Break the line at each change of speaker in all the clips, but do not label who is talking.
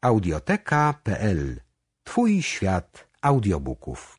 Audioteka.pl. Twój świat audiobooków.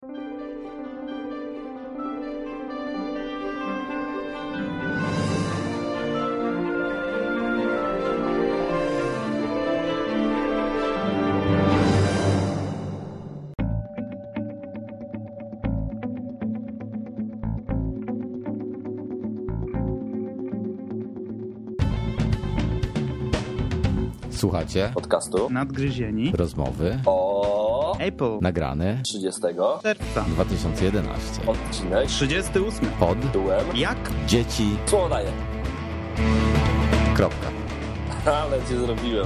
Słuchacie
podcastu
Nadgryzieni
rozmowy
o
Apple
nagrane
30
czerwca
2011
odcinek
38
pod
tytułem
Jak?
dzieci.
Słowo daję.
Kropka.
Ale cię zrobiłem.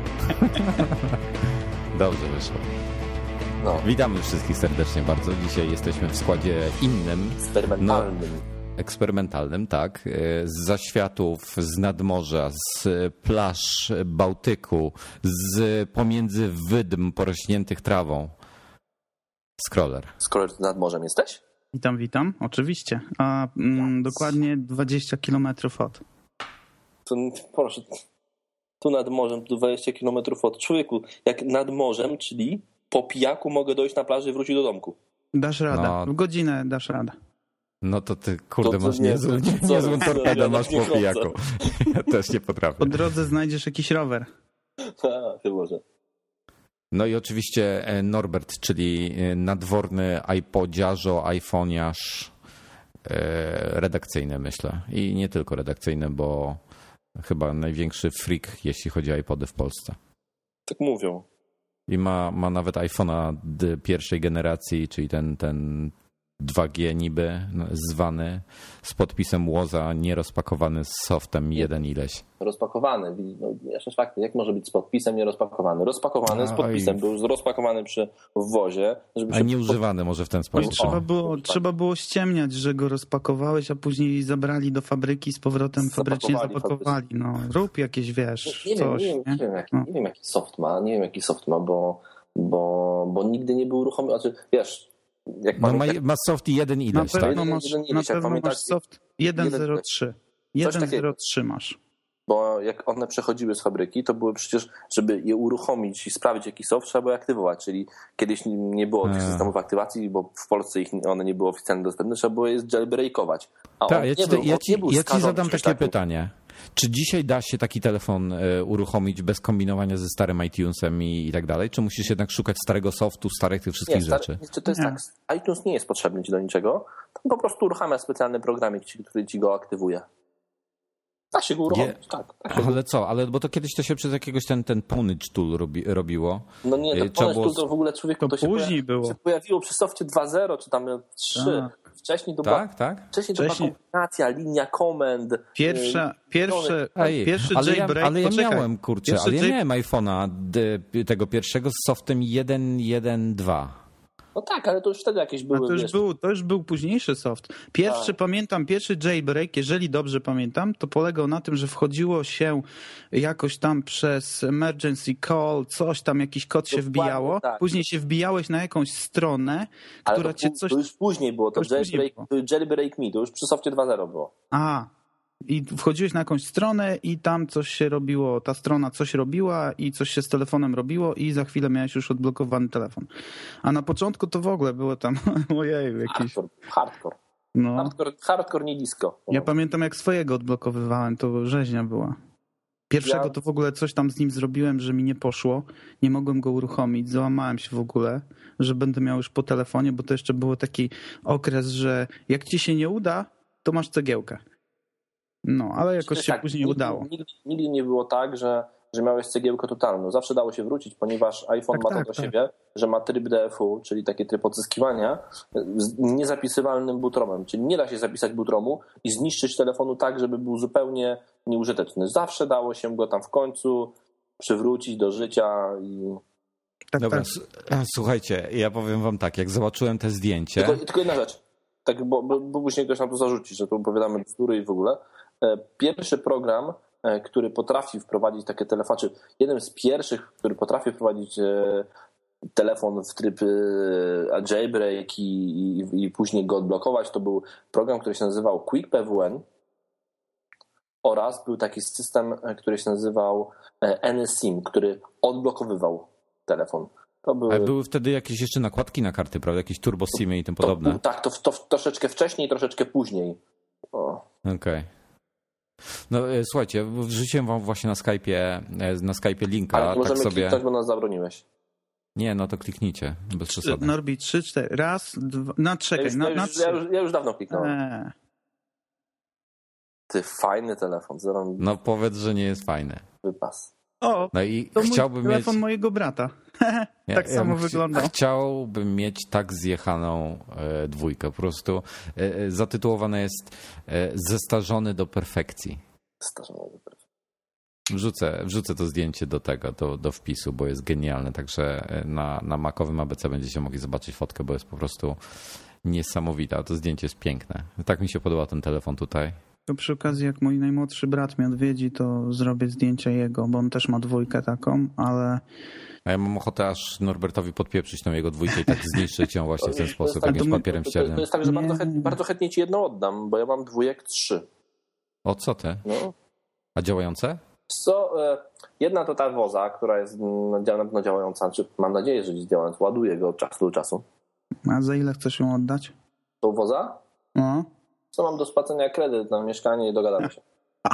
Dobrze wyszło.
No,
Witamy wszystkich serdecznie bardzo. Dzisiaj jesteśmy w składzie innym, eksperymentalnym, tak, z zaświatów, z nadmorza, z plaż Bałtyku, z pomiędzy wydm porośniętych trawą. Scroller.
Skoro nad morzem jesteś?
Witam, oczywiście. A dokładnie 20 kilometrów od.
To proszę, tu nad morzem, tu 20 kilometrów od. Człowieku, jak nad morzem, czyli po pijaku mogę dojść na plaży i wrócić do domku.
Dasz radę.
No.
W godzinę dasz radę.
No to ty, kurde,
To
masz
nie,
niezłą torpedę,
ja
masz
nie
po pijaku. Ja też nie potrafię.
Po drodze znajdziesz jakiś rower.
Chyba, że.
No i oczywiście Norbert, czyli nadworny iPodziarzo, iPhoniarz, redakcyjny myślę. I nie tylko redakcyjny, bo chyba największy freak, jeśli chodzi o iPody w Polsce.
Tak mówią.
I ma nawet iPhone'a pierwszej generacji, czyli ten 2G niby zwany, z podpisem Łoza, nierozpakowany z softem 1 ileś.
Rozpakowany. No, jeszcze fakty, jak może być z podpisem nierozpakowany? Rozpakowany z podpisem, był już rozpakowany w wozie. Żeby
A nieużywany może w ten sposób.
Trzeba było ściemniać, że go rozpakowałeś, a później zabrali do fabryki, z powrotem fabrycznie zapakowali. No, rób jakieś, wiesz, coś.
Nie wiem, jaki soft ma, bo nigdy nie był uruchomiony. Znaczy, wiesz, jak
ma soft 1 ileś,
tak?
Na
pewno masz soft 1.03. 1.03 masz.
Bo jak one przechodziły z fabryki, to były przecież, żeby je uruchomić i sprawdzić jaki soft, trzeba było je aktywować, czyli kiedyś nie było tych systemów aktywacji, bo w Polsce one nie były oficjalnie dostępne, trzeba było je jailbreakować.
Ja ci zadam takie pytanie. Czy dzisiaj da się taki telefon uruchomić bez kombinowania ze starym iTunesem i tak dalej? Czy musisz jednak szukać starego softu, starych tych wszystkich rzeczy?
To jest tak, iTunes nie jest potrzebny ci do niczego, to po prostu uruchamia specjalny programik, który ci go aktywuje. Da się go uruchomić, tak.
Ale co? Bo to kiedyś to się przez jakiegoś ten Ponage Tool robiło.
No nie, to Ponage Tool to w ogóle człowieku to
później
się pojawiło przy softie 2.0 czy tam 3.
Tak.
Wcześniej to była kombinacja, linia komend.
Pierwszy jailbreak.
Ale ja miałem, miałem iPhone'a tego pierwszego z softem 1.1.2.
No tak, ale to już wtedy jakieś były.
To już był późniejszy soft. Pierwszy jailbreak, jeżeli dobrze pamiętam, to polegał na tym, że wchodziło się jakoś tam przez emergency call, coś tam, jakiś kod się wbijało, tak. Później się wbijałeś na jakąś stronę, która cię coś...
To już później było, to jailbreak me, to już przy softie 2.0 było.
I wchodziłeś na jakąś stronę i tam coś się robiło, ta strona coś robiła i coś się z telefonem robiło i za chwilę miałeś już odblokowany telefon. A na początku to w ogóle było tam, ojej, jakiś...
Hardcore. No. Hardcore nie disco.
Ja pamiętam, jak swojego odblokowywałem, to rzeźnia była. Pierwszego to w ogóle coś tam z nim zrobiłem, że mi nie poszło. Nie mogłem go uruchomić, załamałem się w ogóle, że będę miał już po telefonie, bo to jeszcze był taki okres, że jak ci się nie uda, to masz cegiełkę. No, ale jakoś się później udało.
Nigdy nie było tak, że miałeś cegiełkę totalną. Zawsze dało się wrócić, ponieważ iPhone ma to do siebie, że ma tryb DFU, czyli taki tryb odzyskiwania z niezapisywalnym bootromem. Czyli nie da się zapisać bootromu i zniszczyć telefonu tak, żeby był zupełnie nieużyteczny. Zawsze dało się go tam w końcu przywrócić do życia i...
Dobra, słuchajcie, ja powiem wam tak, jak zobaczyłem te zdjęcie...
Tylko jedna rzecz. Tak, bo później ktoś nam to zarzuci, że tu opowiadamy bzdury i w ogóle. Pierwszy program, który potrafi wprowadzić takie telefony, czy jeden z pierwszych, który potrafi wprowadzić telefon w tryb jailbreak i później go odblokować, to był program, który się nazywał Quick PWN. oraz był taki system, który się nazywał NSIM, który odblokowywał telefon.
Ale były wtedy jakieś jeszcze nakładki na karty, prawda? Jakieś turbo SIM-y i tym podobne.
Tak, to troszeczkę wcześniej, troszeczkę później.
Okej. No słuchajcie, wrzuciłem wam właśnie na Skype'ie linka.
Ale możemy
tak sobie...
kliknąć, bo nas zabroniłeś.
Nie, no to kliknijcie, bez przesady.
Norbi, 3, 4, raz, dwa, czekaj, na 3.
Ja już dawno kliknąłem. Ty, fajny telefon.
No powiedz, że nie jest fajny.
Wypas.
O,
no i
to
chciałbym
telefon
mieć...
mojego brata. Tak samo wygląda.
Chciałbym mieć tak zjechaną dwójkę. Po prostu zatytułowane jest Zestarzony do perfekcji.
Zestarzony do perfekcji.
Wrzucę to zdjęcie do tego, do wpisu, bo jest genialne. Także na makowym ABC będziecie mogli zobaczyć fotkę, bo jest po prostu niesamowita. To zdjęcie jest piękne. Tak mi się podoba ten telefon tutaj.
To przy okazji, jak mój najmłodszy brat mnie odwiedzi, to zrobię zdjęcia jego, bo on też ma dwójkę taką, ale...
A ja mam ochotę aż Norbertowi podpieprzyć tą jego dwójkę i tak zniszczyć ją właśnie w ten sposób, jakimś papierem ściernym.
To jest tak, że bardzo chętnie ci jedną oddam, bo ja mam 3.
O, co ty?
No.
A działające?
Jedna to ta woza, która jest na pewno działająca, czy mam nadzieję, że jest działająca, ładuję go od czasu do czasu. A
za ile chcesz ją oddać?
Tą woza?
No.
Co mam do spłacenia kredyt na mieszkanie i dogadamy się.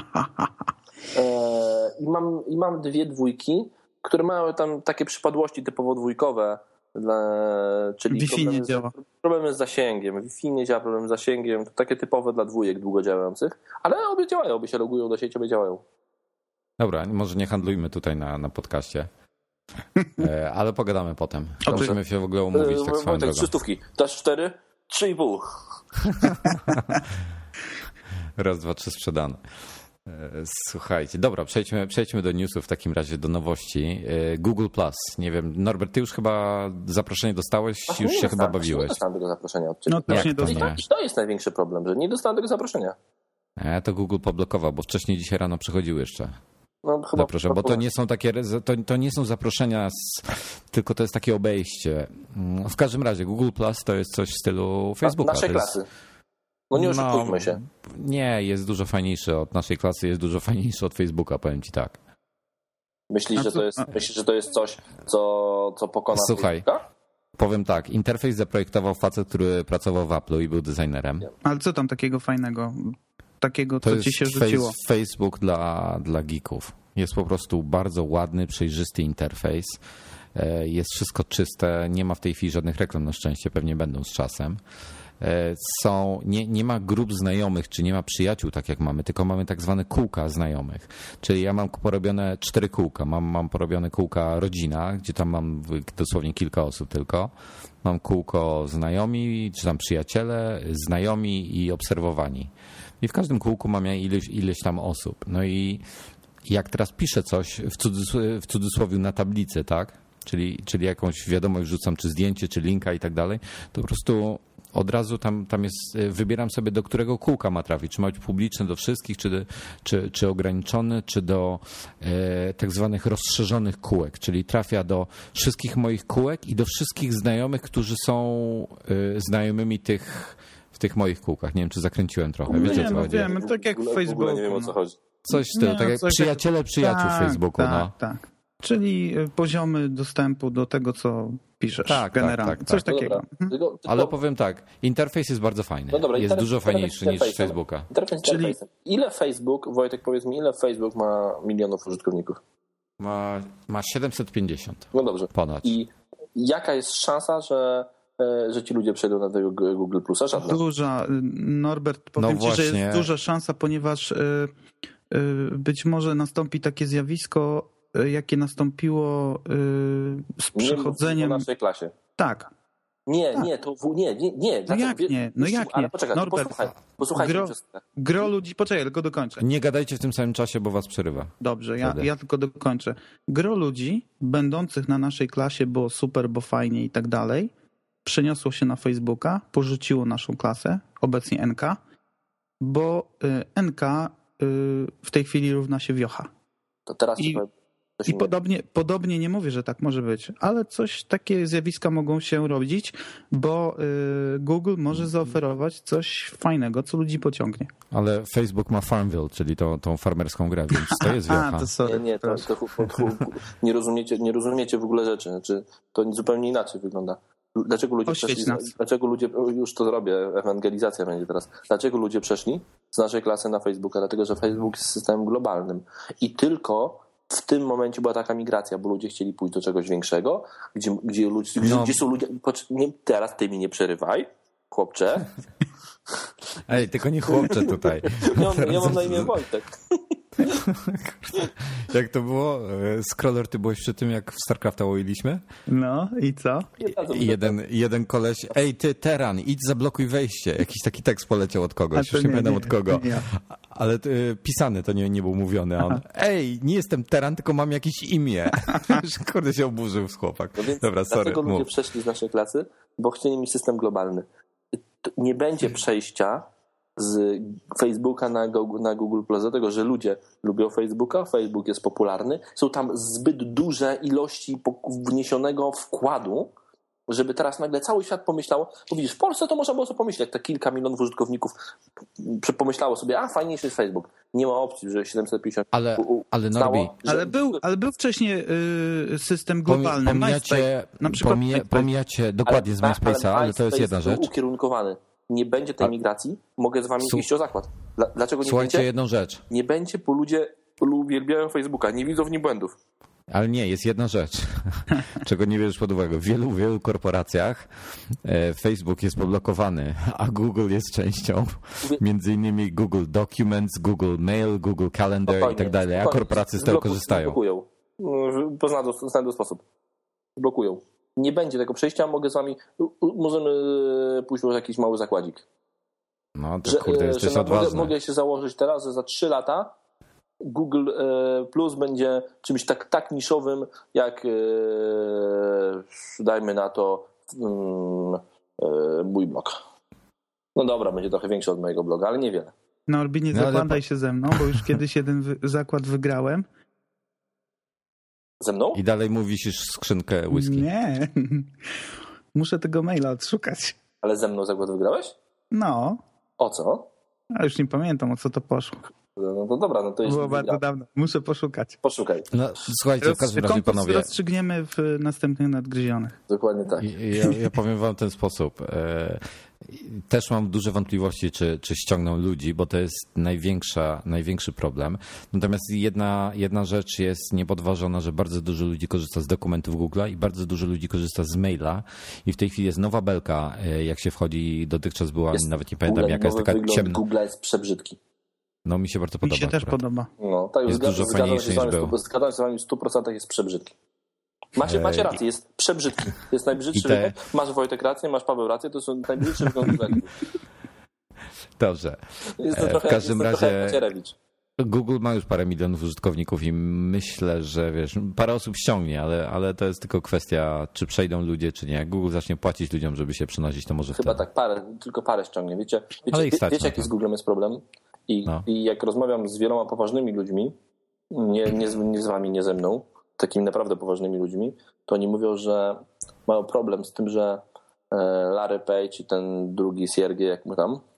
I mam 2 dwójki, które mają tam takie przypadłości typowo dwójkowe, czyli
Wi-Fi nie działa.
Problemy z zasięgiem. Wi-Fi nie działa, problem z zasięgiem. To takie typowe dla dwójek długo działających, ale obie działają, obie się logują do sieci, obie działają.
Dobra, może nie handlujmy tutaj na podcaście, ale pogadamy potem. Musimy się w ogóle umówić tak swoją drogą.
3 stówki. Dasz 4? 3,5.
Raz, 2, 3 sprzedane. Słuchajcie, dobra, przejdźmy do newsów, w takim razie do nowości. Google Plus, nie wiem, Norbert, ty już chyba zaproszenie dostałeś, już się chyba bawiłeś. Nie
dostałem tego zaproszenia od ciebie.
No też nie dostałem.
To jest największy problem, że nie dostałem tego zaproszenia.
To Google poblokował, bo wcześniej dzisiaj rano przychodził jeszcze.
No, chyba
zaproszenia, bo to nie są takie, to nie są zaproszenia, tylko to jest takie obejście. W każdym razie Google Plus to jest coś w stylu Facebooka.
Naszej klasy. No nie oszukujmy się.
Nie, jest dużo fajniejszy od naszej klasy, jest dużo fajniejszy od Facebooka, powiem ci tak.
Myślisz, że to jest coś, co pokona
Słuchaj,
Facebooka?
Powiem tak, interfejs zaprojektował facet, który pracował w Apple'u i był designerem.
Ale co tam takiego fajnego? Takiego, co ci się rzuciło?
To jest Facebook dla geeków. Jest po prostu bardzo ładny, przejrzysty interfejs. Jest wszystko czyste, nie ma w tej chwili żadnych reklam, na szczęście, pewnie będą z czasem. Nie ma grup znajomych, czy nie ma przyjaciół, tak jak mamy, tylko mamy tak zwane kółka znajomych. Czyli ja mam porobione 4 kółka. Mam porobione kółka rodzina, gdzie tam mam dosłownie kilka osób tylko. Mam kółko znajomi, czy tam przyjaciele, znajomi i obserwowani. I w każdym kółku mam ja ileś tam osób. No i jak teraz piszę coś w cudzysłowie na tablicy, tak? Czyli jakąś wiadomość wrzucam, czy zdjęcie, czy linka i tak dalej, to po prostu od razu tam jest, wybieram sobie, do którego kółka ma trafić. Czy ma być publiczny do wszystkich, czy ograniczony, czy do tak zwanych rozszerzonych kółek, czyli trafia do wszystkich moich kółek i do wszystkich znajomych, którzy są znajomymi w tych moich kółkach. Nie wiem, czy zakręciłem trochę. Wiecie, o co chodzi?
Wiemy, tak jak w Facebooku.
Nie wiem, o co chodzi.
Coś w stylu, tak jak przyjaciele przyjaciół w Facebooku.
Tak. Czyli poziomy dostępu do tego, co piszesz generalnie. Coś takiego.
Tylko...
Ale powiem tak, interfejs jest bardzo fajny.
No dobra,
jest dużo fajniejszy niż Facebooka.
Czyli ile Facebook, Wojtek, powiedz mi, ile Facebook ma milionów użytkowników?
Ma 750.
No dobrze.
Ponad.
I jaka jest szansa, że ci ludzie przejdą na tego Google Plusa? Żadna.
Duża. Norbert, powiem ci, że jest duża szansa, ponieważ być może nastąpi takie zjawisko, jakie nastąpiło z przechodzeniem...
w naszej klasie.
Tak.
Nie.
No jak nie? No jak nie?
Ale poczekaj,
Norbert,
posłuchaj.
Gro ludzi... Poczekaj, tylko dokończę.
Nie gadajcie w tym samym czasie, bo was przerywa.
Dobrze, ja tylko dokończę. Gro ludzi będących na naszej klasie było super, bo fajnie i tak dalej, przeniosło się na Facebooka, porzuciło naszą klasę, obecnie NK, bo NK w tej chwili równa się wiocha.
To teraz
I podobnie nie mówię, że tak może być, ale takie zjawiska mogą się rodzić, bo Google może zaoferować coś fajnego, co ludzi pociągnie.
Ale Facebook ma Farmville, czyli tą farmerską grę, więc to jest wiocha.
Nie rozumiecie w ogóle rzeczy. Znaczy, to zupełnie inaczej wygląda. Dlaczego ludzie, już to zrobię, ewangelizacja będzie teraz. Dlaczego ludzie przeszli z naszej klasy na Facebooka? Dlatego, że Facebook jest systemem globalnym. I tylko w tym momencie była taka migracja, bo ludzie chcieli pójść do czegoś większego, gdzie są ludzie... Teraz ty mi nie przerywaj, chłopcze.
Ej, tylko nie chłopcze tutaj.
Ja mam na imię Wojtek.
Jak to było? Scroller, ty byłeś przy tym, jak w StarCrafta łoiliśmy?
No i co?
Jeden koleś, ej ty Teran, idź zablokuj wejście. Jakiś taki tekst poleciał od kogoś, już nie pamiętam od kogo. Nie. Ale pisany, to nie był mówiony. A on, ej, nie jestem Teran, tylko mam jakieś imię. Kurde, się oburzył chłopak.
No więc
dobra, sorry.
Dlatego ludzie przeszli z naszej klasy, bo chcieli mieć system globalny. Nie będzie przejścia z Facebooka na Google Plus, dlatego że ludzie lubią Facebooka, Facebook jest popularny, są tam zbyt duże ilości wniesionego wkładu, żeby teraz nagle cały świat pomyślał, bo widzisz, w Polsce to można było sobie pomyśleć, te kilka milionów użytkowników pomyślało sobie, fajniejszy jest Facebook. Nie ma opcji, że 750
ale
stało,
ale był wcześniej system globalny.
Pomijacie dokładnie z MySpace'a, ale to jest jedna rzecz.
Ukierunkowany. Nie będzie tej migracji, mogę z wami iść o zakład. Dlaczego nie
Słuchajcie,
będzie?
jedną rzecz.
Nie będzie, bo ludzie uwielbiają Facebooka, nie widzą w nim błędów.
Ale nie, jest jedna rzecz, czego nie bierzesz pod uwagę. W wielu korporacjach Facebook jest poblokowany, a Google jest częścią, między innymi Google Documents, Google Mail, Google Calendar i tak dalej, a korporacje z tego korzystają.
Blokują. Znajdą sposób. Blokują. Nie będzie tego przejścia, mogę z wami, możemy pójść w jakiś mały zakładzik.
No to kurde, jesteś odważny.
Mogę się założyć teraz, że za 3 lata Google Plus będzie czymś tak niszowym, jak dajmy na to mój blog. No dobra, będzie trochę większy od mojego bloga, ale niewiele.
No Albinie, zakładaj się ze mną, bo już kiedyś jeden zakład wygrałem.
Ze mną?
I dalej mu wisisz skrzynkę whisky.
Nie. Muszę tego maila odszukać.
Ale ze mną zakład wygrałeś?
No.
O co?
A już nie pamiętam, o co to poszło.
No to dobra, no to jest...
Było bardzo dawno. Muszę poszukać.
Poszukaj.
No, słuchajcie, w każdym razie, panowie...
rozstrzygniemy w następnych nadgryzionych.
Dokładnie tak.
Ja powiem wam w ten sposób. Też mam duże wątpliwości, czy ściągną ludzi, bo to jest największy problem. Natomiast jedna rzecz jest niepodważona, że bardzo dużo ludzi korzysta z dokumentów Google'a i bardzo dużo ludzi korzysta z maila i w tej chwili jest nowa belka, jak się wchodzi, dotychczas była, nawet nie pamiętam jaka jest, taka ciemna.
Google jest przebrzydki.
No mi się bardzo podoba.
Mi się też podoba.
No, tak,
jest dużo fajniejszy niż był.
Zgadzam się z wami w 100% jest przebrzydki. Macie rację, jest przebrzydki. Jest najbrzydszy. Masz Wojtek rację, masz Paweł rację, to są najbrzydsze wyglądy.
Dobrze. W każdym razie Google ma już parę milionów użytkowników i myślę, że parę osób ściągnie, ale to jest tylko kwestia, czy przejdą ludzie, czy nie. Jak Google zacznie płacić ludziom, żeby się przenosić, to może
chyba
wtedy.
tak, tylko parę ściągnie. Wiecie jaki z Googlem jest problem? I jak rozmawiam z wieloma poważnymi ludźmi, nie z wami, nie ze mną, takimi naprawdę poważnymi ludźmi, to oni mówią, że mają problem z tym, że Larry Page i ten drugi Siergiej, jak my tam,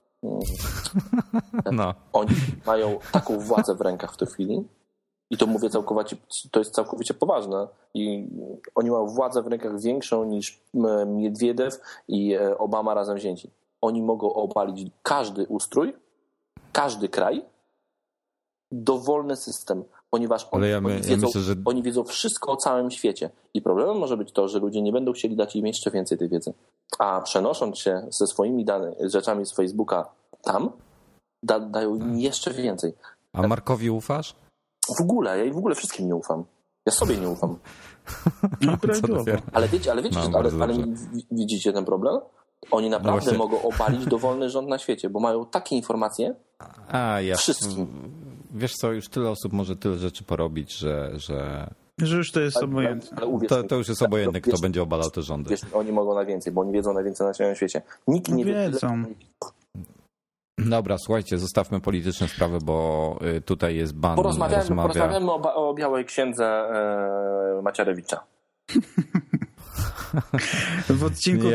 oni mają taką władzę w rękach w tej chwili i to mówię to jest całkowicie poważne i oni mają władzę w rękach większą niż Miedwiediew i Obama razem wzięci. Oni mogą obalić każdy ustrój, każdy kraj, dowolny system, ponieważ oni wiedzą wszystko o całym świecie. I problemem może być to, że ludzie nie będą chcieli dać im jeszcze więcej tej wiedzy. A przenosząc się ze swoimi rzeczami z Facebooka tam, dają im jeszcze więcej.
A Markowi ufasz?
W ogóle, ja w ogóle wszystkim nie ufam. Ja sobie nie ufam. Ale widzicie ten problem? Oni naprawdę mogą obalić dowolny rząd na świecie, bo mają takie informacje wszystkim.
Wiesz co, już tyle osób może tyle rzeczy porobić, że
już to jest obojętne.
To już jest obojętne, kto będzie obalał te rządy.
Oni mogą najwięcej, bo oni wiedzą najwięcej na całym świecie. Nikt nie
wiedzą.
Dobra, słuchajcie, zostawmy polityczne sprawy, bo tutaj jest ban.
Porozmawiamy o białej księdze Macierewicza.
W odcinku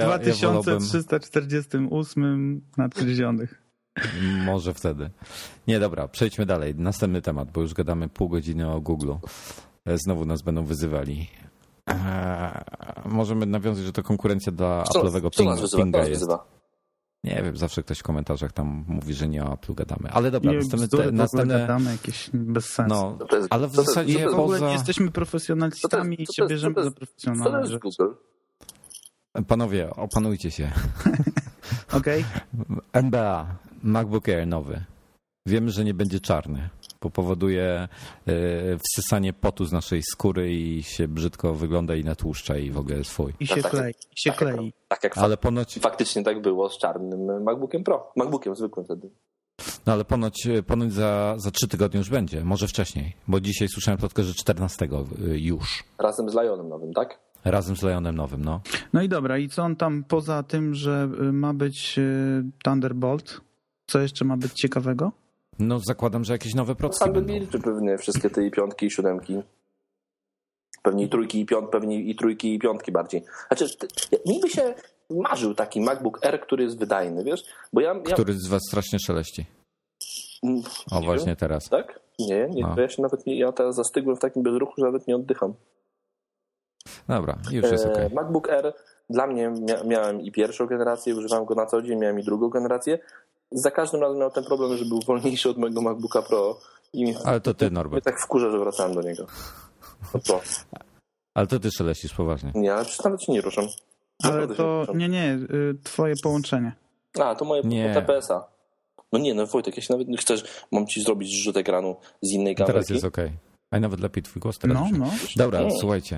2348 Nadgryzionych.
Może wtedy. Nie, dobra, przejdźmy dalej. Następny temat, bo już gadamy pół godziny o Google'u. Znowu nas będą wyzywali. Możemy nawiązać, że to konkurencja dla Apple'owego Pinga jest. Nie wiem, zawsze ktoś w komentarzach tam mówi, że nie o Apple'u gadamy. Ale dobra, następne
gadamy jakieś bez sensu.
No, ale w zasadzie
w ogóle nie jesteśmy profesjonalistami i się bierzemy za profesjonalne rzeczy.
Panowie, opanujcie się.
Okej.
NBA, MacBook Air nowy. Wiem, że nie będzie czarny, bo powoduje wsysanie potu z naszej skóry i się brzydko wygląda i natłuszcza i w ogóle jest fuj.
I się klei.
Tak jak ale ponoć faktycznie tak było z czarnym MacBookiem Pro. MacBookiem zwykłym wtedy.
No ale ponoć za 3 tygodnie już będzie, może wcześniej, bo dzisiaj słyszałem plotkę, że 14 już.
Razem z Lionem nowym, tak?
Razem z Lionem nowym, no.
No i dobra, i co on tam poza tym, że ma być Thunderbolt, co jeszcze ma być ciekawego?
No zakładam, że jakieś nowe procesy będą.
Czy pewnie wszystkie te i piątki i siódemki. Pewnie i trójki i trójki i piątki bardziej. Znaczy, niby się marzył taki MacBook Air, który jest wydajny, wiesz? Bo
Który z was strasznie szeleści. O, właśnie wiem. Teraz.
Tak? Nie, to ja się nawet nie, ja teraz zastygłem w takim bezruchu, że nawet nie oddycham.
Dobra, już jest okej.
MacBook Air dla mnie, miałem i pierwszą generację, używałem go na co dzień, miałem i drugą generację. Za każdym razem miał ten problem, że był wolniejszy od mojego MacBooka Pro.
Ale to ty, Norbert.
Mnie tak wkurza, że wracałem do niego. To co?
Ale to ty szeleścisz poważnie.
Nie, ale przecież nawet się nie ruszam.
Ale to, nie, twoje połączenie.
To moje TPS-a. No nie, no Wojtek, jeśli nawet chcesz, mam ci zrobić zrzut ekranu z innej kamerki.
Teraz jest okej. A nawet lepiej twój głos teraz.
No.
Dobra, słuchajcie.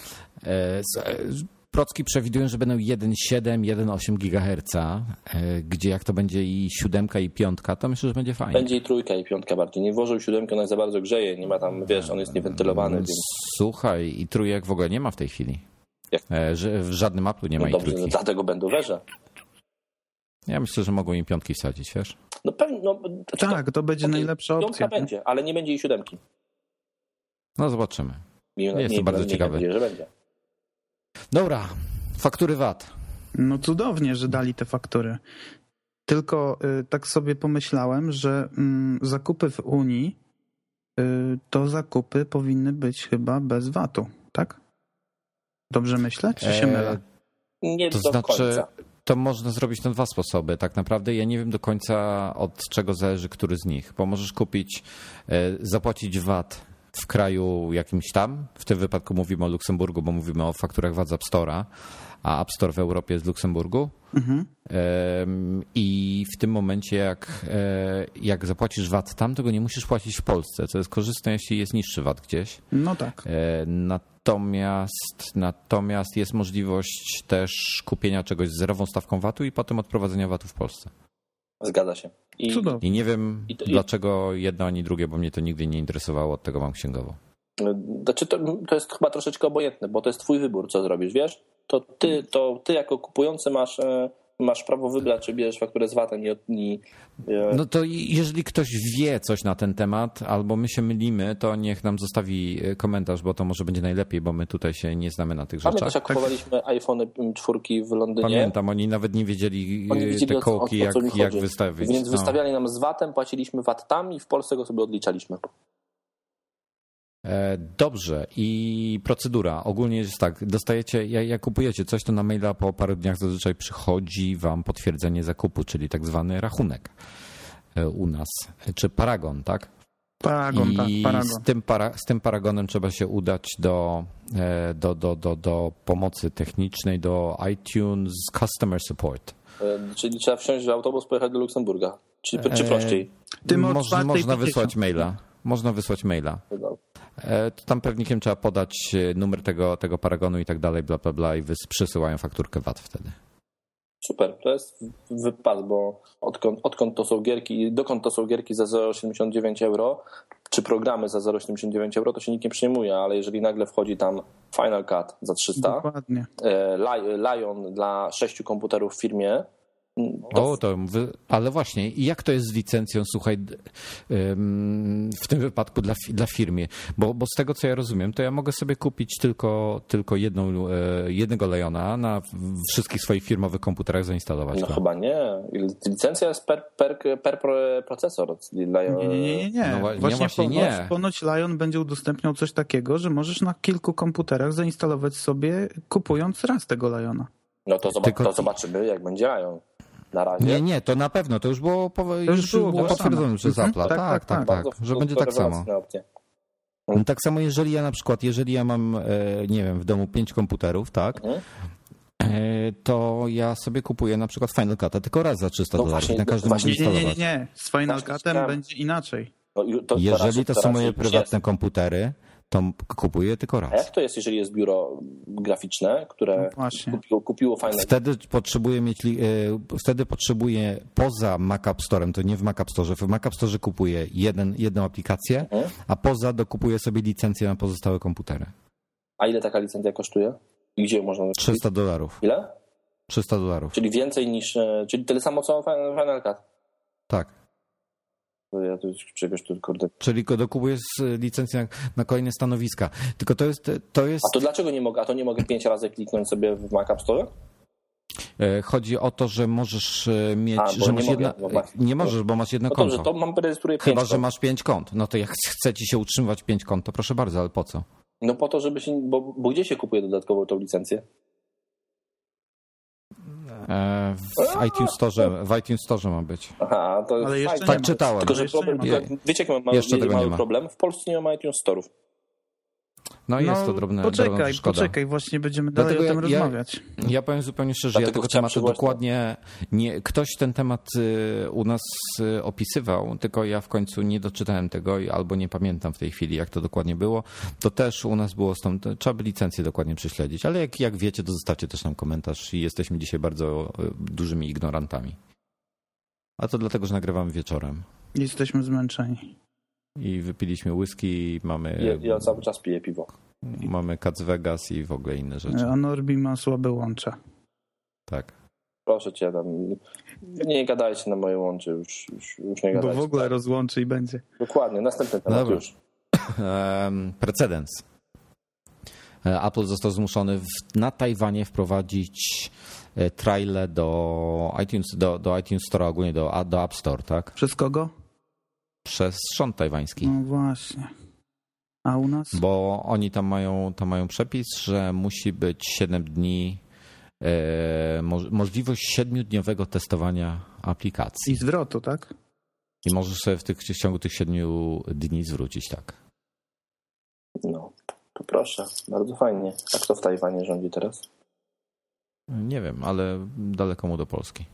Procki przewidują, że będą 1,7, 1,8 GHz, gdzie jak to będzie i 7 i 5, to myślę, że będzie fajnie.
Będzie i 3 i 5 bardziej. Nie włożył 7, ona za bardzo grzeje, nie ma tam, wiesz, on jest niewentylowany. Więc...
Słuchaj, i 3 w ogóle nie ma w tej chwili. Że w żadnym Apple'u nie ma
dobrze,
i 3.
No dlatego będą werze.
Ja myślę, że mogą im 5 wsadzić, wiesz?
No pewnie.
Tak, to będzie najlepsza opcja.
5 będzie, ale nie będzie i 7.
No zobaczymy. Jest to bardzo ciekawe.
Że będzie.
Dobra, faktury VAT.
No cudownie, że dali te faktury. Tylko tak sobie pomyślałem, że zakupy w Unii to zakupy powinny być chyba bez VAT-u, tak? Dobrze myślę, czy się mylę?
Nie
to
do
znaczy,
końca.
To można zrobić na 2 sposoby. Tak naprawdę ja nie wiem do końca, od czego zależy który z nich, bo możesz kupić, zapłacić VAT w kraju jakimś tam. W tym wypadku mówimy o Luksemburgu, bo mówimy o fakturach VAT z App Store'a, a App Store w Europie jest w Luksemburgu. Mhm. I w tym momencie jak zapłacisz VAT tam, to go nie musisz płacić w Polsce, co jest korzystne, jeśli jest niższy VAT gdzieś.
No tak.
Natomiast jest możliwość też kupienia czegoś z zerową stawką VAT-u i potem odprowadzenia VAT-u w Polsce.
Zgadza się.
I nie wiem dlaczego jedno ani drugie, bo mnie to nigdy nie interesowało, od tego mam księgowo.
Znaczy to jest chyba troszeczkę obojętne, bo to jest twój wybór, co zrobisz, wiesz? To ty jako kupujący masz prawo wybrać, czy bierzesz fakturę z VAT-em
No to jeżeli ktoś wie coś na ten temat, albo my się mylimy, to niech nam zostawi komentarz, bo to może będzie najlepiej, bo my tutaj się nie znamy na tych rzeczach.
Pamiętasz, jak kupowaliśmy iPhone 4 w Londynie?
Pamiętam, oni nawet nie wiedzieli te kołki, jak wystawić.
Więc wystawiali nam z VAT-em, płaciliśmy VAT tam i w Polsce go sobie odliczaliśmy.
Dobrze. I procedura. Ogólnie jest tak, dostajecie, jak kupujecie coś, to na maila po paru dniach zazwyczaj przychodzi wam potwierdzenie zakupu, czyli tak zwany rachunek u nas, czy paragon, tak?
Paragon, tak, paragon.
Z tym paragonem trzeba się udać do pomocy technicznej, do iTunes Customer Support.
Czyli trzeba wsiąść w autobus, pojechać do Luksemburga, czy prościej?
Można wysłać maila. Można wysłać maila. Tam pewnikiem trzeba podać numer tego paragonu i tak dalej, bla, bla, bla, i przysyłają fakturkę VAT wtedy.
Super, to jest wypad, bo odkąd to są gierki, dokąd to są gierki za 0,79 euro, czy programy za 0,79 euro, to się nikt nie przejmuje, ale jeżeli nagle wchodzi tam Final Cut za 300,
dokładnie.
Lion dla 6 komputerów w firmie
Ale właśnie, jak to jest z licencją, słuchaj, w tym wypadku dla firmy? Bo z tego, co ja rozumiem, to ja mogę sobie kupić tylko jednego Liona na wszystkich swoich firmowych komputerach zainstalować.
No chyba nie. Licencja jest per procesor.
Nie.
No właśnie nie.
Ponoć Lion będzie udostępniał coś takiego, że możesz na kilku komputerach zainstalować sobie, kupując raz tego Liona.
No to zobaczymy, jak będzie Lion. Na razie.
Nie, to na pewno. To już było potwierdzone przez Apple. Tak. Że będzie tak samo. Tak samo, jeżeli ja mam, nie wiem, w domu 5 komputerów, tak, to ja sobie kupuję na przykład Final Cut'a tylko raz za $300 na każdy może instalować.
Nie. Z Final Cut'em będzie inaczej.
Jeżeli to są moje prywatne komputery, to kupuję tylko raz.
A jak to jest, jeżeli jest biuro graficzne, które kupiło Final Cut?
Wtedy potrzebuję poza Mac App Store'em, to nie w Mac App Store, w Mac App Store kupuję jedną aplikację, a poza dokupuję sobie licencję na pozostałe komputery.
A ile taka licencja kosztuje? I gdzie można
$300.
Ile?
$300.
Czyli więcej niż, czyli tyle samo co Final Cut?
Tak.
Ja tu czegoś tu, kurde.
Czyli dokupuję licencję na kolejne stanowiska. Tylko to jest...
A to dlaczego nie mogę? A to nie mogę 5 razy kliknąć sobie w Mac App Store?
Chodzi o to, że możesz mieć... Nie możesz, bo masz jedno konto.
Dobrze, to mam rejestruję 5
Chyba,
kont.
że masz 5 kont. No to jak chce ci się utrzymywać 5 kont, to proszę bardzo, ale po co?
No po to, żeby się... Bo gdzie się kupuje dodatkowo tą licencję?
W iTunes Store ma być.
Aha, to
ale jeszcze
tak czytałem.
Tylko, że problem, wiecie, jaki mały problem? W Polsce nie ma iTunes Store'ów.
No jest to drobna
Poczekaj, właśnie będziemy dalej o tym rozmawiać.
Ja powiem zupełnie szczerze, ja tego tematu dokładnie nie... Ktoś ten temat u nas opisywał, tylko ja w końcu nie doczytałem tego albo nie pamiętam w tej chwili, jak to dokładnie było. To też u nas było trzeba by licencję dokładnie prześledzić, ale jak wiecie, to zostawcie też nam komentarz i jesteśmy dzisiaj bardzo dużymi ignorantami. A to dlatego, że nagrywamy wieczorem.
Jesteśmy zmęczeni.
I wypiliśmy whisky, mamy...
Ja cały czas piję piwo.
Mamy Cats Vegas i w ogóle inne rzeczy.
A Norbi ma słabe łącze.
Tak.
Proszę cię, nie gadajcie na moje łącze, już nie gadajcie.
Bo w ogóle rozłączy i będzie.
Dokładnie, następny temat już.
Precedens. Apple został zmuszony na Tajwanie wprowadzić triale do iTunes Store, ogólnie do App Store, tak?
Przez kogo?
Przez rząd tajwański.
No właśnie. A u nas?
Bo oni tam mają przepis, że musi być 7 dni, możliwość 7-dniowego testowania aplikacji.
I zwrotu, tak?
I możesz sobie w ciągu tych 7 dni zwrócić, tak.
No, to proszę, bardzo fajnie. A kto w Tajwanie rządzi teraz?
Nie wiem, ale daleko mu do Polski.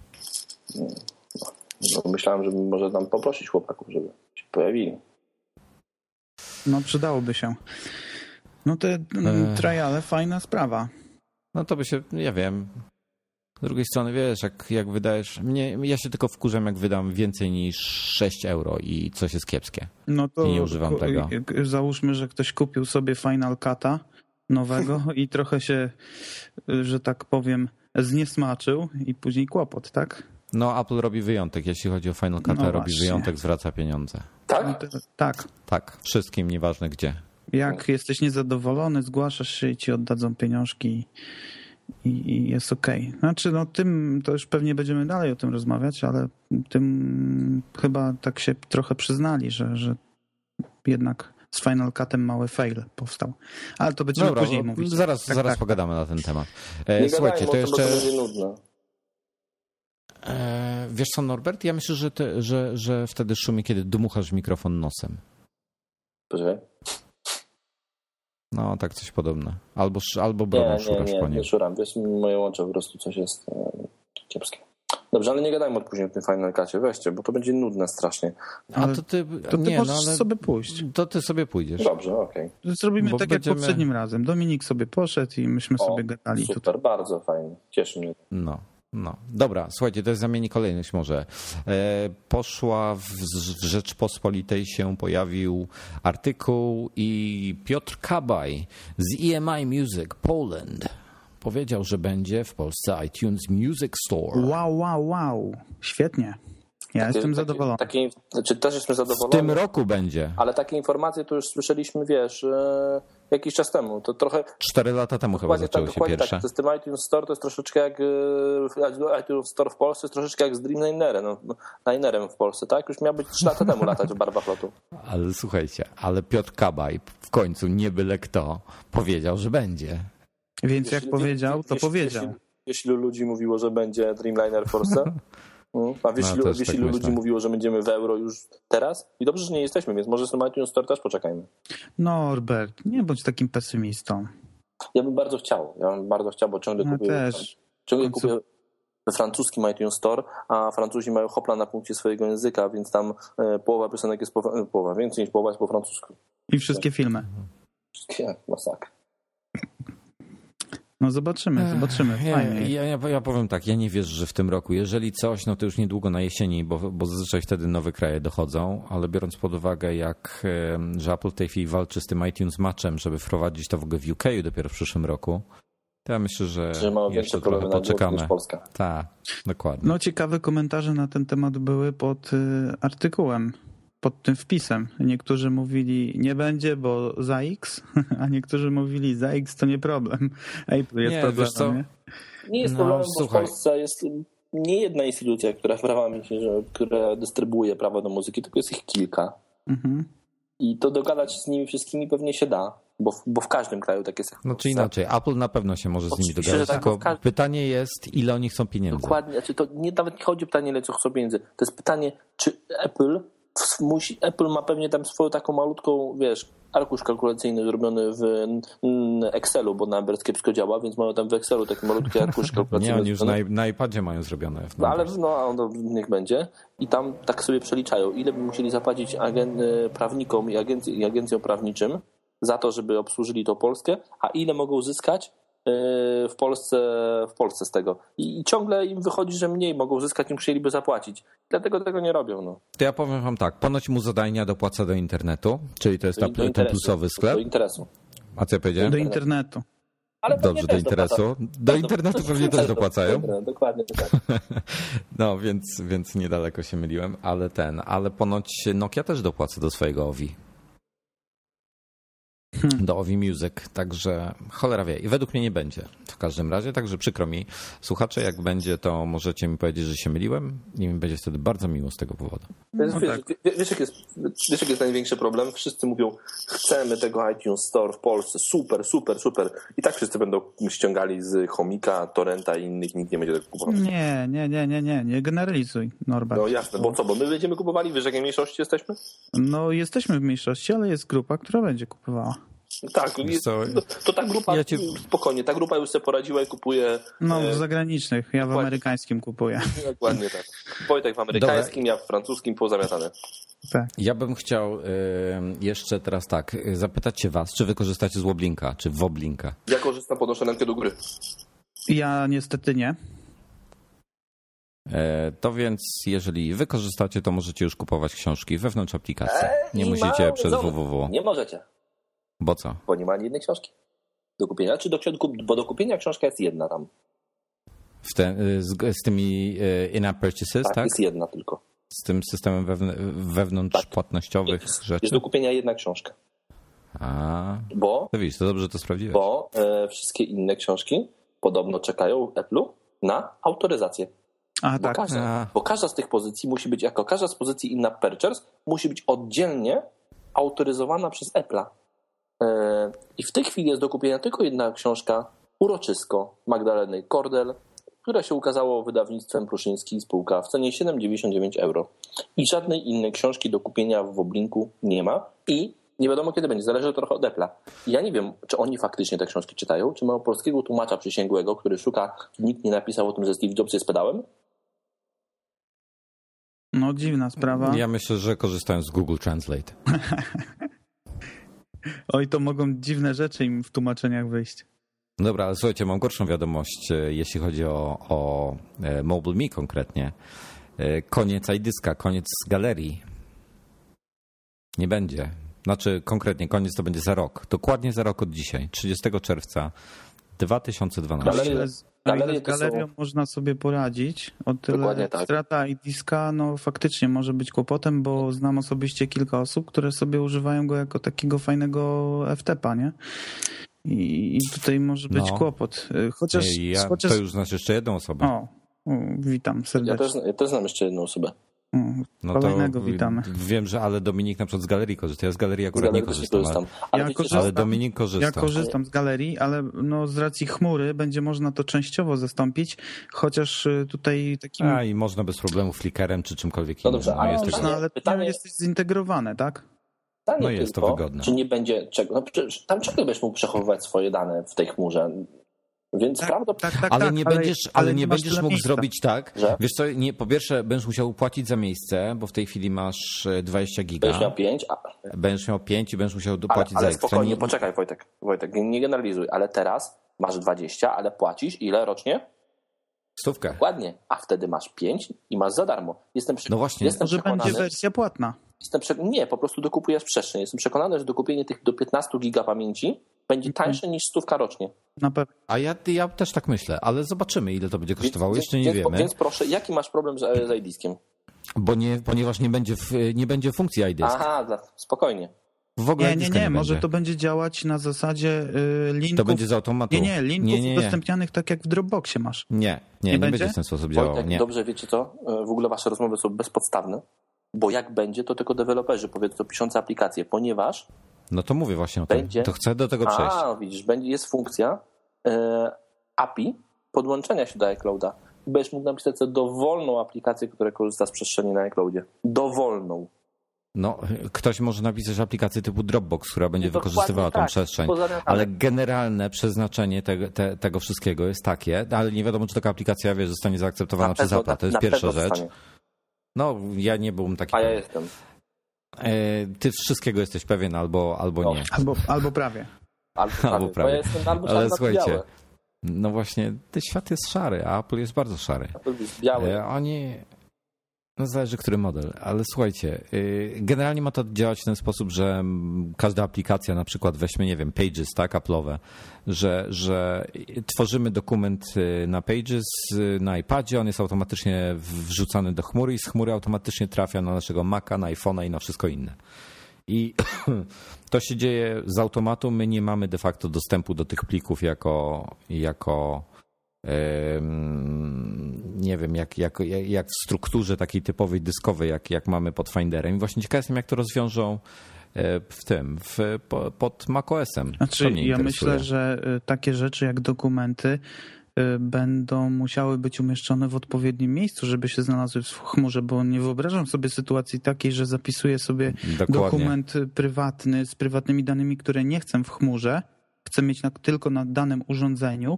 No, myślałem, że może nam poprosić chłopaków, żeby się pojawili.
No przydałoby się. No te triale, fajna sprawa.
No to by się, ja wiem. Z drugiej strony, wiesz, jak wydajesz... Ja się tylko wkurzam, jak wydam więcej niż 6 euro i coś jest kiepskie.
No to
i nie używam tego.
Załóżmy, że ktoś kupił sobie Final Cut'a nowego i trochę się, że tak powiem, zniesmaczył i później kłopot, tak?
No, Apple robi wyjątek. Jeśli chodzi o Final Cut'a, robi wyjątek, zwraca pieniądze.
Tak?
Tak.
Tak, wszystkim, nieważne gdzie.
Jak jesteś niezadowolony, zgłaszasz się i ci oddadzą pieniążki i jest okej. Znaczy, no tym to już pewnie będziemy dalej o tym rozmawiać, ale tym chyba tak się trochę przyznali, że jednak z Final Cut'em mały fail powstał. Ale to będziemy później mówić.
Zaraz pogadamy na ten temat. Słuchajcie, to jeszcze...
To będzie nudne.
Wiesz co, Norbert? Ja myślę, że wtedy szumi, kiedy dmuchasz mikrofon nosem.
Poczekaj.
No, tak coś podobne. Albo brodą szurasz po nim.
Nie szuram. Wiesz, moje łącze po prostu coś jest kiepskie. Dobrze, ale nie gadajmy później o tym Final Cut'cie. Weźcie, bo to będzie nudne strasznie.
A to ty
możesz sobie pójść.
To ty sobie pójdziesz.
Dobrze, okej.
Zrobimy tak jak poprzednim razem. Dominik sobie poszedł i myśmy sobie gadali.
Super,
tutaj.
bardzo fajnie. Cieszy mnie.
No, dobra, słuchajcie, to jest zamiennik kolejność może. Poszła w Rzeczpospolitej się pojawił artykuł i Piotr Kabaj z EMI Music Poland powiedział, że będzie w Polsce iTunes Music Store.
Wow. Świetnie. Ja jestem zadowolony.
Znaczy też jestem zadowolony.
W tym roku będzie.
Ale takie informacje to już słyszeliśmy, jakiś czas temu. To trochę
4 lata temu chyba zaczęły się pierwsze.
Tak. To z tym iTunes Store to jest troszeczkę jak iTunes Store w Polsce, jest troszeczkę jak z Dreamlinerem w Polsce, tak? Już miał być 3 lata temu latać w barwach lotu.
Ale słuchajcie, Piotr Kabaj w końcu nie byle kto powiedział, że będzie.
Więc jak powiedział, to powiedział.
Jeśli ludzi mówiło, że będzie Dreamliner w Polsce... A wiesz, ilu ludzi mówiło, że będziemy w euro już teraz? I dobrze, że nie jesteśmy, więc może z tym iTunes Store też poczekajmy.
Norbert, nie bądź takim pesymistą.
Ja bym bardzo chciał, bo ciągle kupuję we francuskim iTunes Store, a Francuzi mają hopla na punkcie swojego języka, więc tam połowa piosenek jest więcej niż połowa jest po francusku.
I wszystkie filmy.
Wszystkie, masakra.
No zobaczymy. Fajnie.
Ja powiem tak, ja nie wierzę, że w tym roku. Jeżeli coś, no to już niedługo na jesieni, bo zazwyczaj wtedy nowe kraje dochodzą, ale biorąc pod uwagę, że Apple w tej chwili walczy z tym iTunes Matchem, żeby wprowadzić to w ogóle w UK dopiero w przyszłym roku, to ja myślę, że jeszcze trochę poczekamy. Niż Polska. Tak, dokładnie.
No ciekawe komentarze na ten temat były pod artykułem, pod tym wpisem. Niektórzy mówili nie będzie, bo za X, a niektórzy mówili za X to nie problem. Apple jest problemem.
Nie jest problemem, bo w Polsce jest nie jedna instytucja, która która dystrybuuje prawo do muzyki, tylko jest ich kilka. Mhm. I to dogadać z nimi wszystkimi pewnie się da, bo w każdym kraju tak jest.
No czy inaczej, Apple na pewno się może z nimi dogadać, tylko pytanie jest, ile oni chcą pieniędzy.
Dokładnie, znaczy to nawet nie chodzi o pytanie, ile chcą pieniędzy. To jest pytanie, czy Apple ma pewnie tam swoją taką malutką, arkusz kalkulacyjny zrobiony w Excelu, bo na kiepsko działa, więc mają tam w Excelu taki malutki arkusz kalkulacyjny.
Nie, oni już na iPadzie mają zrobione.
Ale niech będzie. I tam tak sobie przeliczają, ile by musieli zapłacić prawnikom i agencjom prawniczym za to, żeby obsłużyli to Polskę, a ile mogą zyskać w Polsce z tego. I ciągle im wychodzi, że mniej mogą zyskać, niż chcieliby zapłacić. Dlatego tego nie robią. No.
To ja powiem wam tak, ponoć mu zadania dopłaca do internetu, czyli to jest ten plusowy sklep.
Do interesu.
A co ja powiedziałem?
Do internetu.
Ale
dobrze, do interesu. Do internetu pewnie też dopłacają.
Dokładnie tak.
No, więc niedaleko się myliłem, ale ponoć Nokia też dopłaca do swojego OVI. Do OVI Music, także cholera wie. I według mnie nie będzie w każdym razie, także przykro mi. Słuchacze, jak będzie, to możecie mi powiedzieć, że się myliłem i mi będzie wtedy bardzo miło z tego powodu.
Wiesz, jaki jest największy problem? Wszyscy mówią, chcemy tego iTunes Store w Polsce, super. I tak wszyscy będą ściągali z Chomika, Torrenta i innych, nikt nie będzie tego kupował.
Nie generalizuj, Norbert.
No jasne, bo my będziemy kupowali, wiesz, jakiej mniejszości jesteśmy?
No jesteśmy w mniejszości, ale jest grupa, która będzie kupowała.
Tak, to ta grupa, spokojnie, ta grupa już sobie poradziła i kupuje...
No w zagranicznych, ja w amerykańskim kupuję.
Dokładnie tak. Wojtek w amerykańskim, ja w francuskim, pozamiatane.
Tak.
Ja bym chciał jeszcze teraz zapytać się was, czy wy korzystacie z Woblinka, czy Woblinka?
Ja korzystam, podnoszę rękę do góry.
Ja niestety nie.
To więc jeżeli wy korzystacie, to możecie już kupować książki wewnątrz aplikacji. Nie musicie przez www.
Nie możecie.
Bo co?
Bo nie ma ani jednej książki do kupienia. Bo do kupienia książka jest jedna tam.
Z tymi in-app purchases, tak?
jest jedna tylko.
Z tym systemem wewnątrz płatnościowych rzeczy?
Jest do kupienia jedna książka.
To widzisz, to dobrze, że to sprawdziłeś.
Bo wszystkie inne książki podobno czekają w Apple'u na autoryzację. Bo każda z tych pozycji musi być, jako każda z pozycji in-app purchase musi być oddzielnie autoryzowana przez Apple'a. I w tej chwili jest do kupienia tylko jedna książka, Uroczysko Magdaleny Kordel, która się ukazała wydawnictwem Pruszyński spółka w cenie 7,99 €. I żadnej innej książki do kupienia w Woblinku nie ma i nie wiadomo kiedy będzie, zależy trochę od Apple'a. Ja nie wiem, czy oni faktycznie te książki czytają, czy mają polskiego tłumacza przysięgłego, który szuka, nikt nie napisał o tym, że Steve Jobs jest pedałem.
No dziwna sprawa.
Ja myślę, że korzystają z Google Translate.
Oj, to mogą dziwne rzeczy im w tłumaczeniach wyjść.
Dobra, ale słuchajcie, mam gorszą wiadomość, jeśli chodzi o MobileMe konkretnie. Koniec iDiska, koniec galerii. Nie będzie. Znaczy konkretnie koniec to będzie za rok. Dokładnie za rok od dzisiaj, 30 czerwca 2012.
Ale z galerią można sobie poradzić. O tyle strata iDiska faktycznie może być kłopotem, bo znam osobiście kilka osób, które sobie używają go jako takiego fajnego FTP-a, nie? I tutaj może być kłopot. Chociaż
to już znasz jeszcze jedną osobę.
Witam serdecznie.
Ja też znam jeszcze jedną osobę.
Kolejnego witamy.
Wiem, że ale Dominik na przykład z galerii korzysta. Ja z galerii akurat nie korzystam. Ale Dominik korzysta.
Ja korzystam z galerii, ale z racji chmury będzie można to częściowo zastąpić, chociaż tutaj takim...
I można bez problemu Flickrem czy czymkolwiek innym.
Dobrze,
ale pytanie jesteś zintegrowane, tak?
Jest to wygodne.
Czy nie będzie czego? Tam czego będziesz mógł przechowywać swoje dane w tej chmurze? Więc
ale nie będziesz mógł zrobić tak, że? Wiesz co, po pierwsze będziesz musiał płacić za miejsce, bo w tej chwili masz 20 giga.
Będziesz miał 5.
Będziesz miał 5 i będziesz musiał dopłacić za ekstra.
Spokojnie, poczekaj Wojtek, nie generalizuj, ale teraz masz 20, ale płacisz ile rocznie?
100.
Ładnie, a wtedy masz 5 i masz za darmo.
Może będzie wersja płatna.
Nie, po prostu dokupujesz przestrzeń. Jestem przekonany, że dokupienie tych do 15 giga pamięci będzie tańsze niż 100 rocznie.
Na pewno.
A ja też tak myślę, ale zobaczymy, ile to będzie kosztowało. Jeszcze nie wiemy.
Więc proszę, jaki masz problem z iDiskiem?
Ponieważ nie będzie funkcji iDisk.
Spokojnie.
W ogóle
nie, może to będzie działać na zasadzie linków.
To będzie z automatu.
Linków udostępnianych tak jak w Dropboxie masz.
Nie będzie w ten sposób działało.
Wojtek, dobrze, wiecie co? W ogóle wasze rozmowy są bezpodstawne, bo jak będzie, to tylko deweloperzy powiedzą piszący aplikacje, ponieważ
no to mówię właśnie o tym. To chcę do tego przejść.
Widzisz, jest funkcja API podłączenia się do iClouda. Będziesz mógł napisać sobie dowolną aplikację, która korzysta z przestrzeni na iCloudzie. Dowolną.
Ktoś może napisać aplikację typu Dropbox, która będzie wykorzystywała tą przestrzeń, ale generalne przeznaczenie tego wszystkiego jest takie, ale nie wiadomo, czy taka aplikacja zostanie zaakceptowana przez Apple. To jest pierwsza rzecz. Ja nie byłem taki.
A ja jestem.
Ty wszystkiego jesteś pewien albo nie.
Albo prawie.
Albo prawie.
Ja jestem
ale słuchajcie, właśnie, ten świat jest szary, a Apple jest bardzo szary.
Apple jest biały.
Zależy, który model, ale słuchajcie, generalnie ma to działać w ten sposób, że każda aplikacja, na przykład weźmy, nie wiem, Pages, tak, Apple'owe, że tworzymy dokument na Pages na iPadzie, on jest automatycznie wrzucany do chmury i z chmury automatycznie trafia na naszego Maca, na iPhone'a i na wszystko inne. I to się dzieje z automatu, my nie mamy de facto dostępu do tych plików jako nie wiem, jak w strukturze takiej typowej dyskowej, jak mamy pod Finderem. I właśnie ciekaw jestem, jak to rozwiążą pod macOS-em.
Ja myślę, że takie rzeczy jak dokumenty będą musiały być umieszczone w odpowiednim miejscu, żeby się znalazły w chmurze, bo nie wyobrażam sobie sytuacji takiej, że zapisuję sobie dokument prywatny z prywatnymi danymi, które nie chcę w chmurze, chcę mieć tylko na danym urządzeniu,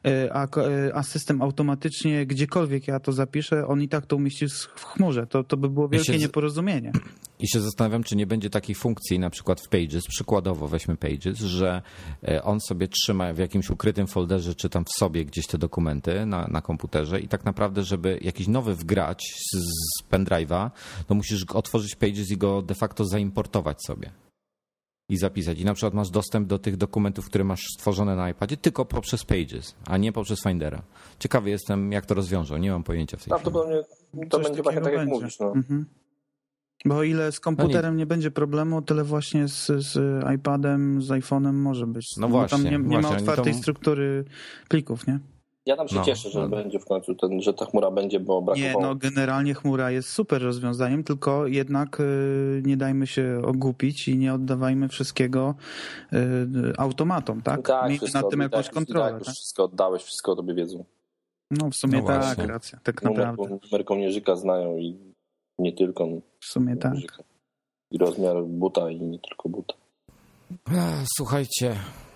a system automatycznie, gdziekolwiek ja to zapiszę, on i tak to umieści w chmurze. To by było wielkie nieporozumienie.
I się zastanawiam, czy nie będzie takiej funkcji, na przykład w Pages, przykładowo weźmy Pages, że on sobie trzyma w jakimś ukrytym folderze, czy tam w sobie gdzieś te dokumenty na komputerze i tak naprawdę, żeby jakiś nowy wgrać z pendrive'a, to musisz otworzyć Pages i go de facto zaimportować sobie. I zapisać. I na przykład masz dostęp do tych dokumentów, które masz stworzone na iPadzie tylko poprzez Pages, a nie poprzez Findera. Ciekawy jestem, jak to rozwiążą. Nie mam pojęcia w tej chwili.
To będzie właśnie tak, jak mówisz.
Mhm. Bo o ile z komputerem nie będzie problemu, o tyle właśnie z iPadem, z iPhone'em może być.
Właśnie.
Tam nie ma otwartej struktury plików, nie?
Ja tam się cieszę, że będzie w końcu, że ta chmura będzie, bo brakowało.
Generalnie chmura jest super rozwiązaniem, tylko jednak nie dajmy się ogłupić i nie oddawajmy wszystkiego automatom, tak? Miejmy na tym jakąś kontrolę.
Tak, już wszystko oddałeś, wszystko o tobie wiedzą.
W sumie tak, racja, tak naprawdę.
Numer kołnierzyka znają i nie tylko.
W sumie tak.
I rozmiar buta i nie tylko buta.
Słuchajcie,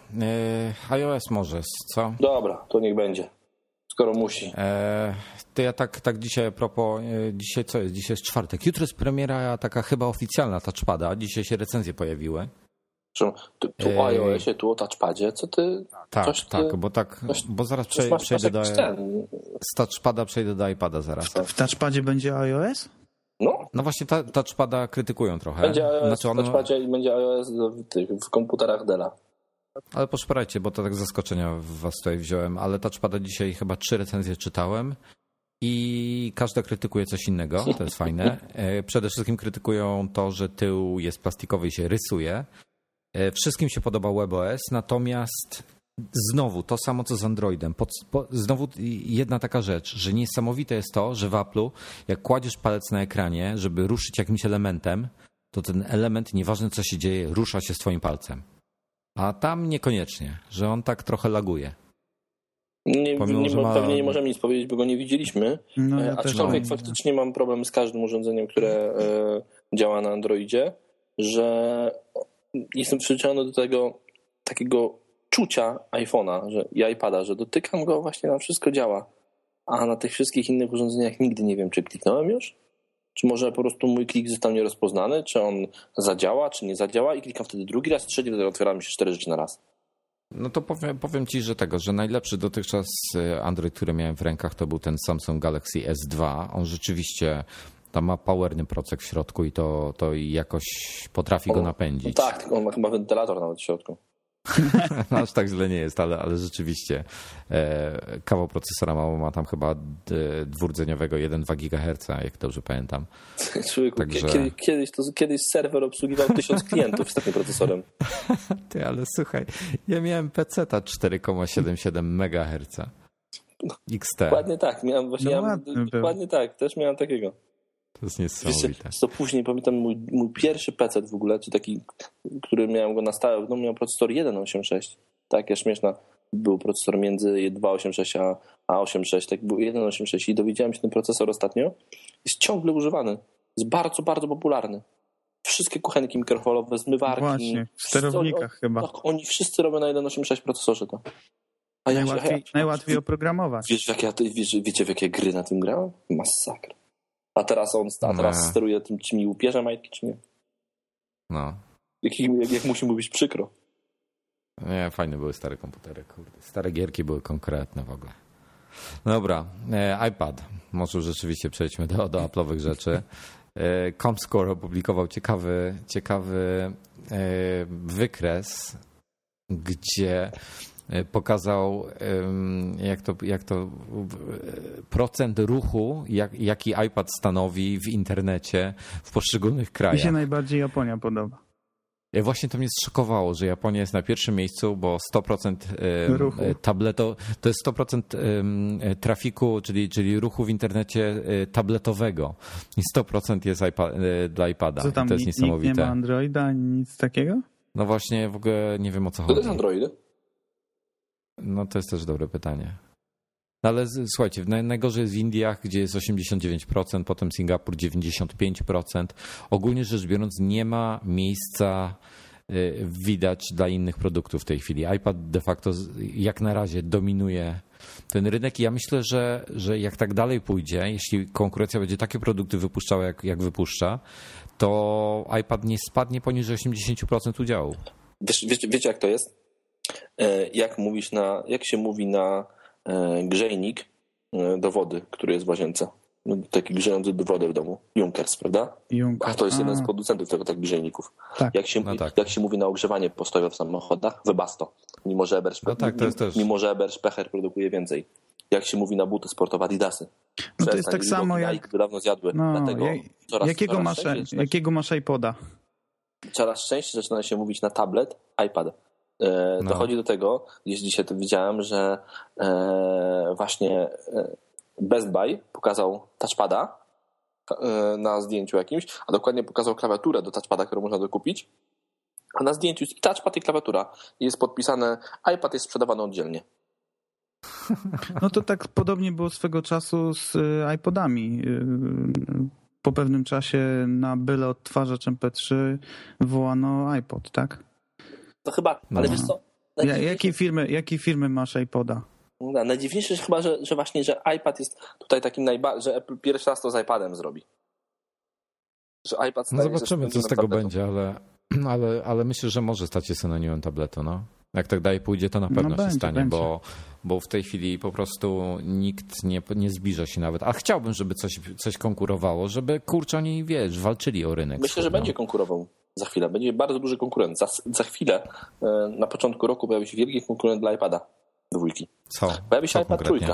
iOS może, co?
Dobra, to niech będzie. Skoro musi.
To ja tak dzisiaj a propos, dzisiaj co jest? Dzisiaj jest czwartek. Jutro jest premiera taka chyba oficjalna touchpada. Dzisiaj się recenzje pojawiły.
Tu o iOSie, tu o touchpadzie, co ty...
Bo zaraz przejdę do... Z touchpada przejdę do iPada zaraz.
W touchpadzie będzie iOS?
No
właśnie touchpada krytykują trochę.
Będzie iOS w touchpadzie i będzie iOS w komputerach Della.
Ale poszperajcie, bo to tak z zaskoczenia was tutaj wziąłem, ale touchpada dzisiaj chyba 3 recenzje czytałem i każda krytykuje coś innego, to jest fajne. Przede wszystkim krytykują to, że tył jest plastikowy i się rysuje. Wszystkim się podoba WebOS, natomiast znowu to samo co z Androidem. Znowu jedna taka rzecz, że niesamowite jest to, że w Apple'u jak kładziesz palec na ekranie, żeby ruszyć jakimś elementem, to ten element, nieważne co się dzieje, rusza się z twoim palcem. A tam niekoniecznie, że on tak trochę laguje.
Pewnie nie możemy nic powiedzieć, bo go nie widzieliśmy. Aczkolwiek faktycznie mam problem z każdym urządzeniem, które działa na Androidzie, że jestem przyzwyczajony do tego takiego czucia iPhone'a i iPada, że dotykam go, właśnie na wszystko działa. A na tych wszystkich innych urządzeniach nigdy nie wiem, czy kliknąłem już, czy może po prostu mój klik został nierozpoznany, czy on zadziała, czy nie zadziała i klikam wtedy drugi raz, trzeci, wtedy otwiera mi się 4 rzeczy na raz.
No to powiem ci, że najlepszy dotychczas Android, który miałem w rękach, to był ten Samsung Galaxy S2. On rzeczywiście tam ma powerny procek w środku i to jakoś potrafi go napędzić.
No tak, tylko on ma chyba wentylator nawet w środku.
No, aż tak źle nie jest, ale rzeczywiście kawał procesora mało, ma tam chyba dwurdzeniowego 1,2 GHz, jak dobrze pamiętam.
Człowieku, także... kiedyś serwer obsługiwał 1000 klientów z takim procesorem.
Ty, ale słuchaj, ja miałem PC-ta 4,77 MHz. XT.
Dokładnie tak, dokładnie tak, też miałem takiego.
To jest niesamowite.
To później pamiętam mój pierwszy PC w ogóle, czy taki, który miałem go na stałe, no miał procesor 1.86. Taka śmieszna. Był procesor między 2.86 a 8.6, tak był 1.86 i dowiedziałem się, ten procesor ostatnio jest ciągle używany. Jest bardzo, bardzo popularny. Wszystkie kuchenki mikrofalowe, zmywarki.
Właśnie, w sterownikach chyba.
Tak, oni wszyscy robią na 1.86 procesorze to.
Najłatwiej oprogramować.
Wiecie, w jakie gry na tym grałem? Masakra. A teraz steruje tym, czy mi upierze majtki, czy nie?
No.
Jak musi mu być przykro.
Nie, fajne były stare komputery, kurde. Stare gierki były konkretne w ogóle. Dobra, iPad. Może rzeczywiście przejdźmy do Apple'owych rzeczy. ComScore opublikował ciekawy wykres, gdzie pokazał jak to procent ruchu, jaki iPad stanowi w internecie w poszczególnych krajach.
Mi się najbardziej Japonia podoba.
Właśnie to mnie zszokowało, że Japonia jest na pierwszym miejscu, bo 100%
ruchu.
tableto, to jest 100% trafiku, czyli ruchu w internecie tabletowego. I 100% jest dla iPada.
Co tam,
to jest niesamowite.
Nikt nie ma Androida ani nic takiego?
No właśnie, w ogóle nie wiem, o co
To
chodzi.
jest Android?
No to jest też dobre pytanie. No ale słuchajcie, najgorzej jest w Indiach, gdzie jest 89%, potem Singapur 95%. Ogólnie rzecz biorąc nie ma miejsca widać dla innych produktów w tej chwili. iPad de facto jak na razie dominuje ten rynek i ja myślę, że jak tak dalej pójdzie, jeśli konkurencja będzie takie produkty wypuszczała jak wypuszcza, to iPad nie spadnie poniżej 80% udziału.
Wiecie jak to jest? Jak się mówi na grzejnik do wody, który jest w łazience. Taki grzejący do wody w domu. Junkers, prawda? A to jest jeden z producentów tego takich grzejników.
Tak.
Jak się mówi na ogrzewanie postojowe w samochodach? Webasto. Mimo że Eberspecher produkuje więcej. Jak się mówi na buty sportowe? Adidasy.
No to jest tak samo jak...
Dawno zjadły. Dlatego
jakiego masz iPoda?
Coraz częściej zaczyna się mówić na tablet, iPad. Dochodzi do tego, dzisiaj to widziałem, że właśnie Best Buy pokazał touchpada na zdjęciu jakimś, a dokładnie pokazał klawiaturę do touchpada, którą można dokupić, a na zdjęciu jest i touchpad, i klawiatura. Jest podpisane, iPad jest sprzedawany oddzielnie.
No to tak podobnie było swego czasu z iPodami. Po pewnym czasie na byle odtwarzacz MP3 wołano iPod, tak?
To chyba, ale wiesz co?
Jakiej firmy masz iPoda?
No, najdziwniejsze jest chyba, że właśnie, że iPad jest tutaj takim że Apple pierwszy raz to z iPadem zrobi. Że iPad
zobaczymy, co z tego będzie, ale myślę, że może stać się synonimem tabletu, no. Jak tak dalej pójdzie, to na pewno się stanie, bo w tej chwili po prostu nikt nie zbliża się nawet. A chciałbym, żeby coś konkurowało, żeby kurczę oni, walczyli o rynek.
Myślę, że będzie konkurował. Za chwilę. Będzie bardzo duży konkurent. Za chwilę, na początku roku pojawi się wielki konkurent dla iPada 2.
Co?
Pojawi się iPad 3.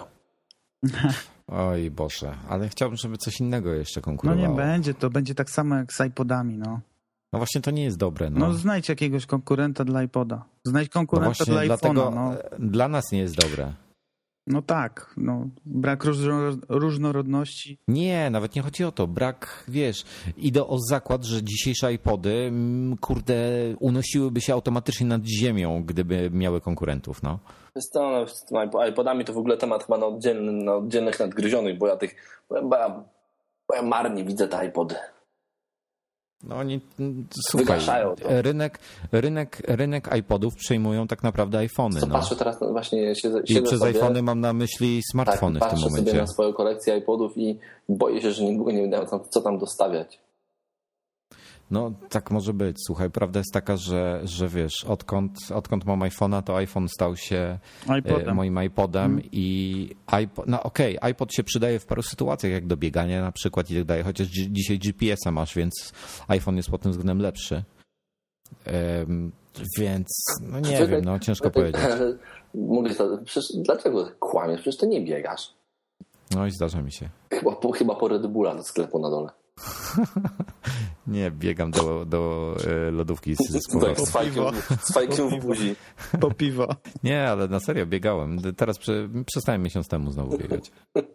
Oj Boże, ale chciałbym, żeby coś innego jeszcze konkurowało.
No nie będzie, to będzie tak samo jak z iPodami, no.
No właśnie to nie jest dobre.
No znajdź jakiegoś konkurenta dla iPoda. Znajdź konkurenta dla iPhone'a.
Dlatego
no.
dla nas nie jest dobre.
No tak, no. Brak różnorodności.
Nie, nawet nie chodzi o to. Brak, wiesz, idę o zakład, że dzisiejsze iPody, kurde, unosiłyby się automatycznie nad ziemią, gdyby miały konkurentów, no.
Z tymi iPodami to w ogóle temat chyba na oddzielnych nadgryzionych, bo bo ja marnie widzę te iPody.
No oni, słuchaj, rynek iPodów przejmują tak naprawdę iPhony. No.
Patrzę teraz, właśnie siedzę
I przez
sobie,
iPhony mam na myśli smartfony w tym momencie.
Patrzę sobie na swoją kolekcję iPodów i boję się, że niedługo nie będę miał co tam dostawiać.
No tak może być. Słuchaj, prawda jest taka, że wiesz, odkąd mam iPhone'a, to iPhone stał się moim iPodem i iPod się przydaje w paru sytuacjach, jak do biegania na przykład i tak dalej, chociaż dzisiaj GPS-a masz, więc iPhone jest pod tym względem lepszy. Więc no nie wiem, no ciężko powiedzieć.
Mówię, przecież dlaczego kłamiesz? Przecież ty nie biegasz.
No i zdarza mi się.
Chyba po Red Bulla do sklepu na dole.
Nie, biegam do lodówki
z fajkiem w buzi.
Po piwo.
Nie, ale na serio biegałem. Teraz przestałem miesiąc temu znowu biegać.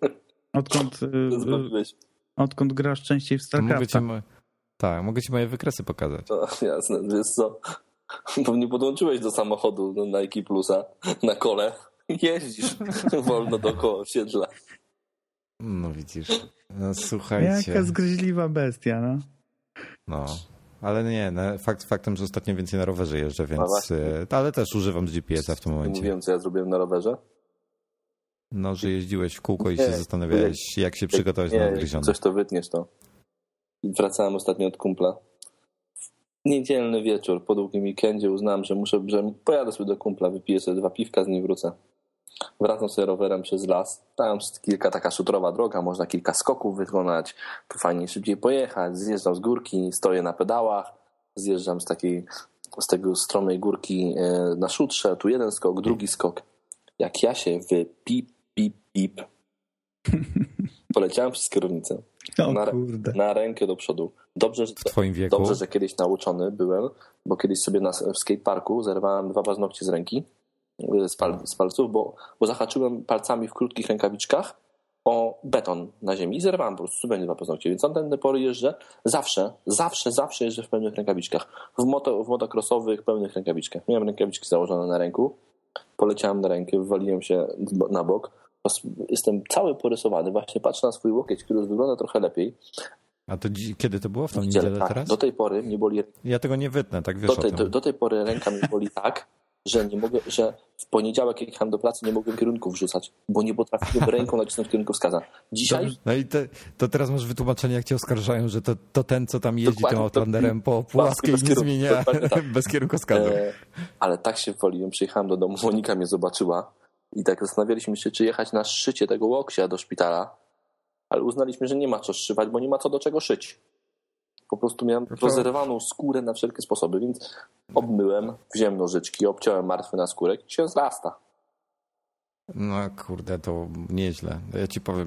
Odkąd grasz częściej w StarCrafta?
Mogę ci moje wykresy pokazać.
Jasne, wiesz co? Pewnie podłączyłeś do samochodu Nike Plusa na kole. Jeździsz wolno dookoła osiedla.
No widzisz. No, słuchajcie.
Jaka zgryźliwa bestia, no.
No, ale nie, faktem, że ostatnio więcej na rowerze jeżdżę, więc... Ale też używam GPS-a w tym momencie.
Mówiłem, co ja zrobiłem na rowerze?
No, że jeździłeś w kółko i się zastanawiałeś, jak się przygotować na odgryzione.
Coś to wytniesz to. Wracałem ostatnio od kumpla. Niedzielny wieczór, po długim weekendzie uznałem, że pojadę sobie do kumpla, wypiję sobie 2 piwka, z nim wrócę. Wracam sobie rowerem przez las. Tam jest taka szutrowa droga, można kilka skoków wykonać, tu fajnie szybciej pojechać. Zjeżdżam z górki, stoję na pedałach, zjeżdżam z tego stromej górki na szutrze, tu jeden skok, drugi skok. Jak ja się pip, poleciałem przez kierownicę. Na rękę do przodu.
W twoim wieku?
Dobrze, że kiedyś nauczony byłem, bo kiedyś sobie w skateparku zerwałem 2 paznokcie z ręki, z palców, bo zahaczyłem palcami w krótkich rękawiczkach o beton na ziemi i zerwałem po prostu zupełnie 2 paznokcie. Więc od tej pory jeżdżę zawsze jeżdżę w pełnych rękawiczkach. W motocrossowych pełnych rękawiczkach. Miałem rękawiczki założone na ręku, poleciałem na rękę, wywaliłem się na bok. Jestem cały porysowany, właśnie patrzę na swój łokieć, który już wygląda trochę lepiej.
A to kiedy to było? W tą niedzielę teraz?
Do tej pory mnie boli...
Ja tego nie wytnę, tak wiesz
do tej pory ręka mi boli tak, że w poniedziałek, jak jechałem do pracy, nie mogłem kierunków wrzucać, bo nie potrafiłem ręką nacisnąć kierunkowskaza. Dzisiaj...
No i to teraz masz wytłumaczenie, jak cię oskarżają, że to ten, co tam jeździ tym Outlanderem po płaskiej nie zmienia bez kierunkowskazu.
Ale tak się woliłem, przyjechałem do domu, Monika mnie zobaczyła i tak zastanawialiśmy się, czy jechać na szycie tego łokcia do szpitala, ale uznaliśmy, że nie ma co szywać, bo nie ma co do czego szyć. Po prostu miałem rozerwaną skórę na wszelkie sposoby, więc obmyłem, wziąłem nożyczki, obciąłem martwy naskórek i się zrasta.
No kurde, to nieźle. Ja ci powiem,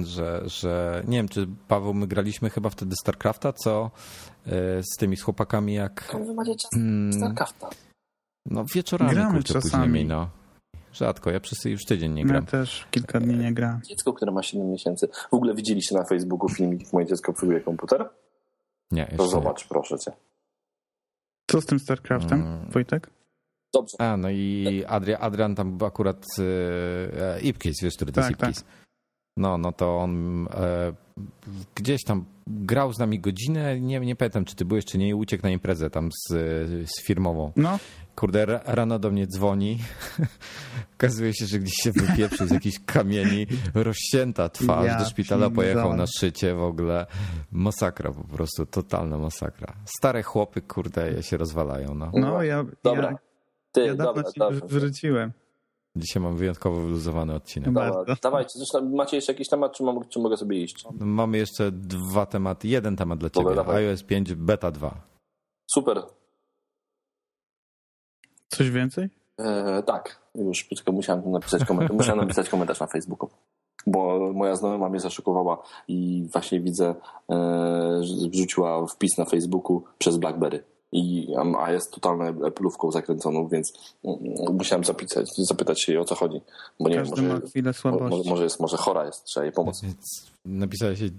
że nie wiem, czy Paweł, my graliśmy chyba wtedy StarCrafta, co z tymi chłopakami jak...
Wy macie czas StarCrafta?
No wieczorami,
gramy
czasami. Później, no. Rzadko, ja przez już tydzień nie gram.
Ja też kilka dni nie gram.
Dziecko, które ma 7 miesięcy. W ogóle widzieliście na Facebooku filmik, jak moje dziecko obsługuje komputer?
Nie,
to zobacz, proszę cię.
Co z tym StarCraftem, Wojtek?
Dobrze.
No i Adrian tam akurat Ipkiss, wiesz, który to jest Ipkiss. Tak. No to on gdzieś tam grał z nami godzinę, nie pamiętam, czy ty byłeś, czy nie, i uciekł na imprezę tam z firmową.
No.
Kurde, rano do mnie dzwoni. Okazuje się, że gdzieś się wypieprzył z jakichś kamieni, rozcięta twarz, do szpitala pojechał na szycie w ogóle. Masakra po prostu, totalna masakra. Stare chłopy, kurde, się rozwalają.
Dobra.
Ja dawno ci wróciłem.
Dzisiaj mam wyjątkowo wyluzowany odcinek.
Dawajcie, zresztą macie jeszcze jakiś temat, czy mogę sobie iść?
Mamy jeszcze 2 tematy. Jeden temat dla ciebie.
Dobra,
iOS 5 Beta 2.
Super.
Coś więcej?
Tak, już musiałem napisać komentarz na Facebooku, bo moja znajoma mnie zaszokowała i właśnie widzę, że wrzuciła wpis na Facebooku przez BlackBerry. A jest totalną Apple'ówką zakręconą, więc musiałem zapytać się jej, o co chodzi. Bo nie
Każdy
wiem,
ma chwilę słabości.
Może chora jest, trzeba jej pomóc.
Napisałeś się...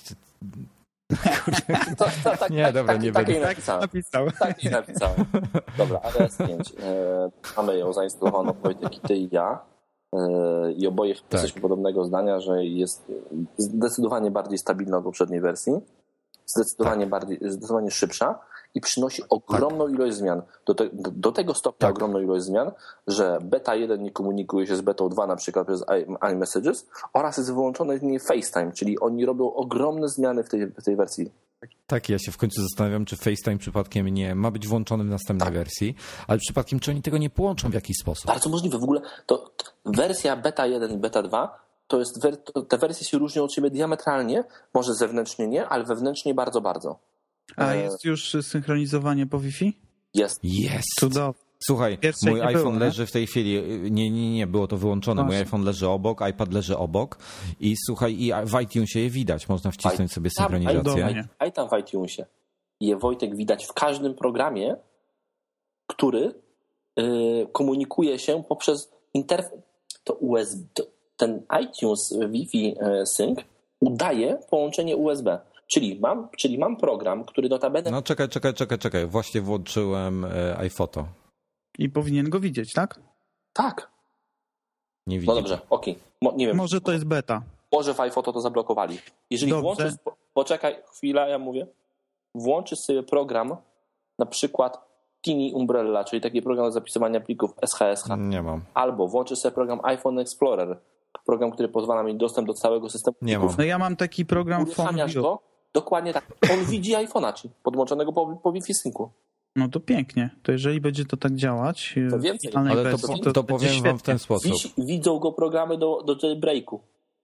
Nie,
dobra, nie będzie.
Tak nie napisałem. Dobra, iOS 5. Mamy ją zainstalowaną, Wojtek, i ty i ja. I oboje jesteśmy podobnego zdania, że jest zdecydowanie bardziej stabilna od poprzedniej wersji. Zdecydowanie szybsza i przynosi ogromną ilość zmian. Do tego stopnia ogromną ilość zmian, że beta 1 nie komunikuje się z betą 2 na przykład przez iMessages oraz jest wyłączony w niej FaceTime, czyli oni robią ogromne zmiany w tej wersji.
Tak, ja się w końcu zastanawiam, czy FaceTime przypadkiem nie ma być włączony w następnej wersji, ale przypadkiem czy oni tego nie połączą w jakiś sposób.
Bardzo możliwe. W ogóle to wersja beta 1 i beta 2 te wersje się różnią od siebie diametralnie, może zewnętrznie nie, ale wewnętrznie bardzo, bardzo.
A jest już synchronizowanie po Wi-Fi?
Jest.
Cudownie.
Słuchaj, mój iPhone leży w tej chwili, nie, było to wyłączone, mój iPhone leży obok, iPad leży obok i słuchaj, i w iTunesie je widać, można wcisnąć sobie synchronizację.
Tam w iTunesie je, Wojtek, widać w każdym programie, który komunikuje się poprzez interfejs, to USB, ten iTunes Wi-Fi Sync udaje połączenie USB. Czyli mam program, który notabene...
No czekaj. Właśnie włączyłem iPhoto.
I powinien go widzieć, tak?
Tak.
Nie widzę.
No dobrze, okej. Nie wiem.
Może to jest beta.
Może w iPhoto to zablokowali. Jeżeli włączysz... Poczekaj chwilę, ja mówię. Włączysz sobie program, na przykład Tiny Umbrella, czyli taki program do zapisywania plików SHSH.
Nie mam.
Albo włączysz sobie program iPhone Explorer. Program, który pozwala mieć dostęp do całego systemu
plików.
Nie mam.
No ja mam taki program
Uruchamiasz go, dokładnie tak. On widzi iPhone'a, podłączonego po Wi-Fi synku.
No to pięknie. To jeżeli będzie to tak działać...
To więcej.
Ale to powiem wam w ten sposób.
Widzą go programy do jailbreaku.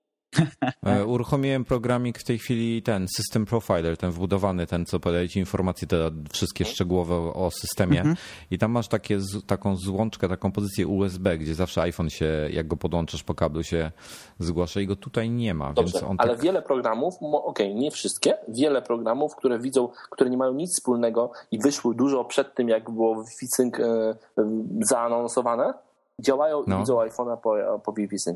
Uruchomiłem programik w tej chwili, ten System Profiler, ten wbudowany, ten co podaje ci informacje, te wszystkie szczegółowe o systemie i tam masz taką złączkę, taką pozycję USB, gdzie zawsze iPhone się, jak go podłączasz po kablu, się zgłasza i go tutaj nie ma.
Dobrze,
więc on
ale wiele programów, nie wszystkie, wiele programów, które nie mają nic wspólnego i wyszły dużo przed tym, jak było Wi-Fi Sync zaanonsowane, działają i widzą iPhone'a po Wi-Fi Sync.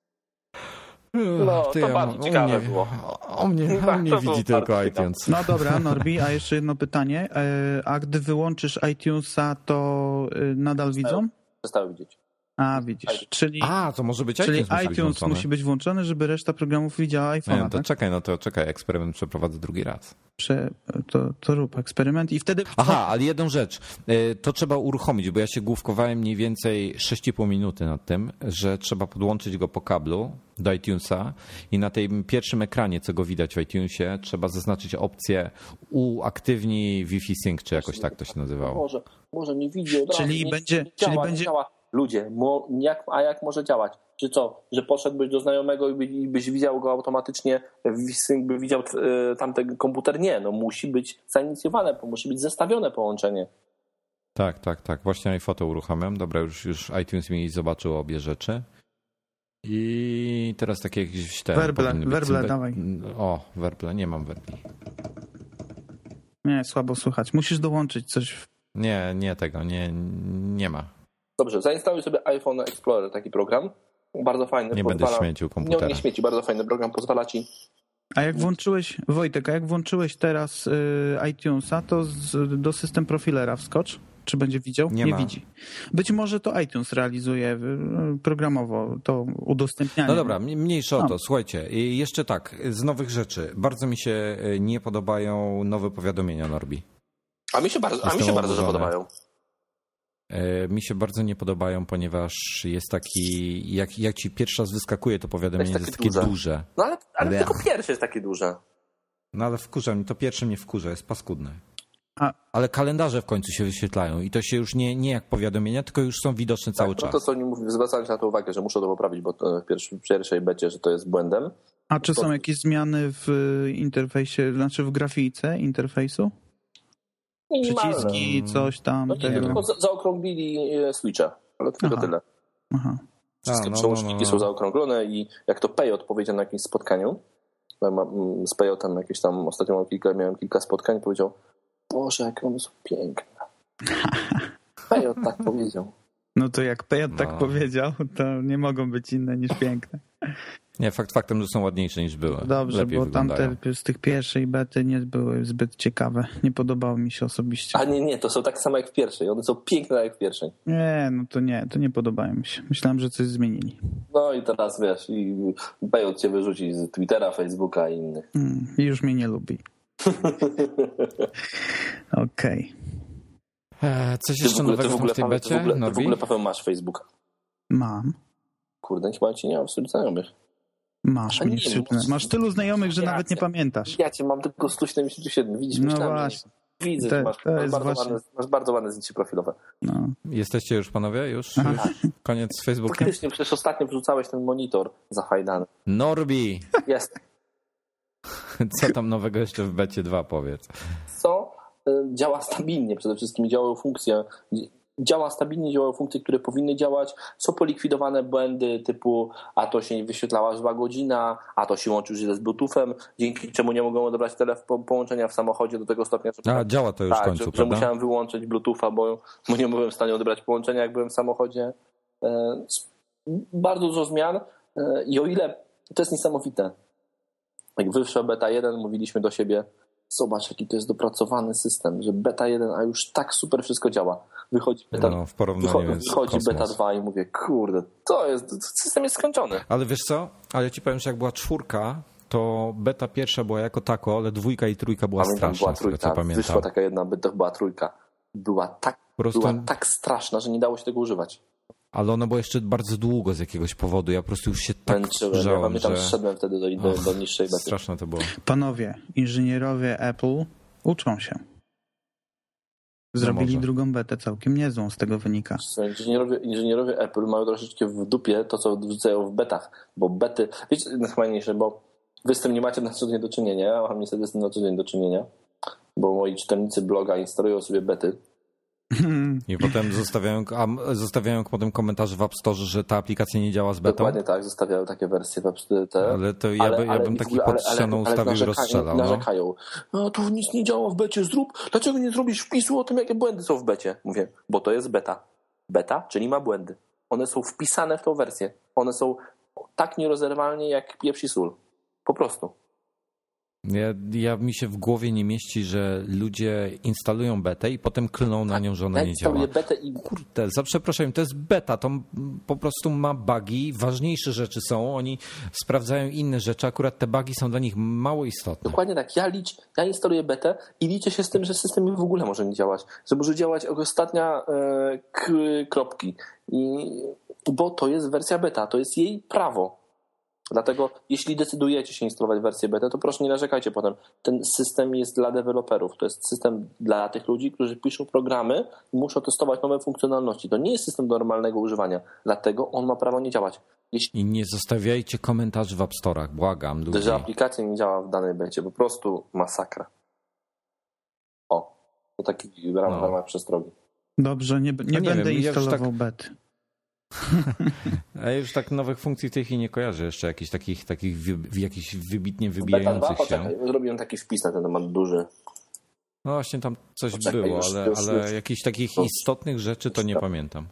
No, to bardzo ciekawe było.
O mnie widzi tylko iTunes.
No dobra, Norbi, a jeszcze jedno pytanie. A gdy wyłączysz iTunesa, to nadal widzą?
Przestały widzieć.
A, widzisz.
To może być
iTunes. Czyli iTunes musi być włączony, żeby reszta programów widziała iPhone'a.
To czekaj, eksperyment przeprowadzę drugi raz.
To rób eksperyment i wtedy...
Aha, ale jedną rzecz. To trzeba uruchomić, bo ja się główkowałem mniej więcej 6,5 minuty nad tym, że trzeba podłączyć go po kablu do iTunesa i na tym pierwszym ekranie, co go widać w iTunesie, trzeba zaznaczyć opcję uaktywnij Wi-Fi Sync, czy jakoś tak to się nazywało.
Może nie widzi od razu.
Czyli będzie...
Ludzie, jak może działać? Czy co, że poszedłbyś do znajomego i byś widział go automatycznie, by widział tamten komputer? Nie, no musi być zainicjowane, musi być zestawione połączenie.
Tak. Właśnie iPhoto uruchamiam. Dobra, już iTunes mi zobaczył obie rzeczy. I teraz takie jakieś...
Werble, dawaj.
Werble, nie mam werbli.
Nie, słabo słychać. Musisz dołączyć coś.
Nie tego, nie ma.
Dobrze, zainstaluj sobie iPhone Explorer, taki program. Bardzo fajny.
Nie będę śmiecił komputera.
Nie śmieci, bardzo fajny program, pozwala ci...
A jak włączyłeś, Wojtek, włączyłeś teraz iTunesa, to do System Profilera wskocz. Czy będzie widział? Nie widzi. Być może to iTunes realizuje programowo to udostępnianie.
No dobra, mniejsza o to. Słuchajcie, jeszcze tak, z nowych rzeczy. Bardzo mi się nie podobają nowe powiadomienia, Norbi.
A mi się bardzo podobają.
Mi się bardzo nie podobają, ponieważ jest taki, jak ci pierwszy raz wyskakuje to powiadomienie, jest takie duże.
No ale tylko pierwsze jest takie duże.
No ale wkurza mnie, to pierwsze mnie wkurza, jest paskudne. Ale kalendarze w końcu się wyświetlają i to się już nie jak powiadomienia, tylko już są widoczne cały czas.
To co oni mówią, zwracałem się na to uwagę, że muszę to poprawić, bo w pierwszej becie, że to jest błędem.
A czy są jakieś zmiany w interfejsie, znaczy w grafice interfejsu? przyciski, coś tam.
No nie, tylko zaokrąglili switche, ale tylko tyle.
Aha.
Wszystkie przełączniki są zaokrąglone i jak to Peyot powiedział na jakimś spotkaniu, z Peyotem jakieś tam ostatnio miałem kilka spotkań, powiedział: Boże, jak one są piękne. Peyot tak powiedział.
No to jak Peyot tak powiedział, to nie mogą być inne niż piękne.
Nie, faktem, że są ładniejsze niż były.
Dobrze,
lepiej
bo
wyglądają.
tamte z tych pierwszej bety nie były zbyt ciekawe. Nie podobało mi się osobiście.
A nie, to są tak samo jak w pierwszej. One są piękne jak w pierwszej.
Nie, no to nie podobają mi się. Myślałem, że coś zmienili.
No i teraz wiesz, i Peyot cię wyrzuci z Twittera, Facebooka i innych.
I już mnie nie lubi. Okej.
Coś jeszcze nowego w tej becie?
Ty w ogóle, Paweł, masz Facebooka?
Mam.
Kurde, chyba ci nie mam wśród znajomych.
Masz mnie wśród... Masz tylu znajomych, że nawet nie pamiętasz.
Ja cię mam tylko 177. Widzisz,
no
myślałem,
właśnie.
Widzę, że masz bardzo ładne zdjęcie profilowe.
No.
Jesteście już, panowie? Już koniec z Facebookiem?
Faktycznie, przecież ostatnio wrzucałeś ten monitor zafajdany.
Norbi!
Jest.
Co tam nowego jeszcze w becie 2, powiedz?
Co? Działa stabilnie, przede wszystkim działają funkcje, działają funkcje, które powinny działać, są polikwidowane błędy typu a to się nie wyświetlała zła godzina, a to się łączy źle z Bluetoothem, dzięki czemu nie mogłem odebrać połączenia w samochodzie do tego stopnia, że...
działa to już w końcu,
że musiałem wyłączyć Bluetootha, bo nie byłem w stanie odebrać połączenia, jak byłem w samochodzie. Bardzo dużo zmian i o ile to jest niesamowite, jak wyszła beta 1, mówiliśmy do siebie: zobacz, jaki to jest dopracowany system, że beta 1, a już tak super wszystko działa. Wychodzi beta 2 i mówię: kurde, system jest skończony.
Ale wiesz co? Ale ja ci powiem, że jak była 4, to beta 1 była jako tako, ale 2 i 3 była straszna.
Była 3, wyszła taka jedna beta, była 3. Była tak straszna, że nie dało się tego używać.
Ale ona była jeszcze bardzo długo z jakiegoś powodu. Ja po prostu już się tak wkurzałem,
ja tam szedłem wtedy do niższej bety.
Straszne to było.
Panowie, inżynierowie Apple uczą się. Zrobili drugą betę całkiem niezłą, z tego wynika.
Inżynierowie Apple mają troszeczkę w dupie to, co wrzucają w betach, bo bety... Wiecie, najfajniejsze, bo wy z tym nie macie na co dzień do czynienia, a mam niestety z tym na co dzień do czynienia, bo moi czytelnicy bloga instalują sobie bety.
I potem zostawiają potem komentarze w App Store, że ta aplikacja nie działa z betą?
Dokładnie tak, zostawiają takie wersje w App Store.
Ale to ja bym taki pod ścianą ustawił i rozstrzelał.
Narzekają. No tu nic nie działa w becie, dlaczego nie zrobisz wpisu o tym, jakie błędy są w becie? Mówię, bo to jest beta. Beta, czyli ma błędy. One są wpisane w tą wersję. One są tak nierozerwalnie jak pieprz i sól. Po prostu.
Ja mi się w głowie nie mieści, że ludzie instalują betę i potem klną na nią, że ona nie działa.
Betę i...
Kurde, za przeproszeniem, to jest beta, to po prostu ma bugi, ważniejsze rzeczy są, oni sprawdzają inne rzeczy, akurat te bugi są dla nich mało istotne.
Dokładnie tak, ja instaluję betę i liczę się z tym, że system w ogóle może nie działać, że może działać ostatnia kropki, bo to jest wersja beta, to jest jej prawo. Dlatego jeśli decydujecie się instalować wersję beta, to proszę nie narzekajcie potem. Ten system jest dla deweloperów. To jest system dla tych ludzi, którzy piszą programy i muszą testować nowe funkcjonalności. To nie jest system do normalnego używania. Dlatego on ma prawo nie działać.
I nie zostawiajcie komentarzy w App Store'ach, błagam ludzi.
Że aplikacja nie działa w danej becie. Po prostu masakra. To taki w ramach przestrogi.
Dobrze, nie będę instalował bety.
A już tak nowych funkcji w tej chwili nie kojarzę jeszcze jakichś takich jakichś wybitnie wybijających się.
Poczekaj, zrobiłem taki wpis na ten temat duży.
No właśnie tam coś było, ale jakichś takich istotnych rzeczy to nie pamiętam.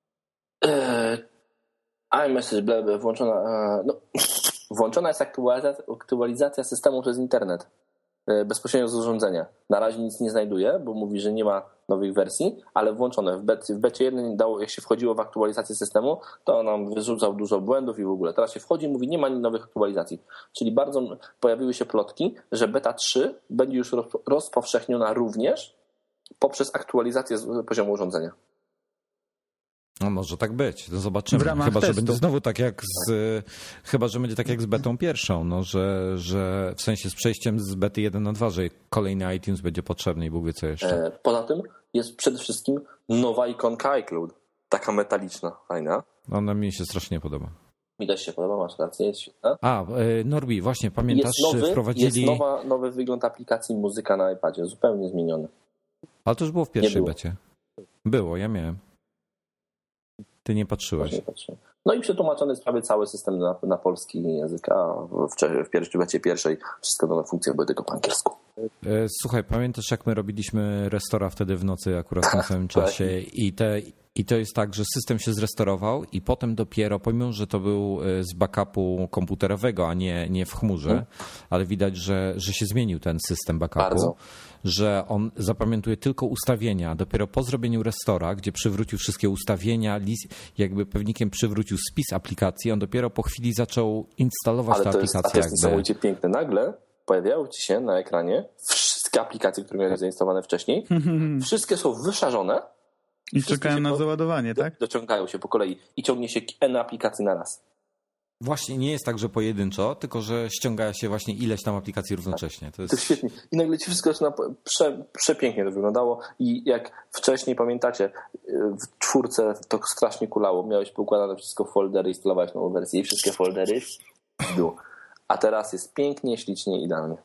iMessage włączona jest aktualizacja systemu przez internet. Bezpośrednio z urządzenia. Na razie nic nie znajduje, bo mówi, że nie ma nowych wersji, ale włączone. W becie 1 jak się wchodziło w aktualizację systemu, to nam wyrzucał dużo błędów i w ogóle. Teraz się wchodzi i mówi, nie ma nowych aktualizacji. Czyli bardzo pojawiły się plotki, że beta 3 będzie już rozpowszechniona również poprzez aktualizację z poziomu urządzenia.
No może tak być, to zobaczymy. Chyba, że będzie znowu tak jak chyba, że będzie tak jak z betą 1, no, że w sensie z przejściem z bety 1 na 2, że kolejny iTunes będzie potrzebny i Bóg wie co jeszcze.
Poza tym jest przede wszystkim nowa ikonka iCloud. Taka metaliczna, fajna.
Ona mi się strasznie podoba.
Mi też się podoba, masz rację, jest świetna.
Norbi, właśnie pamiętasz, wprowadzili...
Jest nowy wygląd aplikacji Muzyka na iPadzie, zupełnie zmieniony.
Ale to już było w pierwszej
było.
becie. Było, ja miałem. Ty nie patrzyłeś.
No i przetłumaczony jest prawie cały system na polski język, a w pierwszej becie pierwszej wszystkie nowe funkcje były tylko po angielsku.
Słuchaj, pamiętasz jak my robiliśmy restora wtedy w nocy akurat w tym samym czasie i to jest tak, że system się zrestorował i potem dopiero, pomimo że to był z backupu komputerowego, a nie w chmurze, ale widać, że się zmienił ten system backupu,
Bardzo.
że on zapamiętuje tylko ustawienia. Dopiero po zrobieniu restora, gdzie przywrócił wszystkie ustawienia, jakby pewnikiem przywrócił spis aplikacji, on dopiero po chwili zaczął instalować tę aplikację.
Ale to jest niesamowicie piękne. Nagle pojawiały ci się na ekranie wszystkie aplikacje, które miałeś zainstalowane wcześniej. Wszystkie są wyszarzone.
I czekają na załadowanie, tak?
Dociągają się po kolei i ciągnie się N aplikacji na raz.
Właśnie nie jest tak, że pojedynczo, tylko że ściąga się właśnie ileś tam aplikacji równocześnie. To jest
świetnie. I nagle ci wszystko zaczyna przepięknie to wyglądało i jak wcześniej pamiętacie, w 4 to strasznie kulało. Miałeś poukładane wszystko w foldery, instalowałeś nową wersję i wszystkie foldery w dół. A teraz jest pięknie, ślicznie, idealnie.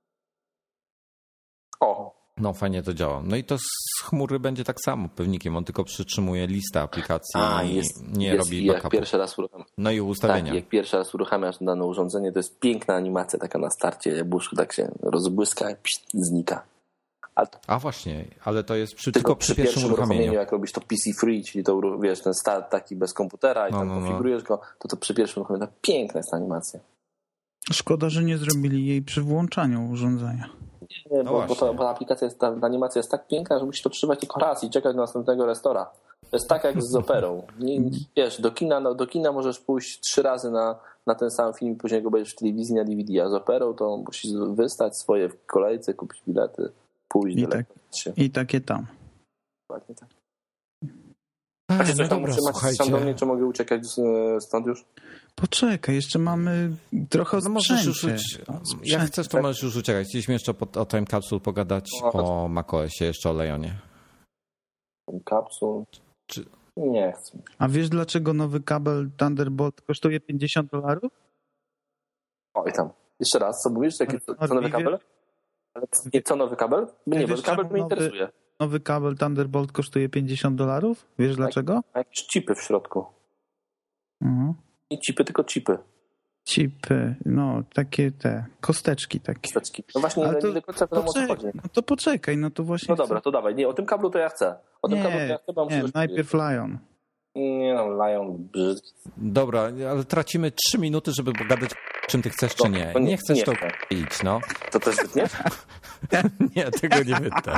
No fajnie to działa. No i to z chmury będzie tak samo pewnikiem. On tylko przytrzymuje listę aplikacji i nie robi backupu.
Jak pierwszy raz uruchamiasz.
No i ustawienia.
Tak, jak pierwszy raz uruchamiasz dane urządzenie, to jest piękna animacja taka na starcie. Jabłuszko tak się rozbłyska i znika.
A właśnie, ale to jest tylko przy pierwszym uruchomieniu.
Jak robisz to PC free, czyli to wiesz, ten start taki bez komputera i tam konfigurujesz go, to przy pierwszym uruchomieniu to piękna jest animacja.
Szkoda, że nie zrobili jej przy włączaniu urządzenia.
Nie, bo ta aplikacja ta animacja jest tak piękna, że musisz to trzymać tylko raz i czekać na następnego restora. To jest tak jak z operą. Wiesz, do kina możesz pójść 3 razy na ten sam film, później go będziesz w telewizji na DVD, a z operą to musisz wystać swoje w kolejce, kupić bilety, pójść
I takie tam.
Dokładnie tak. Macie coś tam,
słuchajcie.
Do mnie, czy mogę uciekać stąd już?
Poczekaj, jeszcze mamy trochę
no możesz już jak chcesz, to możesz już uciekać. Chcieliśmy jeszcze o Time Capsule pogadać, o macOSie, jeszcze o Leonie.
Time Capsule? Nie chcę.
A wiesz, dlaczego nowy kabel Thunderbolt kosztuje $50?
Oj tam. Jeszcze raz, co mówisz? Co nowy kabel? Co nowy kabel? Nie, bo kabel mnie interesuje.
Nowy kabel Thunderbolt kosztuje $50? Wiesz dlaczego?
Ma jakieś chipy w środku.
Mhm.
Nie chipy, tylko chipy.
Chipy, no takie te kosteczki takie.
Kosteczki. No właśnie, ale nie do końca wiadomo o co chodzi.
No to poczekaj, no to właśnie.
No dobra, to dawaj. Nie, o tym kablu to ja chcę.
Najpierw Lion.
Nie no, Lion brzydki.
Dobra, ale tracimy 3 minuty, żeby pogadać, czym ty chcesz, czy nie. Nie chcesz, to idź, no.
To też wytniesz?
Nie, tego nie wytnę.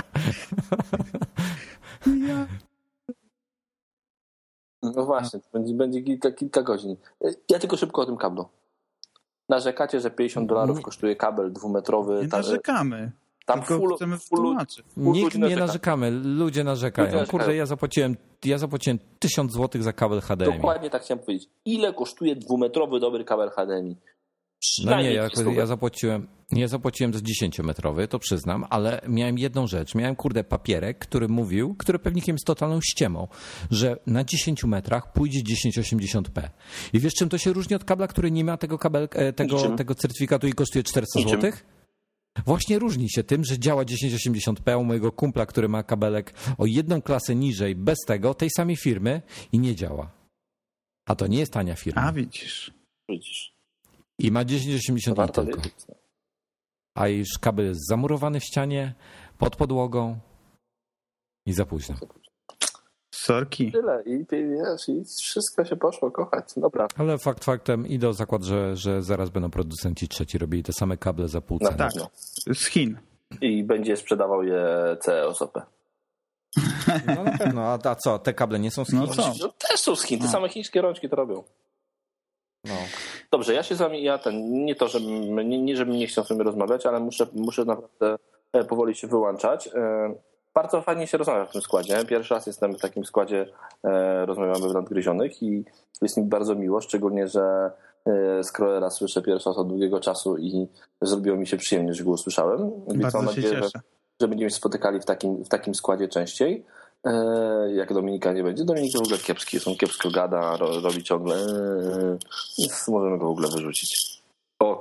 No właśnie, będzie kilka godzin. Ja tylko szybko o tym kablu. Narzekacie, że $50 kosztuje kabel 2-metrowy.
Nie narzekamy.
Tam
chcemy wytłumaczyć.
Nikt nie narzekamy, ludzie narzekają. Kurde, ja zapłaciłem 1000 zł za kabel HDMI.
Dokładnie tak chciałem powiedzieć. Ile kosztuje 2-metrowy dobry kabel HDMI?
No nie, ja zapłaciłem za 10-metrowy, to przyznam, ale miałem jedną rzecz. Miałem, papierek, który pewnikiem jest totalną ściemą, że na 10 metrach pójdzie 1080p. I wiesz, czym to się różni od kabla, który nie ma tego certyfikatu i kosztuje 400 zł? Właśnie różni się tym, że działa 1080p u mojego kumpla, który ma kabelek o 1 klasę niżej, bez tej samej firmy i nie działa. A to nie jest tania firma.
A widzisz.
I ma 1080 tylko. A już kabel jest zamurowany w ścianie, pod podłogą i za późno.
Sorki.
Tyle i wszystko się poszło kochać. Dobra.
Ale faktem idę o zakład, że zaraz będą producenci trzeci robili te same kable za pół ceny.
Tak, z Chin.
I będzie sprzedawał je CE-OSOP.
No na pewno, a co, te kable nie są z Chin?
No też są z Chin, te same chińskie rączki to robią. No. Dobrze, ja się z wami, żebym nie chciał z wami rozmawiać, ale muszę naprawdę powoli się wyłączać. Bardzo fajnie się rozmawia w tym składzie. Pierwszy raz jestem w takim składzie, rozmawiamy w Nadgryzionych i jest mi bardzo miło, szczególnie, że Scrollera słyszę pierwszy raz od długiego czasu i zrobiło mi się przyjemnie, że go usłyszałem.
Bardzo mam nadzieję,
że będziemy się spotykali w takim składzie częściej. Jak Dominika nie będzie. Dominik w ogóle kiepski, kiepsko gada, robi ciągle. Możemy go w ogóle wyrzucić. O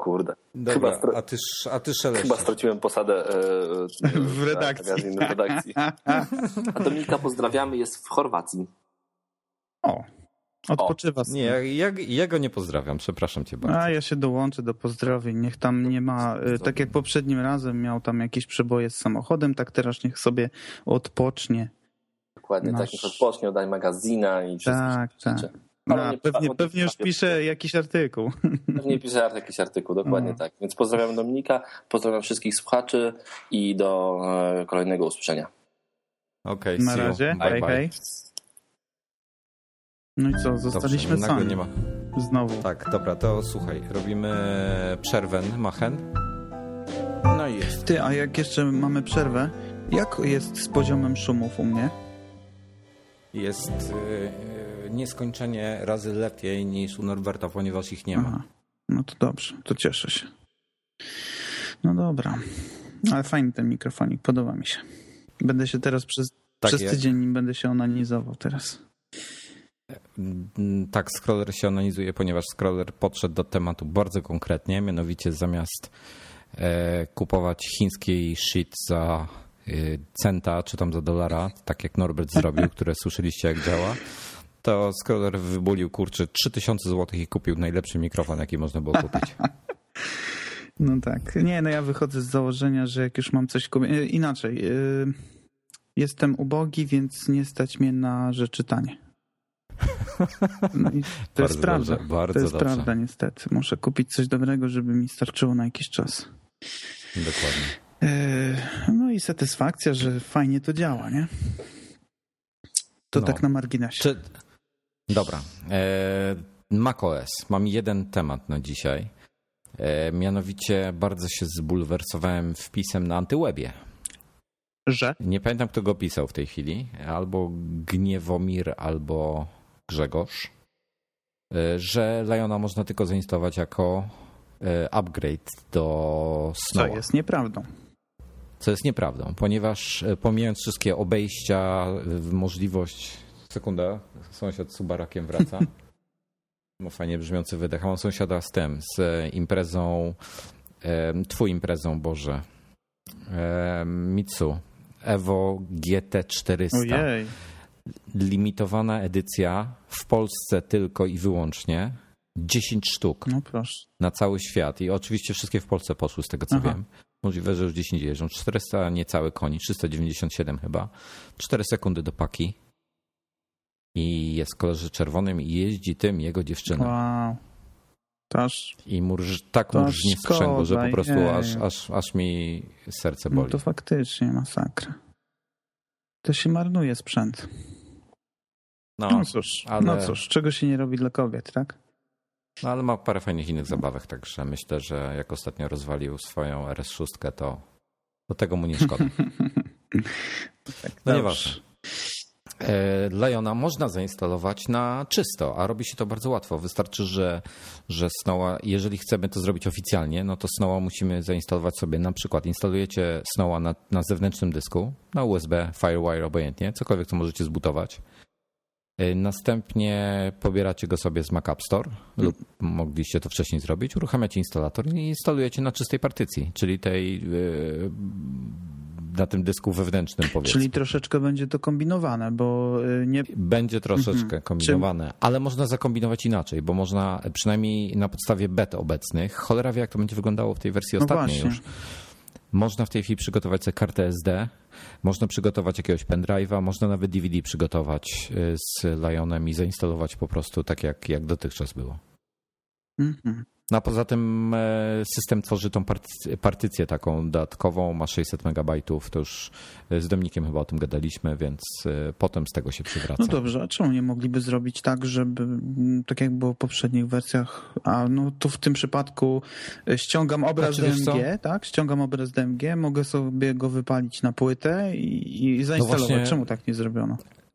kurde.
Dobra, a ty szeleszczysz.
Chyba straciłem posadę
w redakcji.
A Dominika pozdrawiamy, jest w Chorwacji.
O, odpoczywa.
Nie, ja go nie pozdrawiam, przepraszam cię bardzo.
A ja się dołączę do pozdrowień. Niech tam nie ma, tak jak poprzednim razem miał tam jakieś przeboje z samochodem, tak teraz niech sobie odpocznie.
Dokładnie, tak, niech odpocznie, oddaj magazina i wszystko.
Tak. Pewnie już pisze jakiś artykuł.
Pewnie pisze jakiś artykuł, dokładnie tak. Więc pozdrawiam Dominika, pozdrawiam wszystkich słuchaczy i do kolejnego usłyszenia.
Okej,
na razie, bye. No i co, zostaliśmy sami. Nie ma. Znowu.
Tak, dobra, to słuchaj, robimy przerwę, machen. No i jest.
Ty, a jak jeszcze mamy przerwę, jak jest z poziomem szumów u mnie?
Jest nieskończenie razy lepiej niż u Norberta, ponieważ ich nie ma.
Aha. No to dobrze, to cieszę się. No dobra, ale fajny ten mikrofonik, podoba mi się. Będę się teraz przez tydzień będę się onanizował teraz.
Tak, scroller się onanizuje, ponieważ scroller podszedł do tematu bardzo konkretnie, mianowicie zamiast kupować chiński shit za centa czy tam za dolara, tak jak Norbert zrobił, które słyszeliście jak działa, to scroller wybulił 3000 zł i kupił najlepszy mikrofon, jaki można było kupić.
No tak. Nie, ja wychodzę z założenia, że jak już mam coś inaczej. Jestem ubogi, więc nie stać mnie na rzeczy tanie. No i to jest prawda. To jest prawda, niestety. Muszę kupić coś dobrego, żeby mi starczyło na jakiś czas.
Dokładnie.
No i satysfakcja, że fajnie to działa, nie? To tak na marginesie.
Dobra. macOS. Mam jeden temat na dzisiaj. Mianowicie bardzo się zbulwersowałem wpisem na Antywebie.
Że?
Nie pamiętam, kto go pisał w tej chwili. Albo Gniewomir, albo Grzegorz. Że Liona można tylko zainstalować jako upgrade do Snowa.
Co jest nieprawdą.
Co jest nieprawdą, ponieważ pomijając wszystkie obejścia, możliwość... Sekunda, sąsiad z subarakiem wraca. Ma fajnie brzmiący wydech. A mam sąsiada z imprezą, twój imprezą, Boże. Mitsu. Evo GT400.
Ojej.
Limitowana edycja w Polsce tylko i wyłącznie. 10 sztuk.
No proszę.
Na cały świat. I oczywiście wszystkie w Polsce poszły, z tego co wiem. Możliwe, że już 10 jeżdżą. 400 niecałe koni, 397 chyba. 4 sekundy do paki. I jest w kolorze czerwonym i jeździ tym jego dziewczyną.
Wow.
I tak murżnie sprzęgło, że po prostu aż mi serce boli.
No to faktycznie masakra. To się marnuje sprzęt. No cóż, czego się nie robi dla kobiet, tak?
No ale ma parę fajnych innych zabawek, także myślę, że jak ostatnio rozwalił swoją RS6, to tego mu nie szkoda. No nieważne. Liona można zainstalować na czysto, a robi się to bardzo łatwo. Wystarczy, że Snowa, jeżeli chcemy to zrobić oficjalnie, no to Snowa musimy zainstalować sobie. Na przykład instalujecie Snowa na zewnętrznym dysku, na USB, Firewire, obojętnie, cokolwiek co możecie zbutować. Następnie pobieracie go sobie z Mac App Store lub mogliście to wcześniej zrobić, uruchamiacie instalator i instalujecie na czystej partycji, czyli tej na tym dysku wewnętrznym, powiedzmy.
Czyli troszeczkę będzie to kombinowane, bo nie...
Będzie troszeczkę kombinowane, ale można zakombinować inaczej, bo można przynajmniej na podstawie bet obecnych, cholera wie jak to będzie wyglądało w tej wersji ostatniej już. Można w tej chwili przygotować sobie kartę SD, można przygotować jakiegoś pendrive'a, można nawet DVD przygotować z Lionem i zainstalować po prostu tak jak dotychczas było. No a poza tym system tworzy tą partycję taką dodatkową, ma 600 megabajtów, to już z Dominikiem chyba o tym gadaliśmy, więc potem z tego się przywraca.
No dobrze, a czemu nie mogliby zrobić tak, żeby tak jak było w poprzednich wersjach, a no to w tym przypadku ściągam obraz DMG, tak? Ściągam obraz DMG, mogę sobie go wypalić na płytę i zainstalować. No właśnie, czemu tak nie zrobiono?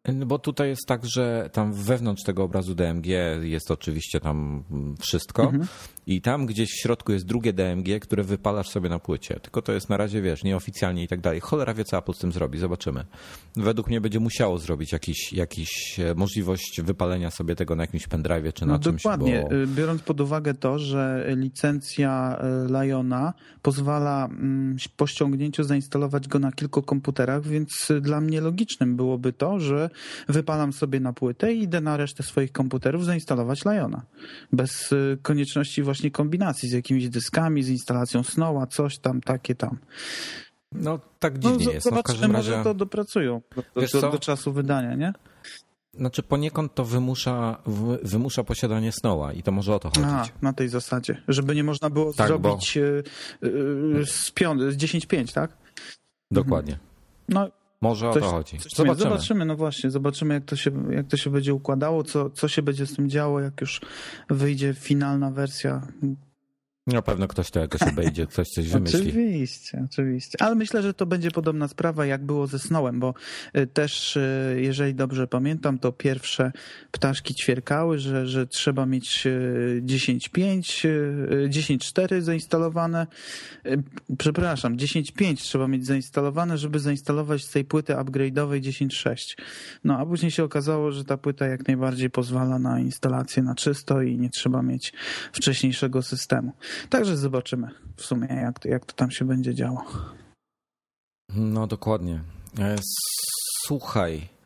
Bo tutaj jest tak, że tam wewnątrz tego obrazu DMG jest oczywiście tam wszystko i tam gdzieś w środku jest drugie DMG, które wypalasz sobie na płycie. Tylko to jest na razie, wiesz, nieoficjalnie i tak dalej. Cholera wie, co Apple z tym zrobi. Zobaczymy. Według mnie będzie musiało zrobić jakiś możliwość wypalenia sobie tego na jakimś pendrive'ie czy na czymś.
Dokładnie. Bo... Biorąc pod uwagę to, że licencja Liona pozwala po ściągnięciu zainstalować go na kilku komputerach, więc dla mnie logicznym byłoby to, że wypalam sobie na płytę i idę na resztę swoich komputerów zainstalować Liona. Bez konieczności właśnie kombinacji z jakimiś dyskami, z instalacją Snowa, coś tam, takie tam.
No tak dziwnie jest.
Zobaczymy,
w każdym razie...
może to dopracują do czasu wydania, nie?
Znaczy poniekąd to wymusza posiadanie Snowa i to może o to chodzić.
Na tej zasadzie. Żeby nie można było zrobić z 10.5, tak?
Dokładnie.
No,
może o to chodzi.
Zobaczymy, no właśnie, zobaczymy jak to się będzie układało, co się będzie z tym działo, jak już wyjdzie finalna wersja.
Na pewno ktoś to jakoś obejdzie, ktoś coś wymyśli.
Oczywiście. Ale myślę, że to będzie podobna sprawa, jak było ze Snowem, bo też, jeżeli dobrze pamiętam, to pierwsze ptaszki ćwierkały, że trzeba mieć 10.5, 10.4 zainstalowane. Przepraszam, 10.5 trzeba mieć zainstalowane, żeby zainstalować z tej płyty upgrade'owej 10.6. No, a później się okazało, że ta płyta jak najbardziej pozwala na instalację na czysto i nie trzeba mieć wcześniejszego systemu. Także zobaczymy w sumie, jak to tam się będzie działo.
No dokładnie. Słuchaj.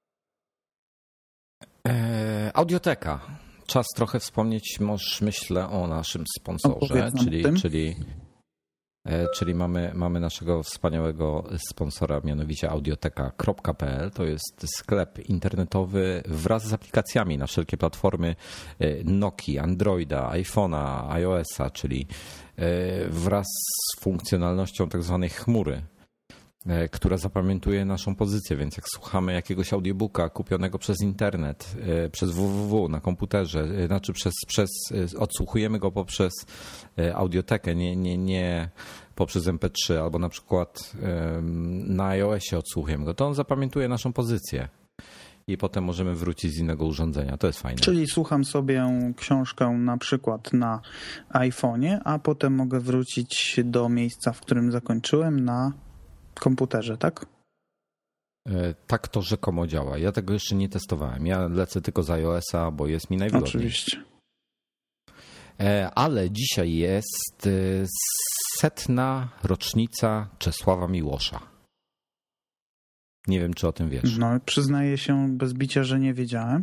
Audioteka. Czas trochę wspomnieć, myślę, o naszym sponsorze, czyli mamy naszego wspaniałego sponsora, mianowicie audioteka.pl. To jest sklep internetowy wraz z aplikacjami na wszelkie platformy Nokii, Androida, iPhone'a, iOS-a, czyli wraz z funkcjonalnością tak zwanej chmury, która zapamiętuje naszą pozycję, więc jak słuchamy jakiegoś audiobooka kupionego przez internet, przez www na komputerze, znaczy odsłuchujemy go poprzez audiotekę, nie poprzez MP3 albo na przykład na iOSie odsłuchujemy go, to on zapamiętuje naszą pozycję i potem możemy wrócić z innego urządzenia. To jest fajne.
Czyli słucham sobie książkę na przykład na iPhone'ie, a potem mogę wrócić do miejsca, w którym zakończyłem na komputerze, tak?
Tak to rzekomo działa. Ja tego jeszcze nie testowałem. Ja lecę tylko z iOS-a, bo jest mi najwygodniej.
Oczywiście.
Ale dzisiaj jest 100. rocznica Czesława Miłosza. Nie wiem, czy o tym wiesz.
No, przyznaję się bez bicia, że nie wiedziałem.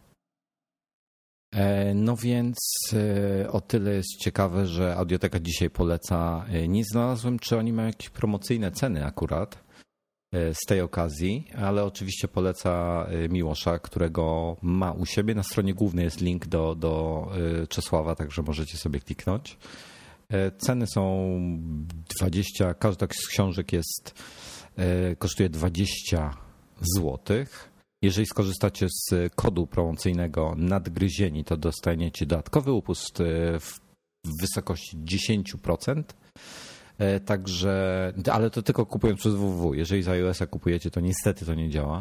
No więc o tyle jest ciekawe, że Audioteka dzisiaj poleca. Nie znalazłem, czy oni mają jakieś promocyjne ceny akurat z tej okazji, ale oczywiście poleca Miłosza, którego ma u siebie. Na stronie głównej jest link do Czesława, także możecie sobie kliknąć. Ceny są 20, każda z książek kosztuje 20 złotych. Jeżeli skorzystacie z kodu promocyjnego Nadgryzieni, to dostaniecie dodatkowy upust w wysokości 10%. Także, ale to tylko kupując przez www. Jeżeli z iOS-a kupujecie, to niestety to nie działa.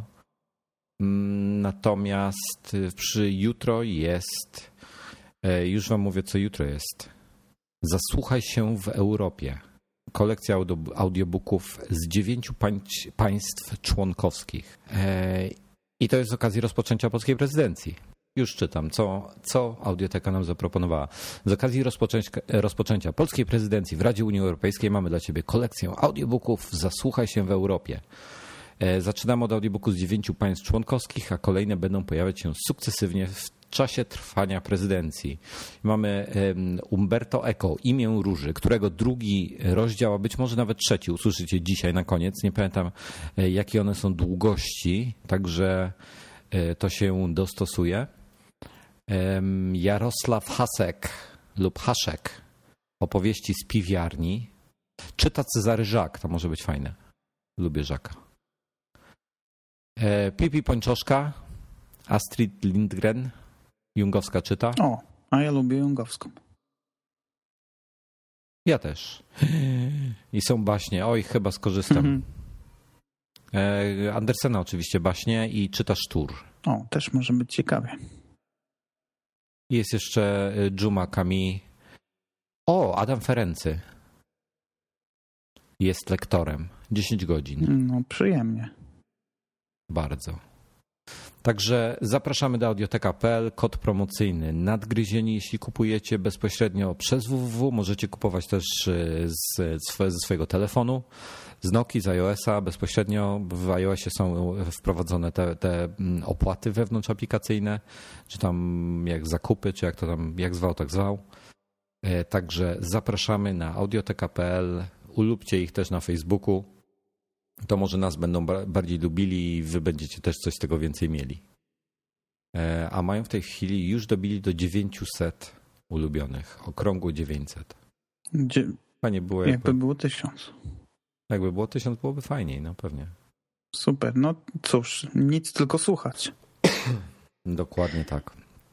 Natomiast jutro jest, już wam mówię, co jutro jest. Zasłuchaj się w Europie. Kolekcja audiobooków z 9 państw członkowskich. I to jest z okazji rozpoczęcia polskiej prezydencji. Już czytam, co Audioteka nam zaproponowała. Z okazji rozpoczęcia polskiej prezydencji w Radzie Unii Europejskiej mamy dla Ciebie kolekcję audiobooków Zasłuchaj się w Europie. Zaczynamy od audiobooków z 9 państw członkowskich, a kolejne będą pojawiać się sukcesywnie w czasie trwania prezydencji. Mamy Umberto Eco, Imię Róży, którego drugi rozdział, a być może nawet trzeci usłyszycie dzisiaj na koniec. Nie pamiętam, jakie one są długości, także to się dostosuje. Jarosław Hasek lub Haszek, opowieści z piwiarni. Czyta Cezary Żak, to może być fajne. Lubię Żaka. Pipi Pończoszka, Astrid Lindgren, Jungowska czyta.
O, a ja lubię Jungowską.
Ja też. I są baśnie. Oj, chyba skorzystam. Andersena oczywiście baśnie i czyta sztur.
O, też może być ciekawie.
Jest jeszcze Juma Kami. O, Adam Ferency. Jest lektorem. 10 godzin.
No, przyjemnie.
Bardzo. Także zapraszamy do audioteka.pl. Kod promocyjny Nadgryzieni. Jeśli kupujecie bezpośrednio przez www, możecie kupować też ze swojego telefonu, z Nokii, z iOS-a bezpośrednio. W iOSie są wprowadzone te opłaty wewnątrzaplikacyjne, czy tam jak zakupy, czy jak to tam, jak zwał, tak zwał. Także zapraszamy na audioteka.pl. Ulubcie ich też na Facebooku. To może nas będą bardziej lubili i wy będziecie też coś z tego więcej mieli. A mają w tej chwili, już dobili do 900 ulubionych. Okrągło 900. Fajnie było
jakby było 1000.
Jakby było 1000, byłoby fajniej, no pewnie.
Super, no cóż, nic tylko słuchać.
Dokładnie tak.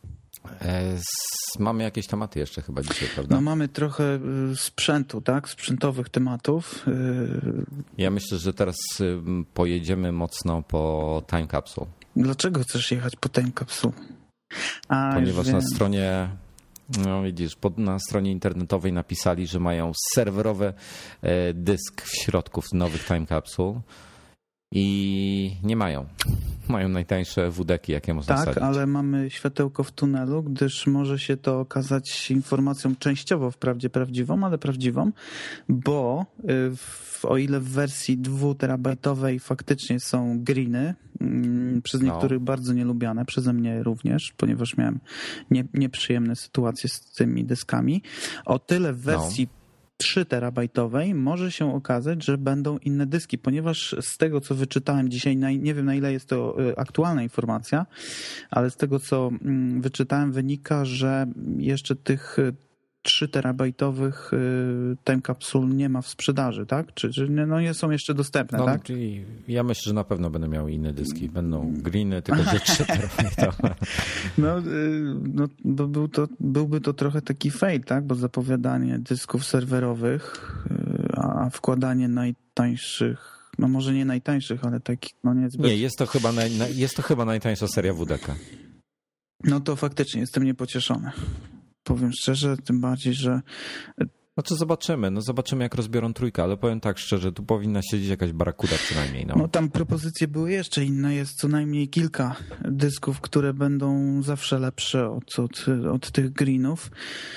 Mamy jakieś tematy jeszcze chyba dzisiaj, prawda?
No mamy trochę sprzętu, tak? Sprzętowych tematów.
Ja myślę, że teraz pojedziemy mocno po Time Capsule.
Dlaczego chcesz jechać po Time Capsule?
Ponieważ na stronie, no widzisz, na stronie internetowej napisali, że mają serwerowy dysk w środku w nowych Time Capsule i nie mają. Mają najtańsze WD-ki, jakie można wsadzić.
Tak, ale mamy światełko w tunelu, gdyż może się to okazać informacją częściowo wprawdzie prawdziwą, ale prawdziwą, bo o ile w wersji 2-terabajtowej faktycznie są greeny, przez niektórych bardzo nielubiane, przeze mnie również, ponieważ miałem nieprzyjemne sytuacje z tymi dyskami, o tyle w wersji 3-terabajtowej może się okazać, że będą inne dyski, ponieważ z tego, co wyczytałem dzisiaj, nie wiem na ile jest to aktualna informacja, ale z tego, co wyczytałem, wynika, że jeszcze tych 3-terabajtowych Time Capsule nie ma w sprzedaży, tak? Czy no nie są jeszcze dostępne, tak?
Czyli ja myślę, że na pewno będą miały inne dyski. Będą greeny, tylko że 3-terabajtowe.
No byłby to trochę taki fail, tak? Bo zapowiadanie dysków serwerowych, a wkładanie najtańszych, no może nie najtańszych, ale takich, no niezbyt.
Nie, jest to chyba najtańsza seria WD-ka.
No to faktycznie jestem niepocieszony. Powiem szczerze, tym bardziej, że...
Znaczy zobaczymy jak rozbiorą trójkę, ale powiem tak szczerze, tu powinna siedzieć jakaś barakuda przynajmniej.
No tam propozycje były jeszcze inne, jest co najmniej kilka dysków, które będą zawsze lepsze od tych greenów.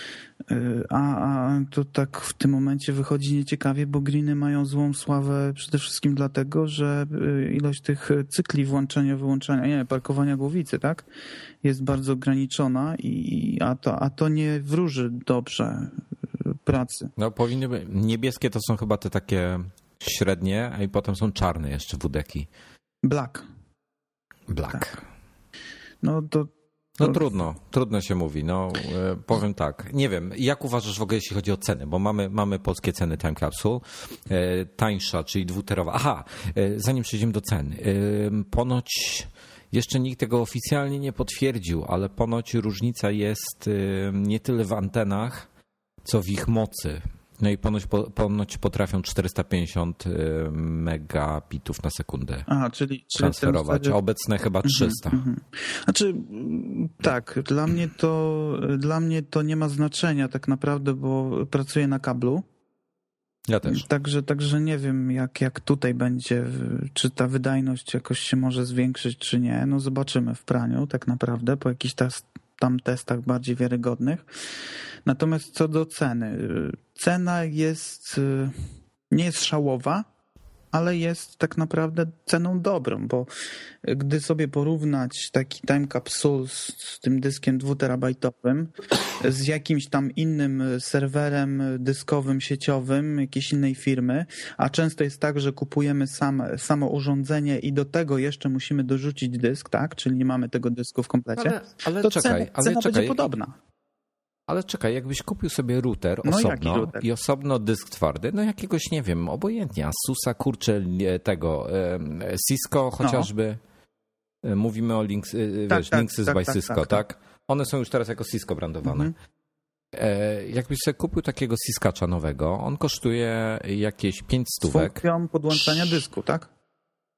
A to tak w tym momencie wychodzi nieciekawie, bo greeny mają złą sławę przede wszystkim dlatego, że ilość tych cykli włączania, wyłączania, parkowania głowicy, tak, jest bardzo ograniczona a to nie wróży dobrze pracy.
No powinny być. Niebieskie to są chyba te takie średnie, a i potem są czarne jeszcze WD-ki.
Black.
Tak.
No to
no trudno się mówi. No powiem tak, nie wiem, jak uważasz w ogóle, jeśli chodzi o ceny, bo mamy polskie ceny Time Capsule, tańsza, czyli 2-terowa. Aha, zanim przejdziemy do cen, ponoć jeszcze nikt tego oficjalnie nie potwierdził, ale ponoć różnica jest nie tyle w antenach, co w ich mocy. No i ponoć potrafią 450 megabitów na sekundę transferować, a obecne chyba 300.
Znaczy tak, dla mnie to nie ma znaczenia tak naprawdę, bo pracuję na kablu.
Ja też.
Także nie wiem jak tutaj będzie, czy ta wydajność jakoś się może zwiększyć, czy nie. No zobaczymy w praniu tak naprawdę, po jakichś tam testach bardziej wiarygodnych. Natomiast co do ceny. Cena nie jest szałowa, ale jest tak naprawdę ceną dobrą, bo gdy sobie porównać taki Time Capsule z tym dyskiem 2-terabajtowym z jakimś tam innym serwerem dyskowym, sieciowym, jakiejś innej firmy, a często jest tak, że kupujemy samo urządzenie i do tego jeszcze musimy dorzucić dysk, tak? Czyli nie mamy tego dysku w komplecie, to cena będzie podobna.
Ale czekaj, jakbyś kupił sobie router osobno i osobno dysk twardy, no jakiegoś, nie wiem, obojętnie, Asusa, kurczę, tego, Cisco chociażby. Mówimy o Linksys by Cisco, tak? One są już teraz jako Cisco brandowane. Jakbyś sobie kupił takiego Ciscacza nowego, on kosztuje jakieś 5 stówek.
Z funkcją podłączania dysku, tak?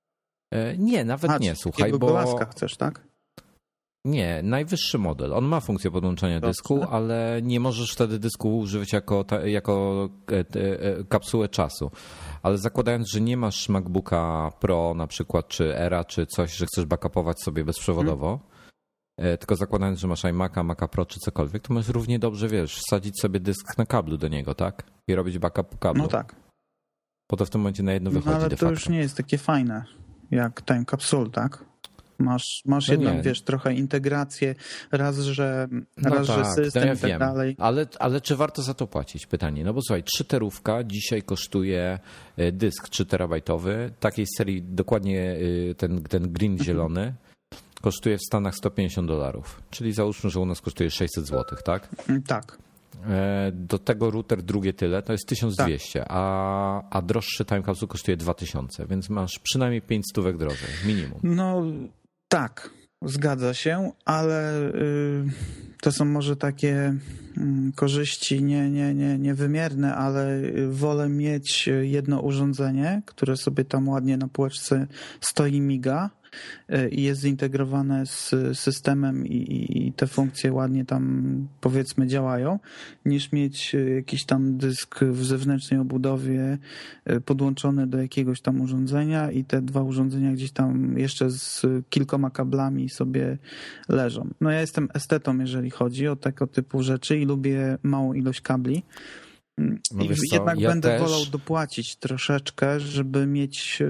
Nie, nawet nie, słuchaj, bo...
Laska chcesz, tak?
Nie, najwyższy model. On ma funkcję podłączenia dysku, ale nie możesz wtedy dysku używać jako kapsułę czasu. Ale zakładając, że nie masz MacBooka Pro na przykład, czy Era, czy coś, że chcesz backupować sobie bezprzewodowo, tylko zakładając, że masz iMac'a, Maca Pro czy cokolwiek, to możesz równie dobrze, wsadzić sobie dysk na kablu do niego, tak? I robić backup po kablu.
No tak.
Bo to w tym momencie na jedno wychodzi
ale
de facto.
To już nie jest takie fajne jak Time Capsule, tak? Masz jedną, trochę integrację, że system
ja
i tak dalej.
Ale czy warto za to płacić? Pytanie. No bo słuchaj, 3 terówka dzisiaj kosztuje dysk 3 terabajtowy. Takiej serii dokładnie ten green zielony kosztuje w Stanach $150. Czyli załóżmy, że u nas kosztuje 600 zł, tak?
Tak.
Do tego router drugie tyle, to jest 1200, tak. a droższy Time Capsule kosztuje 2000, więc masz przynajmniej 5 stówek drożej, minimum.
No tak, zgadza się, ale to są może takie korzyści niewymierne, ale wolę mieć jedno urządzenie, które sobie tam ładnie na półeczce stoi, miga i jest zintegrowane z systemem i te funkcje ładnie tam powiedzmy działają, niż mieć jakiś tam dysk w zewnętrznej obudowie podłączony do jakiegoś tam urządzenia i te dwa urządzenia gdzieś tam jeszcze z kilkoma kablami sobie leżą. No ja jestem estetą, jeżeli chodzi o tego typu rzeczy i lubię małą ilość kabli.
No
I jednak będę wolał dopłacić troszeczkę, żeby mieć...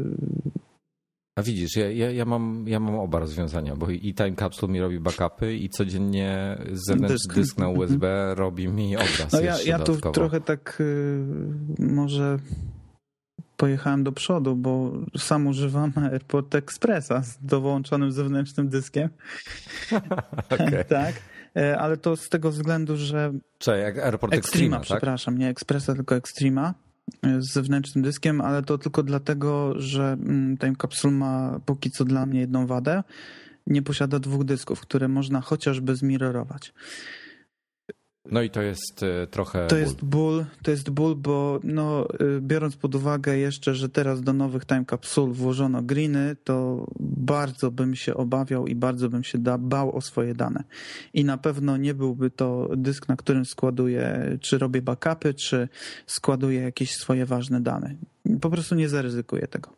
A widzisz, ja mam oba rozwiązania, bo i Time Capsule mi robi backupy i codziennie zewnętrzny dysk na USB robi mi obraz.
No ja tu trochę tak może pojechałem do przodu, bo sam używam AirPort Expressa z dołączonym zewnętrznym dyskiem.
Okay.
Tak, ale to z tego względu, że...
Jak AirPort Extrema, tak?
Przepraszam, nie Expressa, tylko Extrema. Z zewnętrznym dyskiem, ale to tylko dlatego, że Time Capsule ma póki co dla mnie jedną wadę. Nie posiada 2 dysków, które można chociażby zmirrorować.
No i to jest trochę
To jest ból, bo no, biorąc pod uwagę jeszcze, że teraz do nowych Time Capsule włożono greeny, to bardzo bym się obawiał i bardzo bym się bał o swoje dane. I na pewno nie byłby to dysk, na którym składuję, czy robię backupy, czy składuję jakieś swoje ważne dane. Po prostu nie zaryzykuję tego.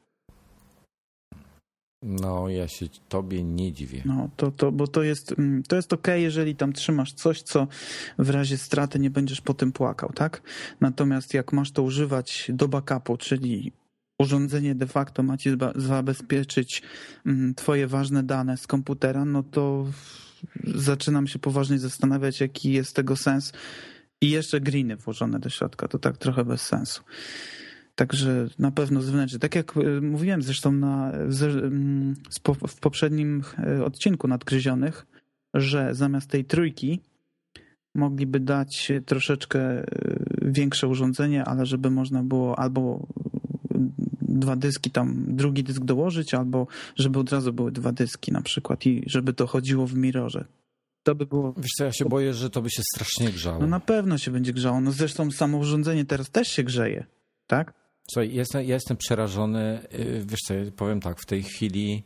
No, ja się tobie nie dziwię.
No, bo to jest okej, jeżeli tam trzymasz coś, co w razie straty nie będziesz po tym płakał, tak? Natomiast jak masz to używać do backupu, czyli urządzenie de facto ma ci zabezpieczyć twoje ważne dane z komputera, no to zaczynam się poważnie zastanawiać, jaki jest tego sens. I jeszcze greeny włożone do środka, to tak trochę bez sensu. Także na pewno zewnętrznie. Tak jak mówiłem zresztą w poprzednim odcinku Nadgryzionych, że zamiast tej 3 mogliby dać troszeczkę większe urządzenie, ale żeby można było albo 2 dyski tam, drugi dysk dołożyć, albo żeby od razu były 2 dyski na przykład i żeby to chodziło w mirrorze. To by było...
Wiesz co, ja się boję, że to by się strasznie grzało.
No na pewno się będzie grzało. No zresztą samo urządzenie teraz też się grzeje, tak?
Słuchaj, ja jestem przerażony. Wiesz co, powiem tak, w tej chwili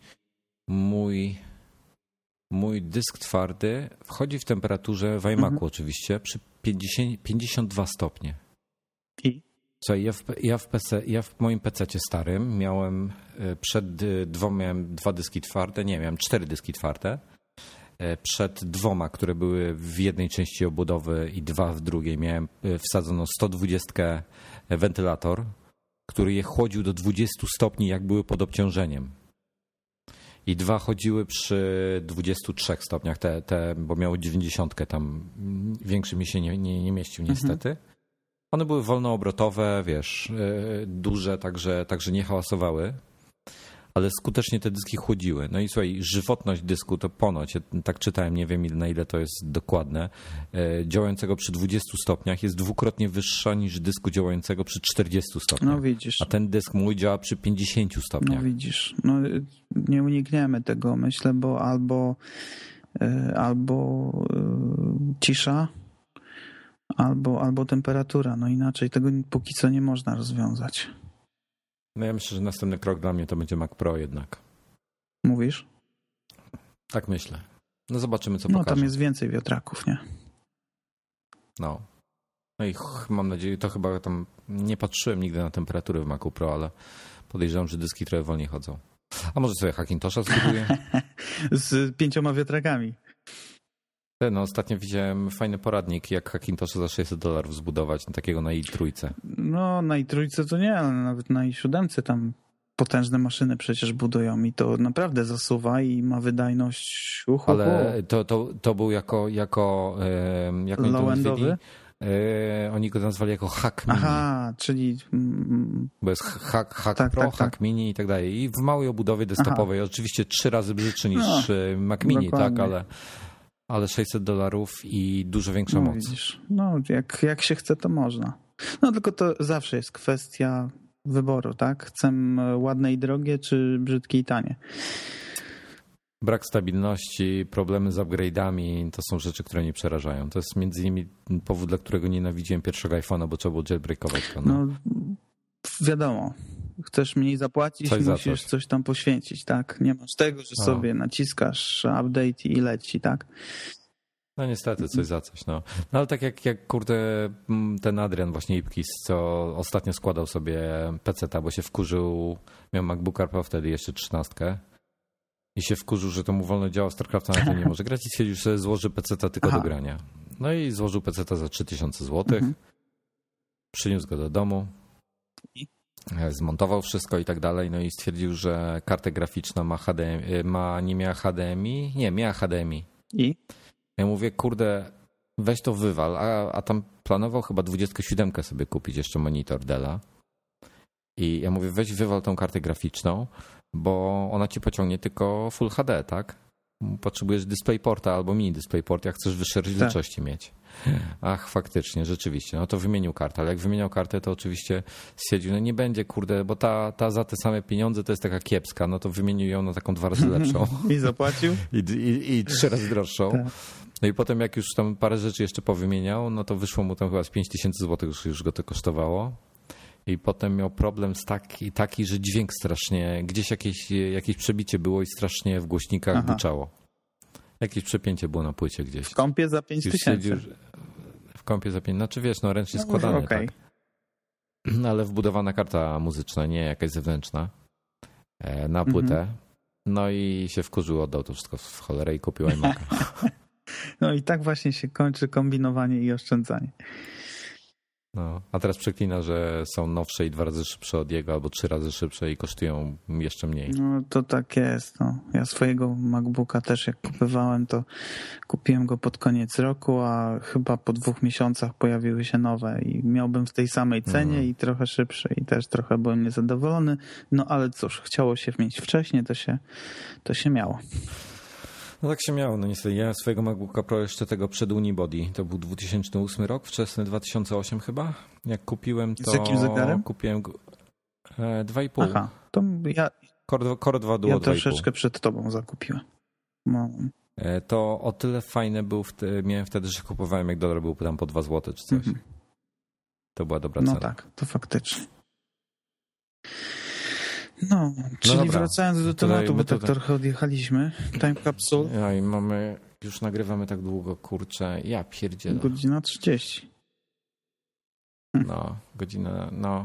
mój dysk twardy wchodzi w temperaturze w iMacu oczywiście przy 52 stopnie.
I?
Słuchaj, ja w moim PC-cie starym miałem miałem 2 dyski twarde, miałem 4 dyski twarde. Przed 2, które były w jednej części obudowy i 2 w drugiej, miałem wsadzono 120 wentylator, który je chłodził do 20 stopni, jak były pod obciążeniem. I 2 chodziły przy 23 stopniach, bo miały 90, tam większy mi się nie mieścił niestety. One były wolnoobrotowe, duże, także nie hałasowały, ale skutecznie te dyski chłodziły. No i słuchaj, żywotność dysku to ponoć, ja tak czytałem, nie wiem na ile to jest dokładne, działającego przy 20 stopniach jest 2-krotnie wyższa niż dysku działającego przy 40 stopniach.
No widzisz.
A ten dysk mój działa przy 50 stopniach.
No widzisz. No, nie unikniemy tego, myślę, bo albo cisza, albo temperatura. No inaczej tego póki co nie można rozwiązać.
No ja myślę, że następny krok dla mnie to będzie Mac Pro jednak.
Mówisz?
Tak myślę. No zobaczymy, co
No
pokaże.
tam jest więcej wiatraków, nie?
No i mam nadzieję, to chyba tam nie patrzyłem nigdy na temperaturę w Macu Pro, ale podejrzewam, że dyski trochę wolniej chodzą. A może sobie Hackintosha zbuduję?
Z 5 wiatrakami.
No ostatnio widziałem fajny poradnik, jak Hackintosha za $600 zbudować, takiego na i3.
No na i3 to nie, ale nawet na i7 tam potężne maszyny przecież budują i to naprawdę zasuwa i ma wydajność
Ale to był jak
low-endowy?
Oni go nazwali jako Hack Mini.
Aha, czyli...
Bo jest Hack
tak,
Pro,
tak,
Hack
tak.
Mini i tak dalej. I w małej obudowie desktopowej. Oczywiście 3 razy brzydszy niż Mac Mini,
dokładnie.
tak, ale $600 i dużo większa moc.
Widzisz, no jak się chce, to można. No tylko to zawsze jest kwestia wyboru, tak? Chcę ładne i drogie, czy brzydkie i tanie.
Brak stabilności, problemy z upgrade'ami, to są rzeczy, które mnie przerażają. To jest między innymi powód, dla którego nienawidziłem pierwszego iPhone'a, bo trzeba było jailbreakować go.
No wiadomo, chcesz mniej zapłacić,
Coś za
musisz
coś.
coś tam poświęcić, tak? Nie masz tego, że sobie naciskasz update i leci, tak?
No niestety, coś za coś. No ale tak jak kurde ten Adrian właśnie Ipkiss, co ostatnio składał sobie PC-ta, bo się wkurzył, miał MacBooka Pro wtedy jeszcze 13 i się wkurzył, że to mu wolno działa StarCrafta, na to nie może grać i stwierdził, że złoży PC-ta tylko do grania. No i złożył PC-ta za 3000 zł, przyniósł go do domu, zmontował wszystko i tak dalej, no i stwierdził, że karta graficzna nie miała HDMI, nie, miała HDMI.
I?
Ja mówię, kurde, weź to wywal, a tam planował chyba 27 sobie kupić jeszcze monitor Della. I ja mówię, weź wywal tą kartę graficzną, bo ona ci pociągnie tylko Full HD, tak? Potrzebujesz DisplayPorta albo mini DisplayPort, jak chcesz wyższe rozdzielczości mieć. Ach, faktycznie, rzeczywiście. No to wymienił kartę, ale jak wymieniał kartę, to oczywiście stwierdził, no nie będzie, kurde, bo ta za te same pieniądze to jest taka kiepska, no to wymienił ją na taką 2 razy lepszą.
I zapłacił?
I 3 razy droższą.
Tak.
No i potem jak już tam parę rzeczy jeszcze powymieniał, no to wyszło mu tam chyba z 5000 zł, już go to kosztowało. I potem miał problem taki, że dźwięk strasznie, gdzieś jakieś przebicie było i strasznie w głośnikach buczało. Jakieś przepięcie było na płycie gdzieś.
W kompie za 5000.
W kompie za 5, znaczy wiesz, no ręcznie składane,
okay.
tak. No, ale wbudowana karta muzyczna, nie jakaś zewnętrzna, na płytę. No i się wkurzył, oddał to wszystko w cholerę i kupił iMac'a.
No i tak właśnie się kończy kombinowanie i oszczędzanie.
No, a teraz przeklina, że są nowsze i 2 razy szybsze od jego, albo 3 razy szybsze i kosztują jeszcze mniej.
No to tak jest. No. Ja swojego MacBooka też jak kupowałem, to kupiłem go pod koniec roku, a chyba po 2 miesiącach pojawiły się nowe i miałbym w tej samej cenie i trochę szybsze i też trochę byłem niezadowolony. No ale cóż, chciało się mieć wcześniej, to się miało.
No tak się miało, no niestety. Ja swojego MacBooka Pro jeszcze tego przed Unibody, to był 2008 rok, wczesny 2008 chyba. Jak kupiłem to...
Z jakim zegarem?
Kupiłem go 2,5.
Aha, to ja...
Core 2 Duo 2,5.
Ja troszeczkę przed tobą zakupiłem. No.
To o tyle fajne miałem wtedy, że kupowałem jak dolar był tam po 2 zł czy coś. To była dobra cena.
No tak, to faktycznie. No, czyli
dobra.
wracając do tematu, bo tak trochę odjechaliśmy. Time Capsule.
Ja i już nagrywamy tak długo, kurczę, ja pierdzielę.
Godzina 30.
No, godzina, no.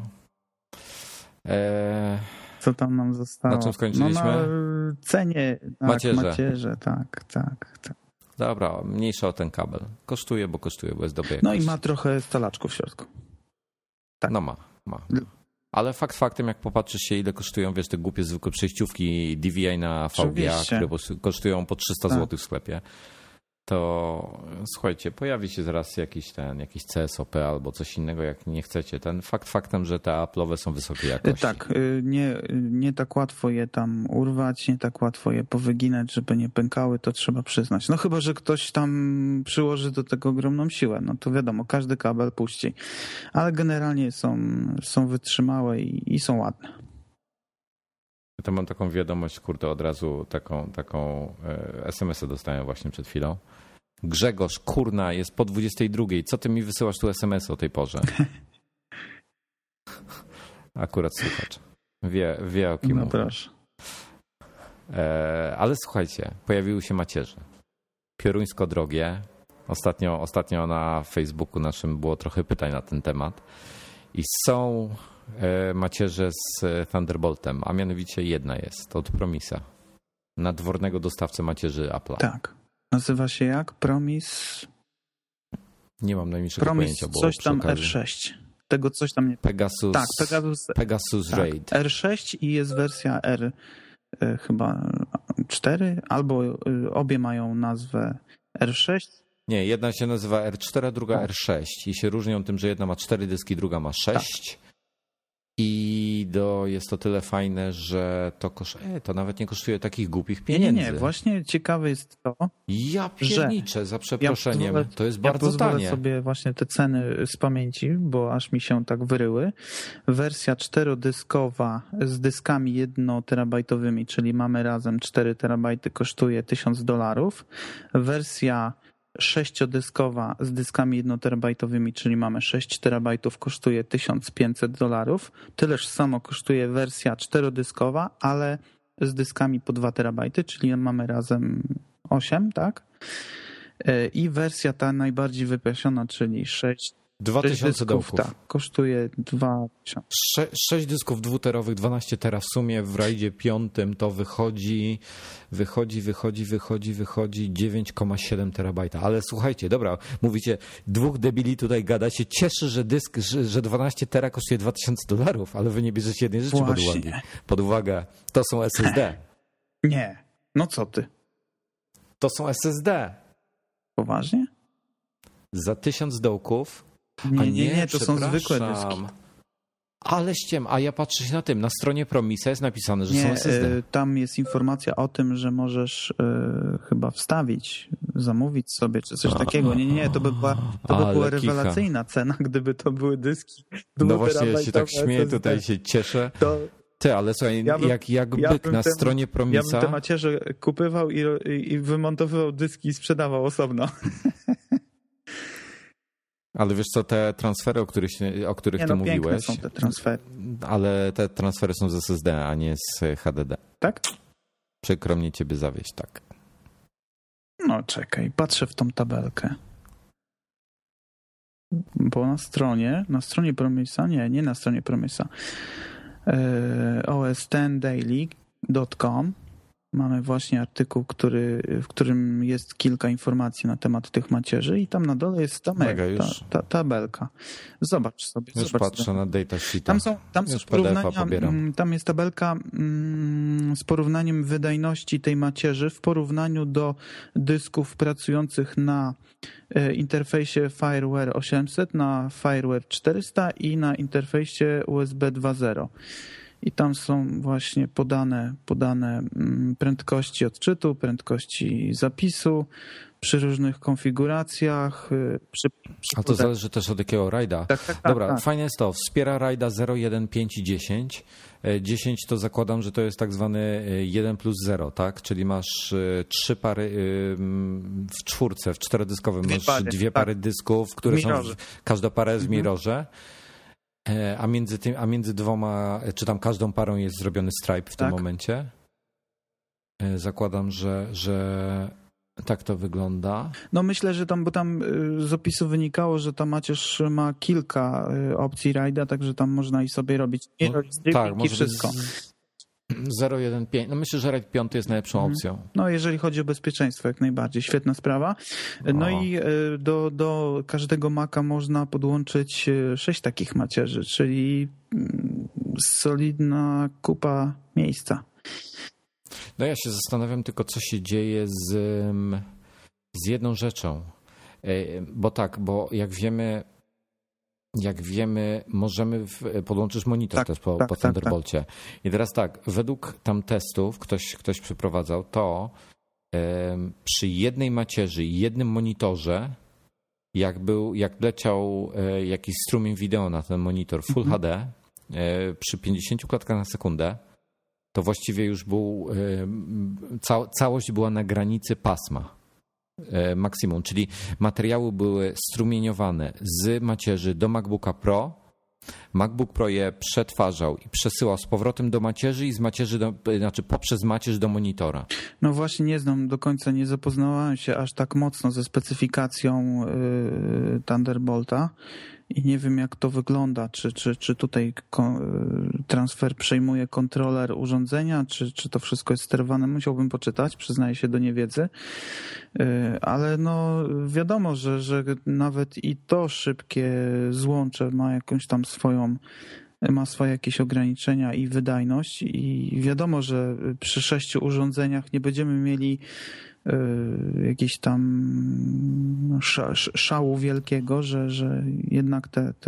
Co tam nam zostało?
Na czym skończyliśmy?
No na cenie. Tak, macierze, tak.
Dobra, mniejsza o ten kabel. Kosztuje, bo jest dobry.
No i ma trochę stalaczków w środku. Tak.
No ma. Ale faktem, jak popatrzysz się, ile kosztują, wiesz, te głupie zwykłe przejściówki DVI na VGA, które kosztują po 300 zł w sklepie, to słuchajcie, pojawi się zaraz jakiś CSOP albo coś innego, jak nie chcecie. Ten faktem, że te Apple'owe są wysokiej jakości.
Tak, nie tak łatwo je tam urwać, nie tak łatwo je powyginać, żeby nie pękały, to trzeba przyznać. No chyba, że ktoś tam przyłoży do tego ogromną siłę, no to wiadomo, każdy kabel puści. Ale generalnie są wytrzymałe i są ładne.
To mam taką wiadomość, kurde, od razu taką SMS-a dostałem właśnie przed chwilą. Grzegorz, kurna, jest po 22. Co ty mi wysyłasz tu SMS-y o tej porze? Akurat słuchacz. Wie o kim
No
mówię.
proszę.
Ale słuchajcie, pojawiły się macierze. Pioruńsko drogie. Ostatnio na Facebooku naszym było trochę pytań na ten temat. I są macierze z Thunderboltem, a mianowicie jedna jest od Promisa. Nadwornego dostawcę macierzy Apple'a.
Tak. Nazywa się jak? Promis
Nie mam najmniejszego pojęcia, bo
coś
przy
tam
okazji...
R6. Tego coś tam nie...
Pegasus,
Tak,
Pegasus
tak,
Raid.
R6 i jest wersja R chyba 4, albo obie mają nazwę R6.
Nie, jedna się nazywa R4, a druga
Tak.
R6 i się różnią tym, że jedna ma 4 dyski, druga ma 6.
Tak.
I jest to tyle fajne, że to nawet nie kosztuje takich głupich pieniędzy.
Nie, właśnie ciekawe jest to,
Ja pierniczę, za przeproszeniem, to jest
ja
bardzo
pozwolę
tanie.
sobie właśnie te ceny z pamięci, bo aż mi się tak wyryły. Wersja 4-dyskowa z dyskami 1 terabajtowymi, czyli mamy razem 4 terabajty, kosztuje $1000. Wersja 6-dyskowa z dyskami 1 terabajtowymi, czyli mamy 6 terabajtów, kosztuje $1500. Tyleż samo kosztuje wersja 4-dyskowa, ale z dyskami po 2 terabajty, czyli mamy razem 8, tak? I wersja ta najbardziej wypasiona, czyli 6
2000
dysków,
dołków.
tak, kosztuje 2000.
6 dysków 2-terowych, 12 tera w sumie w rajdzie 5 to wychodzi 9,7 terabajta. Ale słuchajcie, dobra, mówicie, dwóch debili tutaj gada się cieszy, że dysk, że 12 tera kosztuje $2000, ale wy nie bierzecie jednej rzeczy pod uwagę. To są SSD.
Nie, no co ty?
To są SSD.
Poważnie?
Za 1000 dołków.
Nie, to są zwykłe dyski.
Ale ściem, a ja patrzę się na stronie Promisa jest napisane, że są SSD.
Tam jest informacja o tym, że możesz chyba wstawić, zamówić sobie, czy coś takiego. Nie, to by była rewelacyjna cena, gdyby to były dyski.
No właśnie, ja się tak śmieję, SSD. Tutaj się cieszę. Ty, ale słuchaj, jak byk na stronie Promisa...
Ja bym te macierze kupywał i wymontowywał dyski i sprzedawał osobno.
Ale wiesz co, te transfery, o których ty mówiłeś...
są te transfery.
Ale te transfery są z SSD, a nie z HDD.
Tak?
Przykro mnie ciebie zawieść, tak.
No czekaj, patrzę w tą tabelkę. Bo na stronie Promisa, nie na stronie Promisa, os10daily.com mamy właśnie artykuł, w którym jest kilka informacji na temat tych macierzy i tam na dole jest ta tabelka. Zobacz sobie.
Już patrzę na datasheeta.
Tam są porównania, tam jest tabelka z porównaniem wydajności tej macierzy w porównaniu do dysków pracujących na interfejsie FireWire 800, na FireWire 400 i na interfejsie USB 2.0. I tam są właśnie podane prędkości odczytu, prędkości zapisu przy różnych konfiguracjach.
A to zależy też od jakiego rajda.
Tak,
dobra, fajne jest to. Wspiera rajda 0, 1, 5 i 10. 10 to zakładam, że to jest tak zwany 1+0, tak? Czyli masz 3 pary w czwórce, w czterodyskowym masz 2 pary dysków, które są każda para jest w mirrorze. A między dwoma, czy tam każdą parą jest zrobiony stripe w tym momencie. Zakładam, że tak to wygląda.
No myślę, że bo tam z opisu wynikało, że ta macierz ma kilka opcji rajda, także tam można i sobie robić i wszystko.
0,1,5. No myślę, że RAID 5 jest najlepszą opcją.
No jeżeli chodzi o bezpieczeństwo, jak najbardziej. Świetna sprawa. No i do każdego Maca można podłączyć 6 takich macierzy, czyli solidna kupa miejsca.
No ja się zastanawiam tylko, co się dzieje z jedną rzeczą. Bo jak wiemy, możemy podłączyć monitor też po Thunderbolcie. Tak. I teraz tak, według tam testów ktoś przeprowadzał to przy jednej macierzy i jednym monitorze, jak leciał jakiś strumień wideo na ten monitor Full HD przy 50 klatkach na sekundę, to właściwie już całość była na granicy pasma. Maksimum, czyli materiały były strumieniowane z macierzy do MacBooka Pro MacBook Pro je przetwarzał i przesyłał z powrotem do macierzy i z macierzy poprzez macierz do monitora.
No właśnie nie znam do końca, nie zapoznałem się aż tak mocno ze specyfikacją Thunderbolta i nie wiem jak to wygląda, czy tutaj transfer przejmuje kontroler urządzenia, czy to wszystko jest sterowane. Musiałbym poczytać, przyznaję się do niewiedzy, ale no wiadomo, że nawet i to szybkie złącze ma jakąś tam ma swoje jakieś ograniczenia i wydajność i wiadomo, że przy 6 urządzeniach nie będziemy mieli jakieś tam szału wielkiego, że jednak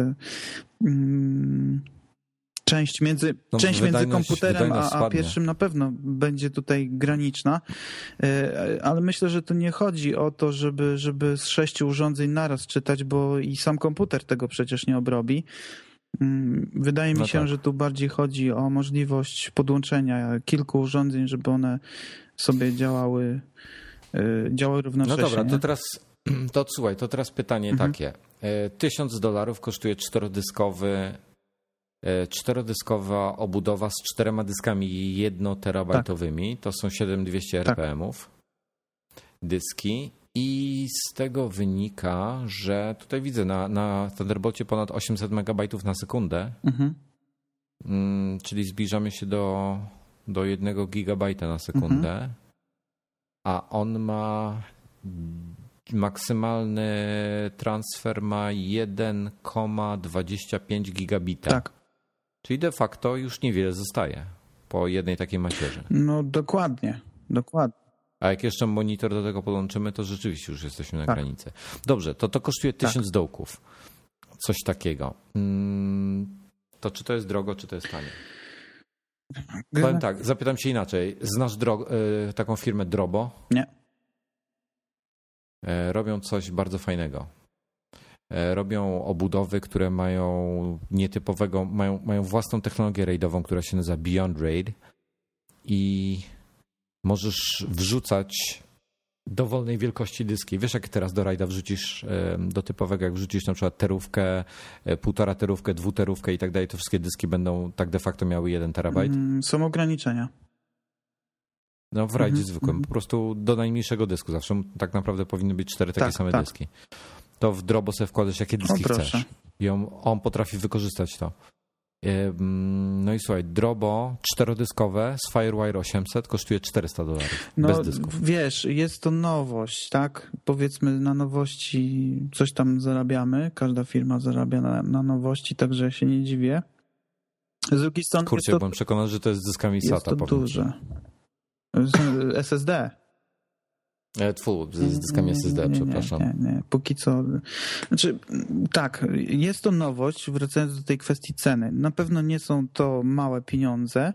część między komputerem a pierwszym na pewno będzie tutaj graniczna, ale myślę, że tu nie chodzi o to, żeby z 6 urządzeń naraz czytać, bo i sam komputer tego przecież nie obrobi. Wydaje mi się, że tu bardziej chodzi o możliwość podłączenia kilku urządzeń, żeby one sobie działały równocześnie.
No dobra, to teraz pytanie takie. $1000 kosztuje czterodyskowa obudowa z 4 dyskami 1 terabajtowymi. To są 7200 RPM-ów dyski. I z tego wynika, że tutaj widzę na Thunderbolcie ponad 800 megabajtów na sekundę, czyli zbliżamy się do 1 gigabajta na sekundę, a on ma maksymalny transfer ma 1,25 gigabita.
Tak.
Czyli de facto już niewiele zostaje po jednej takiej macierzy.
No dokładnie.
A jak jeszcze monitor do tego podłączymy, to rzeczywiście już jesteśmy na granicy. Dobrze, to kosztuje $1000. Coś takiego. To czy to jest drogo, czy to jest tanie? Powiem tak, zapytam się inaczej. Znasz taką firmę Drobo?
Nie.
Robią coś bardzo fajnego. Robią obudowy, które mają nietypowego, mają własną technologię RAID-ową, która się nazywa Beyond RAID i możesz wrzucać dowolnej wielkości dyski. Wiesz, jak teraz do RAID-a wrzucisz, do typowego, jak wrzucisz na przykład terówkę, 1,5 terówkę, 2 terówkę i tak dalej, to wszystkie dyski będą tak de facto miały 1 terabajt?
Są ograniczenia.
No w RAID-zie zwykłym, po prostu do najmniejszego dysku. Zawsze tak naprawdę powinny być 4 takie same dyski. To w Drobo sobie wkładasz jakie dyski chcesz. I on potrafi wykorzystać to. No i słuchaj, Drobo 4-dyskowe z FireWire 800 kosztuje $400 bez dysków.
Wiesz, jest to nowość, tak? Powiedzmy na nowości coś tam zarabiamy, każda firma zarabia na nowości, także się nie dziwię. Z drugiej strony
kurczę, byłem przekonany, że to jest z dyskami SATA.
Jest to duże. SSD.
Z dyskami SSD, przepraszam.
Nie. Póki co. Znaczy, tak, jest to nowość, wracając do tej kwestii ceny. Na pewno nie są to małe pieniądze,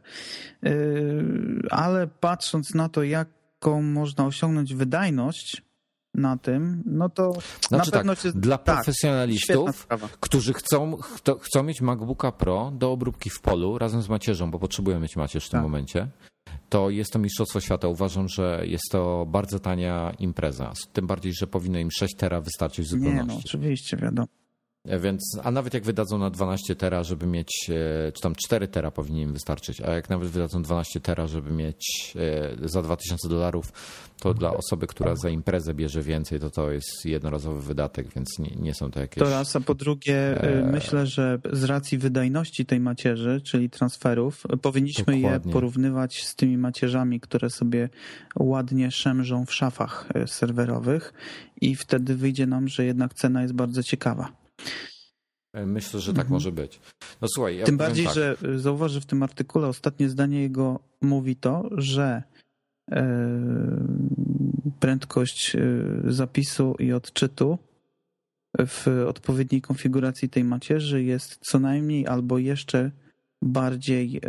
ale patrząc na to, jaką można osiągnąć wydajność na tym, no to
znaczy
na pewno się...
Dla profesjonalistów, którzy chcą mieć MacBooka Pro do obróbki w polu razem z macierzą, bo potrzebują mieć macierz w tym momencie, to jest to mistrzostwo świata. Uważam, że jest to bardzo tania impreza. Tym bardziej, że powinno im 6 tera wystarczyć w zupełności.
Nie, no oczywiście, wiadomo.
Więc, a nawet jak wydadzą na 12 tera, żeby mieć, czy tam 4 tera powinien im wystarczyć, a jak nawet wydadzą 12 tera, żeby mieć za $2000, to dla osoby, która za imprezę bierze więcej, to jest jednorazowy wydatek, więc nie są to jakieś...
To raz, a po drugie myślę, że z racji wydajności tej macierzy, czyli transferów, powinniśmy je porównywać z tymi macierzami, które sobie ładnie szemrzą w szafach serwerowych i wtedy wyjdzie nam, że jednak cena jest bardzo ciekawa.
Myślę, że tak może być. No słuchaj,
tym bardziej, że zauważ, że w tym artykule ostatnie zdanie jego mówi to, że prędkość zapisu i odczytu w odpowiedniej konfiguracji tej macierzy jest co najmniej albo jeszcze bardziej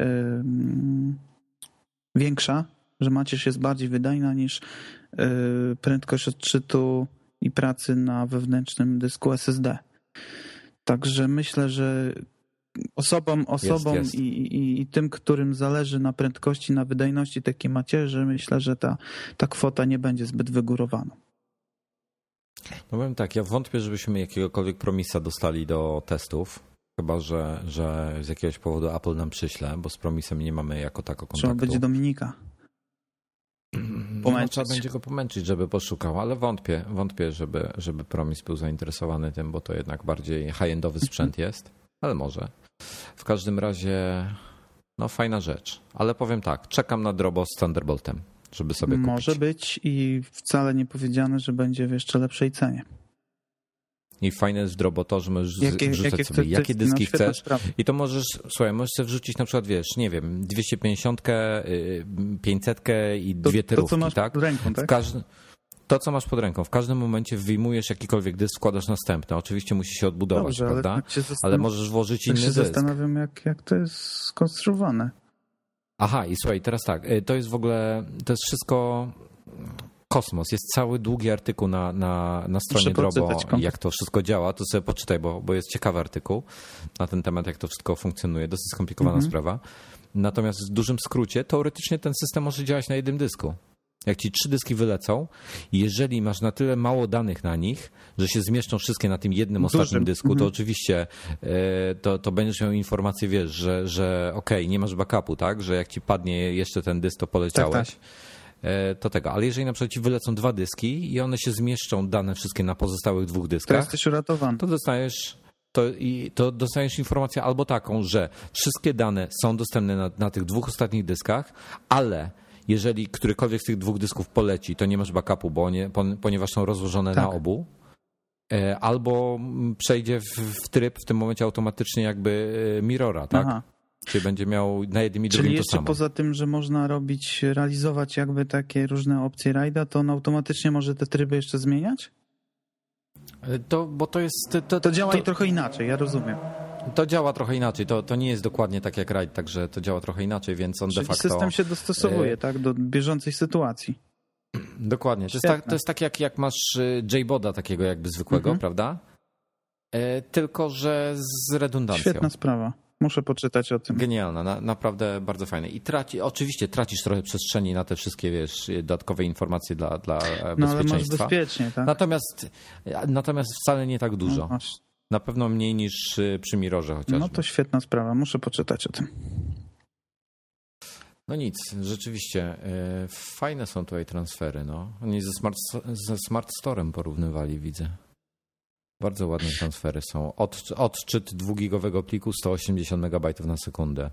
większa, że macierz jest bardziej wydajna niż prędkość odczytu i pracy na wewnętrznym dysku SSD. Także myślę, że osobom jest. I tym, którym zależy na prędkości, na wydajności takiej macierzy, myślę, że ta kwota nie będzie zbyt wygórowana.
No powiem tak, ja wątpię, żebyśmy jakiegokolwiek promisa dostali do testów. Chyba, że z jakiegoś powodu Apple nam przyśle, bo z Promisem nie mamy jako tako kontaktu.
Trzeba będzie Dominika
pomęczyć. Trzeba będzie go pomęczyć, żeby poszukał, ale wątpię, żeby Promis był zainteresowany tym, bo to jednak bardziej high-endowy sprzęt jest, ale może. W każdym razie fajna rzecz, ale powiem tak, czekam na Drobo z Thunderboltem, żeby sobie kupić.
Może być i wcale nie powiedziane, że będzie w jeszcze lepszej cenie.
I fajne jest w Drobo to, że możesz wrzucać sobie jakie dyski chcesz i to możesz sobie wrzucić na przykład, nie wiem, 250, 500 i dwie tyrówki,
to, co masz
tak?
pod ręką, tak?
To, co masz pod ręką. W każdym momencie wyjmujesz jakikolwiek dysk, wkładasz następny. Oczywiście musi się odbudować,
dobrze,
prawda? Ale możesz włożyć inny dysk.
Ja się zastanawiam, jak to jest skonstruowane.
Aha, i słuchaj, teraz tak, to jest w ogóle, to jest wszystko kosmos. Jest cały długi artykuł na stronie Drobo, jak to wszystko działa. To sobie poczytaj, bo jest ciekawy artykuł na ten temat, jak to wszystko funkcjonuje. Dosyć skomplikowana sprawa. Natomiast w dużym skrócie, teoretycznie ten system może działać na jednym dysku. Jak ci 3 dyski wylecą, jeżeli masz na tyle mało danych na nich, że się zmieszczą wszystkie na tym jednym ostatnim dysku, to oczywiście to będziesz miał informację, że okej, nie masz backupu, tak? Że jak ci padnie jeszcze ten dysk, to poleciałeś.
Tak.
To tego. Ale jeżeli na przykład ci wylecą 2 dyski i one się zmieszczą, dane wszystkie na pozostałych 2 dyskach,
to jesteś uratowany.
To dostajesz informację albo taką, że wszystkie dane są dostępne na tych 2 ostatnich dyskach, ale jeżeli którykolwiek z tych 2 dysków poleci, to nie masz backupu, ponieważ są rozłożone na obu, albo przejdzie w tryb w tym momencie automatycznie jakby mirrora, tak?
Aha.
Czyli będzie miał na jednym i drugim
Czyli
to
jeszcze
samo.
Poza tym, że można realizować jakby takie różne opcje rajda, to on automatycznie może te tryby jeszcze zmieniać?
To
działa i trochę inaczej, ja rozumiem.
To działa trochę inaczej, to nie jest dokładnie tak jak RAID, także to działa trochę inaczej, więc on
Czyli
de facto...
system się dostosowuje, tak, do bieżącej sytuacji.
Dokładnie, to jest tak jak masz JBoda takiego jakby zwykłego, prawda? Tylko, że z redundancją.
Świetna sprawa, muszę poczytać o tym.
Genialna, naprawdę bardzo fajne. I oczywiście tracisz trochę przestrzeni na te wszystkie, dodatkowe informacje dla bezpieczeństwa.
Ale masz bezpiecznie, tak?
Natomiast wcale nie tak dużo.
No,
na pewno mniej niż przy Mirrorze chociażby.
No to świetna sprawa, muszę poczytać o tym.
No nic, rzeczywiście fajne są tutaj transfery. Oni ze Smart Storem porównywali, widzę. Bardzo ładne transfery są. Odczyt 2-gigowego pliku 180 MB na sekundę.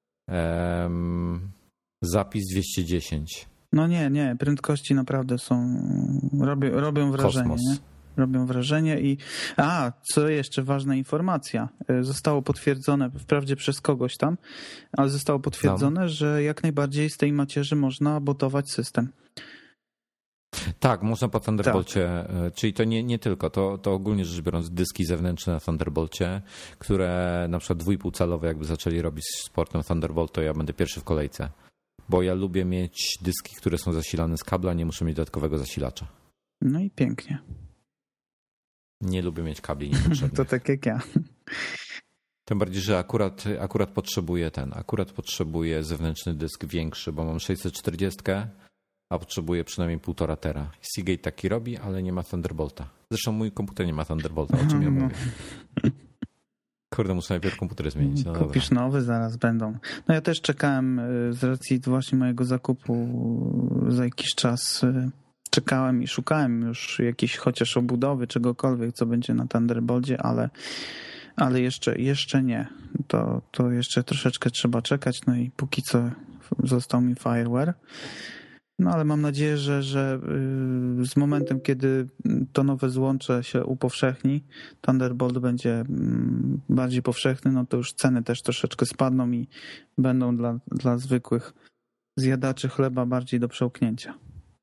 Zapis 210.
No nie, prędkości naprawdę robią wrażenie.
Kosmos.
Nie? Robią wrażenie i... co jeszcze ważna informacja. Zostało potwierdzone, wprawdzie przez kogoś tam, ale zostało potwierdzone, że jak najbardziej z tej macierzy można botować system.
Tak, można po Thunderbolcie, czyli to nie tylko, to ogólnie rzecz biorąc dyski zewnętrzne na Thunderbolcie, które na przykład 2,5-calowe jakby zaczęli robić z portem Thunderbolt, to ja będę pierwszy w kolejce, bo ja lubię mieć dyski, które są zasilane z kabla, nie muszę mieć dodatkowego zasilacza.
No i pięknie.
Nie lubię mieć kabli niepotrzebnych.
To tak jak ja.
Tym bardziej, że akurat potrzebuję zewnętrzny dysk większy, bo mam 640, a potrzebuję przynajmniej 1,5 tera. Seagate taki robi, ale nie ma Thunderbolta. Zresztą mój komputer nie ma Thunderbolta, o czym ja mówię. Kurde, muszę najpierw komputer zmienić. No
kupisz dobra. Nowy, zaraz będą. No ja też czekałem z racji właśnie mojego zakupu za jakiś czas. Czekałem i szukałem już jakiejś chociaż obudowy, czegokolwiek, co będzie na Thunderbolcie, ale jeszcze nie. To jeszcze troszeczkę trzeba czekać, no i póki co został mi Fireware. No ale mam nadzieję, że z momentem, kiedy to nowe złącze się upowszechni, Thunderbolt będzie bardziej powszechny, no to już ceny też troszeczkę spadną i będą dla zwykłych zjadaczy chleba bardziej do przełknięcia.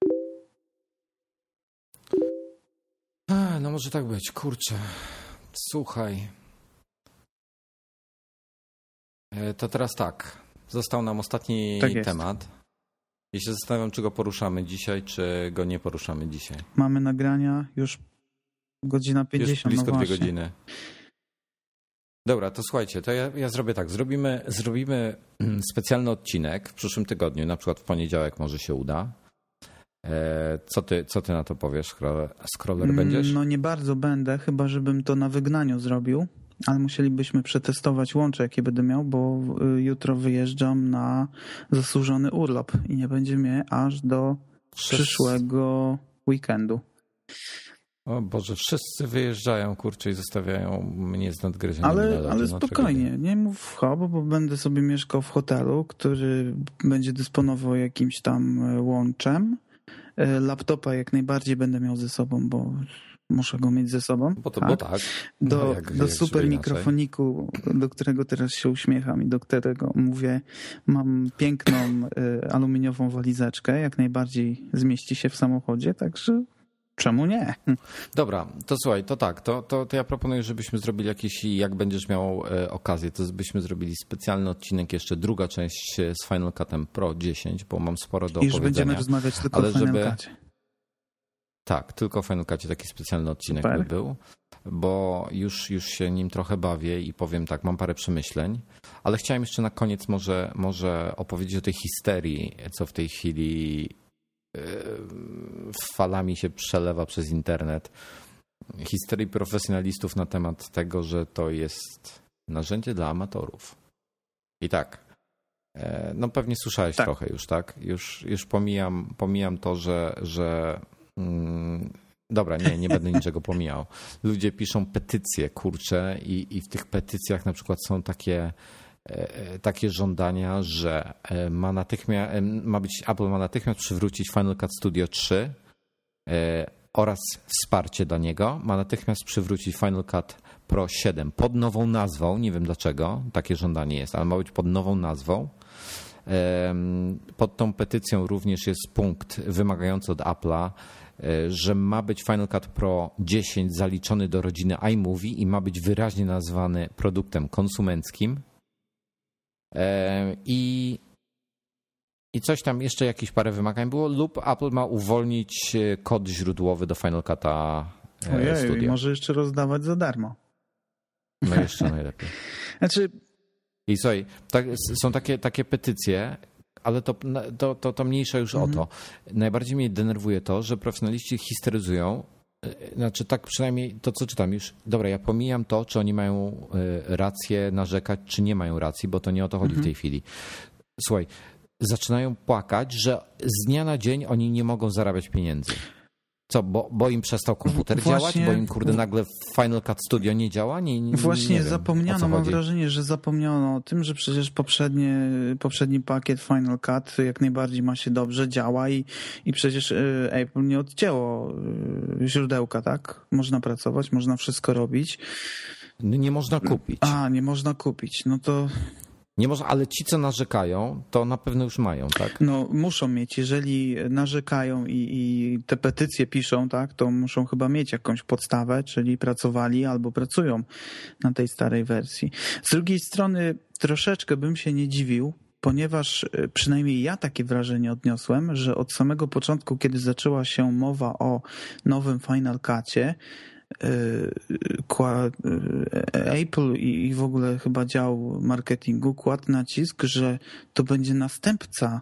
No może tak być, kurczę. Słuchaj. To teraz tak. Został nam ostatni temat. Ja się zastanawiam, czy go poruszamy dzisiaj, czy go nie poruszamy dzisiaj.
Mamy nagrania już godzina 50.
Już blisko
no
2 godziny. Dobra, to słuchajcie, to ja zrobię tak. Zrobimy specjalny odcinek w przyszłym tygodniu, na przykład w poniedziałek może się uda. Co ty na to powiesz? Scroller będziesz?
No nie bardzo będę, chyba żebym to na wygnaniu zrobił, ale musielibyśmy przetestować łącze, jakie będę miał, bo jutro wyjeżdżam na zasłużony urlop i nie będzie mnie aż do przyszłego weekendu.
O Boże, wszyscy wyjeżdżają, kurczę, i zostawiają mnie z nadgryzieniem.
Ale spokojnie, nie mów hop, bo będę sobie mieszkał w hotelu, który będzie dysponował jakimś tam łączem. Laptopa jak najbardziej będę miał ze sobą, bo muszę go mieć ze sobą.
Bo tak.
Do super mikrofoniku, do którego teraz się uśmiecham i do którego mówię, mam piękną aluminiową walizeczkę, jak najbardziej zmieści się w samochodzie, także czemu nie?
Dobra, to słuchaj, to tak, to ja proponuję, żebyśmy zrobili jakiś, jak będziesz miał okazję, to byśmy zrobili specjalny odcinek, jeszcze druga część z Final Cutem Pro 10, bo mam sporo do opowiedzenia.
I już będziemy rozmawiać tylko o Final Cutie.
Tak, tylko o Final Cutie taki specjalny odcinek by był, bo już się nim trochę bawię i powiem tak, mam parę przemyśleń, ale chciałem jeszcze na koniec może opowiedzieć o tej histerii, co w tej chwili falami się przelewa przez internet. Histerii profesjonalistów na temat tego, że to jest narzędzie dla amatorów. I tak, no pewnie słyszałeś trochę już, tak? Już pomijam to, że dobra, nie będę niczego pomijał. Ludzie piszą petycje, kurcze, i w tych petycjach na przykład są takie żądania, że Apple ma natychmiast przywrócić Final Cut Studio 3 oraz wsparcie dla niego. Ma natychmiast przywrócić Final Cut Pro 7 pod nową nazwą. Nie wiem dlaczego takie żądanie jest, ale ma być pod nową nazwą. Pod tą petycją również jest punkt wymagający od Apple'a, że ma być Final Cut Pro 10 zaliczony do rodziny iMovie i ma być wyraźnie nazwany produktem konsumenckim. I coś tam jeszcze, jakieś parę wymagań było, lub Apple ma uwolnić kod źródłowy do Final Cut'a Studio.
I może jeszcze rozdawać za darmo.
No jeszcze najlepiej.
Znaczy...
I słuchaj, są takie petycje, ale to mniejsza już o to. Najbardziej mnie denerwuje to, że profesjonaliści histeryzują. Znaczy tak przynajmniej to, co czytam już. Dobra, ja pomijam to, czy oni mają rację narzekać, czy nie mają racji, bo to nie o to chodzi w tej chwili. Słuchaj, zaczynają płakać, że z dnia na dzień oni nie mogą zarabiać pieniędzy. Co, bo im przestał komputer działać? Bo im nagle Final Cut Studio nie działa?
Właśnie
nie wiem,
zapomniano, mam wrażenie, że zapomniano o tym, że przecież poprzedni pakiet Final Cut jak najbardziej ma się dobrze, działa i przecież Apple nie odcięło źródełka, tak? Można pracować, można wszystko robić.
Nie można kupić.
Nie można kupić. No to...
Nie można, ale ci, co narzekają, to na pewno już mają, tak?
No muszą mieć. Jeżeli narzekają i te petycje piszą, tak, to muszą chyba mieć jakąś podstawę, czyli pracowali albo pracują na tej starej wersji. Z drugiej strony troszeczkę bym się nie dziwił, ponieważ przynajmniej ja takie wrażenie odniosłem, że od samego początku, kiedy zaczęła się mowa o nowym Final Cutie, Apple i w ogóle chyba dział marketingu kładł nacisk, że to będzie następca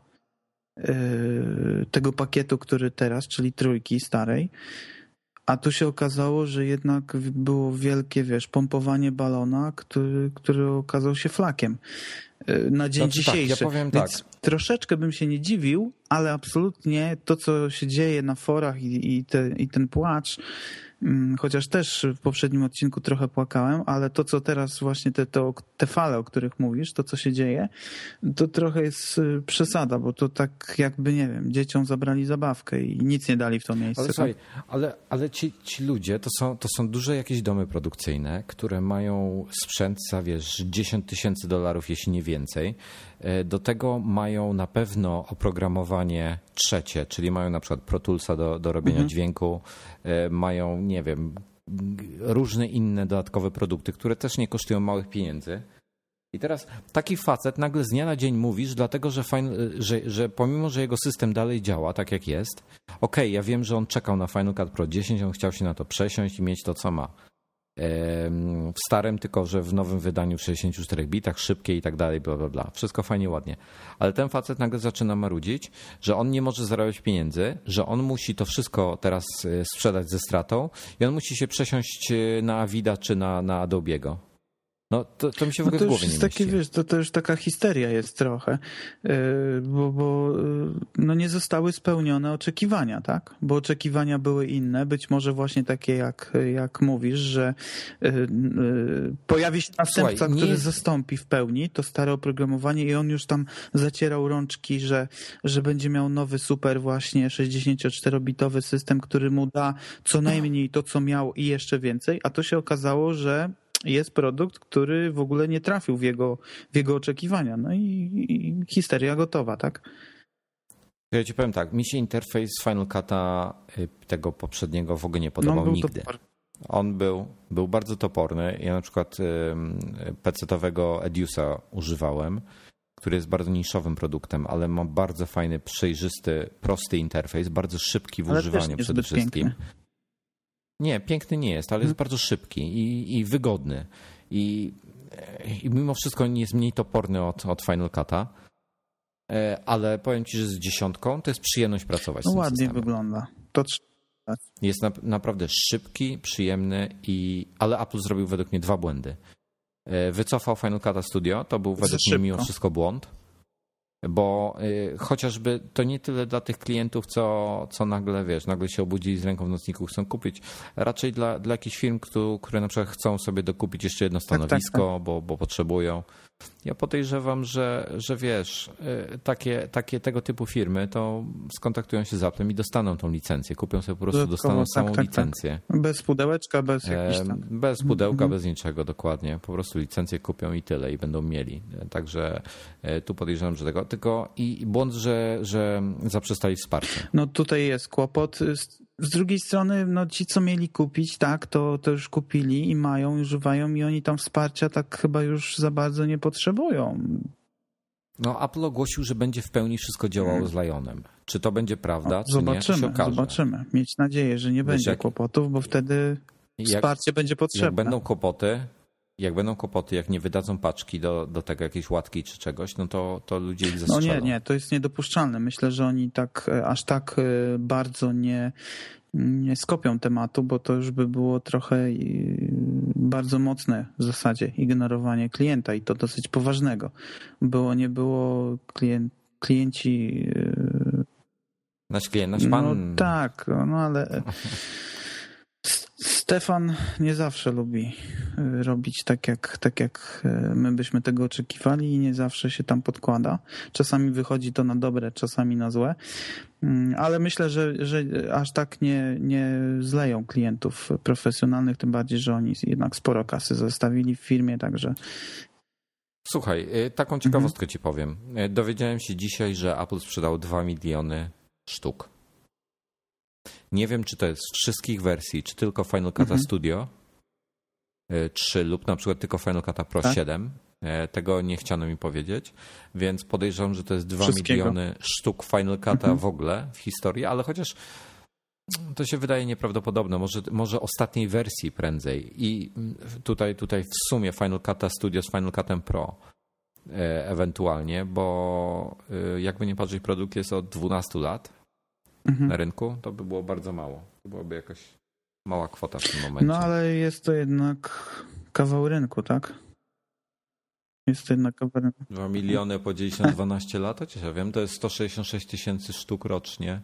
tego pakietu, który teraz, czyli trójki starej, a tu się okazało, że jednak było wielkie, pompowanie balona, który okazał się flakiem na dzień dzisiejszy.
Tak, ja powiem
więc troszeczkę bym się nie dziwił, ale absolutnie to, co się dzieje na forach i ten płacz, chociaż też w poprzednim odcinku trochę płakałem, ale to, co teraz właśnie te fale, o których mówisz, to, co się dzieje, to trochę jest przesada, bo to tak jakby, nie wiem, dzieciom zabrali zabawkę i nic nie dali w to miejsce.
Ale słuchaj, ale ci ludzie to są duże jakieś domy produkcyjne, które mają sprzęt za, $10,000, jeśli nie więcej. Do tego mają na pewno oprogramowanie trzecie, czyli mają na przykład Pro Toolsa do robienia dźwięku, mają, nie wiem, różne inne dodatkowe produkty, które też nie kosztują małych pieniędzy. I teraz taki facet nagle z dnia na dzień mówisz, dlatego że pomimo, że jego system dalej działa tak jak jest, ja wiem, że on czekał na Final Cut Pro 10, on chciał się na to przesiąść i mieć to, co ma. W starym, tylko że w nowym wydaniu w 64 bitach, szybkie i tak dalej, bla, bla, bla. Wszystko fajnie, ładnie. Ale ten facet nagle zaczyna marudzić, że on nie może zarabiać pieniędzy, że on musi to wszystko teraz sprzedać ze stratą i on musi się przesiąść na Avida czy na Adobe'ego. No to mi się w ogóle w głowie nie mieści.
Wiesz, to już taka histeria jest trochę, bo no nie zostały spełnione oczekiwania, tak? Bo oczekiwania były inne, być może właśnie takie jak mówisz, że pojawi się następca, który zastąpi w pełni to stare oprogramowanie i on już tam zacierał rączki, że będzie miał nowy super właśnie 64-bitowy system, który mu da co najmniej to, co miał i jeszcze więcej, a to się okazało, że jest produkt, który w ogóle nie trafił w jego oczekiwania. No i histeria gotowa, tak?
Ja ci powiem tak, mi się interfejs Final Cut'a tego poprzedniego w ogóle nie podobał nigdy. On był bardzo toporny. Ja na przykład PC-owego Edusa używałem, który jest bardzo niszowym produktem, ale ma bardzo fajny, przejrzysty, prosty interfejs, bardzo szybki w używaniu przede wszystkim. Piękny. Nie, piękny nie jest, ale jest bardzo szybki i wygodny. I mimo wszystko nie jest mniej toporny od Final Cut'a, ale powiem ci, że z 10 to jest przyjemność pracować z tym
ładnie
systemem.
Wygląda.
Jest naprawdę szybki, przyjemny, ale Apple zrobił według mnie 2 błędy. Wycofał Final Cut'a Studio, to był według mnie mimo wszystko błąd. Bo chociażby to nie tyle dla tych klientów, co nagle się obudzili z ręką w nocniku, chcą kupić. Raczej dla jakichś firm, które na przykład chcą sobie dokupić jeszcze jedno stanowisko, tak. Bo potrzebują. Ja podejrzewam, że wiesz, takie tego typu firmy to skontaktują się z Applem i dostaną tą licencję. Kupią sobie po prostu, dostaną samą licencję.
Tak. Bez pudełeczka, bez jakichś tam...
Bez pudełka, bez niczego, dokładnie. Po prostu licencję kupią i tyle i będą mieli. Także tu podejrzewam, że tego. Tylko i błąd, że zaprzestali wsparcia.
No tutaj jest kłopot. Z drugiej strony, no ci, co mieli kupić, tak, to już kupili i mają, używają i oni tam wsparcia tak chyba już za bardzo nie potrzebują.
No Apple ogłosił, że będzie w pełni wszystko działało z Lionem. Czy to będzie prawda, czy
zobaczymy,
nie? To się okaże.
Zobaczymy. Mieć nadzieję, że nie będzie kłopotów, bo wtedy wsparcie będzie potrzebne.
Jak będą kłopoty, jak nie wydadzą paczki do tego jakiejś łatki czy czegoś, no to ludzie ich zastrzelą.
No nie, to jest niedopuszczalne. Myślę, że oni aż tak bardzo nie skopią tematu, bo to już by było trochę bardzo mocne w zasadzie ignorowanie klienta i to dosyć poważnego. Nie było klienci...
Nasz klient, nasz pan...
No tak, no ale... Stefan nie zawsze lubi robić tak jak my byśmy tego oczekiwali i nie zawsze się tam podkłada. Czasami wychodzi to na dobre, czasami na złe, ale myślę, że aż tak nie zleją klientów profesjonalnych, tym bardziej, że oni jednak sporo kasy zostawili w firmie, także...
Słuchaj, taką ciekawostkę ci powiem. Dowiedziałem się dzisiaj, że Apple sprzedało 2 miliony sztuk. Nie wiem, czy to jest z wszystkich wersji, czy tylko Final Cut'a Studio 3 lub na przykład tylko Final Cut'a Pro 7. Tego nie chciano mi powiedzieć, więc podejrzewam, że to jest 2 miliony sztuk Final Cut'a w ogóle w historii, ale chociaż to się wydaje nieprawdopodobne. Może ostatniej wersji prędzej. I tutaj w sumie Final Cut'a Studio z Final Cut'em Pro ewentualnie, bo jakby nie patrzeć, produkt jest od 12 lat. Na rynku, to by było bardzo mało. To byłaby jakaś mała kwota w tym momencie.
No ale jest to jednak kawał rynku, tak? Jest to jednak kawał rynku.
2 miliony podzielić na 12 lat, chociaż ja wiem, to jest 166 tysięcy sztuk rocznie.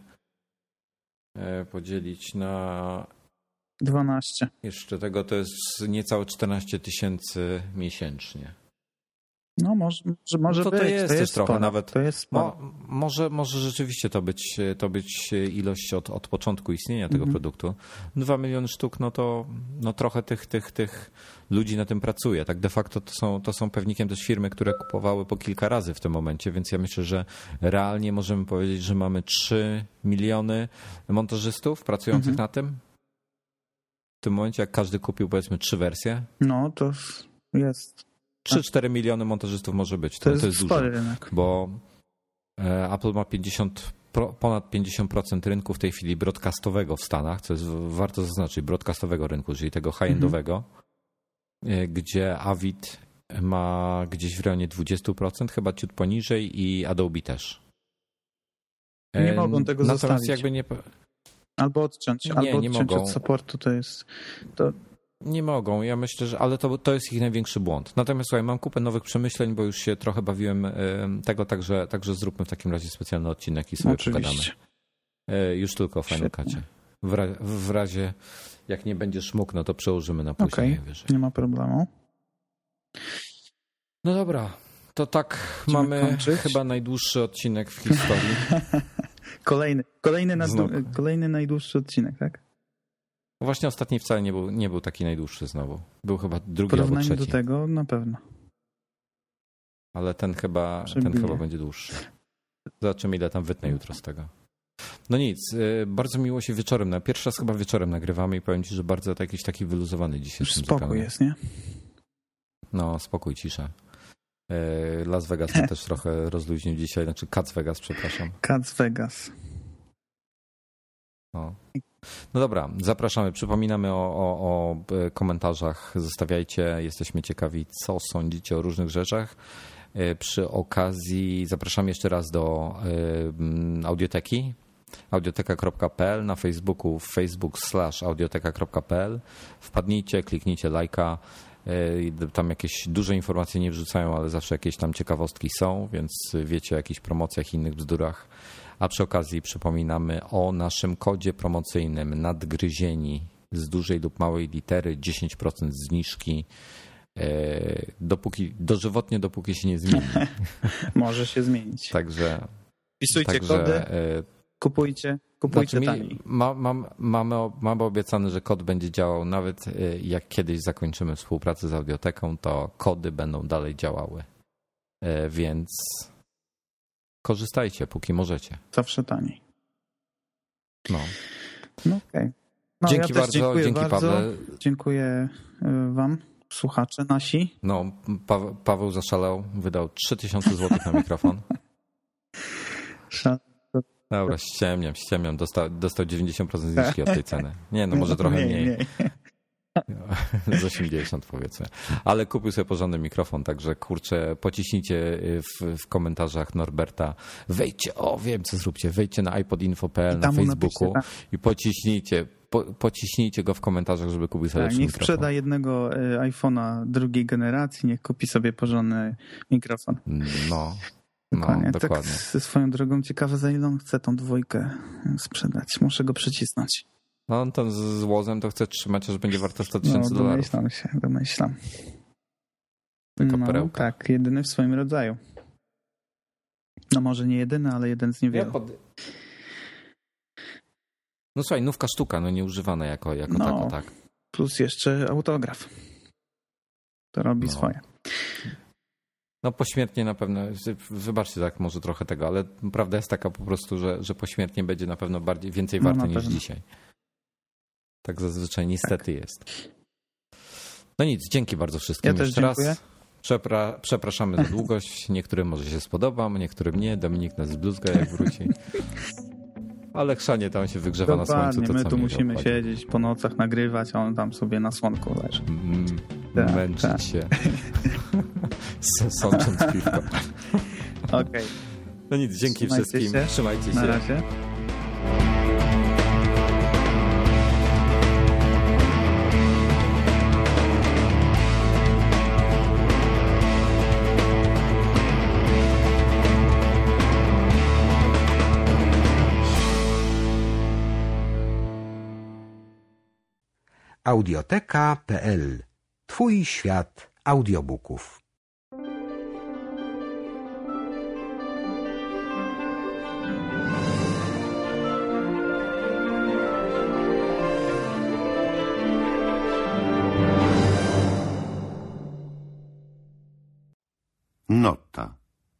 Podzielić na
12.
Jeszcze tego to jest niecałe 14 tysięcy miesięcznie.
No może
no
być.
To jest też trochę
sporo.
nawet.
To jest sporo.
Może rzeczywiście to być ilość od początku istnienia tego produktu. 2 miliony sztuk, no trochę tych ludzi na tym pracuje. Tak de facto to są pewnikiem też firmy, które kupowały po kilka razy w tym momencie, więc ja myślę, że realnie możemy powiedzieć, że mamy 3 miliony montażystów pracujących na tym. W tym momencie, jak każdy kupił powiedzmy 3 wersje.
No to jest...
3-4 miliony montażystów może być.
To jest
dużo,
rynek.
Bo Apple ma ponad 50% rynku w tej chwili broadcastowego w Stanach, co jest warto zaznaczyć, broadcastowego rynku, czyli tego high-endowego, gdzie Avid ma gdzieś w rejonie 20%, chyba ciut poniżej i Adobe też.
Nie mogą tego zostawić.
Jakby nie...
Albo odciąć,
nie
odciąć
mogą.
od supportu, to jest...
Nie mogą, ja myślę, że ale to jest ich największy błąd. Natomiast słuchaj, mam kupę nowych przemyśleń, bo już się trochę bawiłem tego, także zróbmy w takim razie specjalny odcinek i sobie pogadamy. Już tylko o Final Cutie. W razie jak nie będziesz mógł, no to przełożymy na później.
Okej, nie ma problemu.
No dobra, to tak mamy chyba najdłuższy odcinek w historii.
Kolejny najdłuższy odcinek, tak?
Właśnie ostatni wcale nie był taki najdłuższy znowu. Był chyba drugi albo trzeci.
Do tego na pewno.
Ale ten chyba będzie dłuższy. Zobaczymy, ile tam wytnę jutro z tego. No nic, bardzo miło się wieczorem. Pierwszy raz chyba wieczorem nagrywamy i powiem ci, że bardzo jakiś taki wyluzowany dzisiejszy.
Spokój jest, nie?
No, spokój, cisza. Las Vegas też trochę rozluźnił dzisiaj, znaczy Cats Vegas, przepraszam.
Cats Vegas.
No dobra, zapraszamy. Przypominamy o komentarzach. Zostawiajcie. Jesteśmy ciekawi, co sądzicie o różnych rzeczach. Przy okazji zapraszam jeszcze raz do Audioteki. Audioteka.pl na Facebooku facebook.com/audioteka.pl. Wpadnijcie, kliknijcie lajka. Tam jakieś duże informacje nie wrzucają, ale zawsze jakieś tam ciekawostki są, więc wiecie o jakichś promocjach i innych bzdurach. A przy okazji przypominamy o naszym kodzie promocyjnym Nadgryzieni z dużej lub małej litery 10% zniżki dożywotnie, dopóki się nie zmieni.
Może się zmienić.
Także
wpisujcie kody, kupujcie taniej.
Mamy obiecane, że kod będzie działał nawet jak kiedyś zakończymy współpracę z Audioteką, to kody będą dalej działały. Więc korzystajcie, póki możecie.
Zawsze taniej.
No
okej.
Dzięki bardzo, dzięki
bardzo.
Pawle.
Dziękuję wam, słuchacze nasi.
No, Paweł zaszalał, wydał 3000 zł na mikrofon. Dobra, ściemniam. Dostał 90% zniżki od tej ceny. Nie, no może trochę mniej. Z 80 powiedzmy. Ale kupił sobie porządny mikrofon, także kurczę, pociśnijcie w komentarzach Norberta. Wejdźcie na iPodinfo.pl na Facebooku i pociśnijcie go w komentarzach, żeby kupił sobie lepszy mikrofon.
Niech sprzeda jednego iPhone'a drugiej generacji, niech kupi sobie porządny mikrofon.
No, dokładnie.
Tak, swoją drogą ciekawe, za ile on chce tą dwójkę sprzedać. Muszę go przycisnąć.
No on tam z łozem to chce trzymać, aż będzie warto $100,000.
Domyślam.
Taka perełka.
Tak, jedyny w swoim rodzaju. No może nie jedyny, ale jeden z niewielu.
No słuchaj, nówka sztuka, nieużywana jako tako, tak.
Plus jeszcze autograf. To robi swoje.
No pośmiertnie na pewno, wybaczcie tak może trochę tego, ale prawda jest taka po prostu, że pośmiertnie będzie na pewno więcej warte niż dzisiaj. Tak zazwyczaj niestety jest. No nic, dzięki bardzo wszystkim jeszcze raz. Przepraszamy za długość. Niektórym może się spodoba, niektórym nie. Dominik nas zbluzga jak wróci. Ale chrzanie tam się wygrzewa na słońcu. To
my tu musimy siedzieć po nocach, nagrywać, a on tam sobie na słonku leży.
Męczyć się. Sącząc piwko.
Okej.
No nic, dzięki wszystkim. Trzymajcie się.
Na razie.
Audioteka.pl. Twój świat audiobooków.
Nota.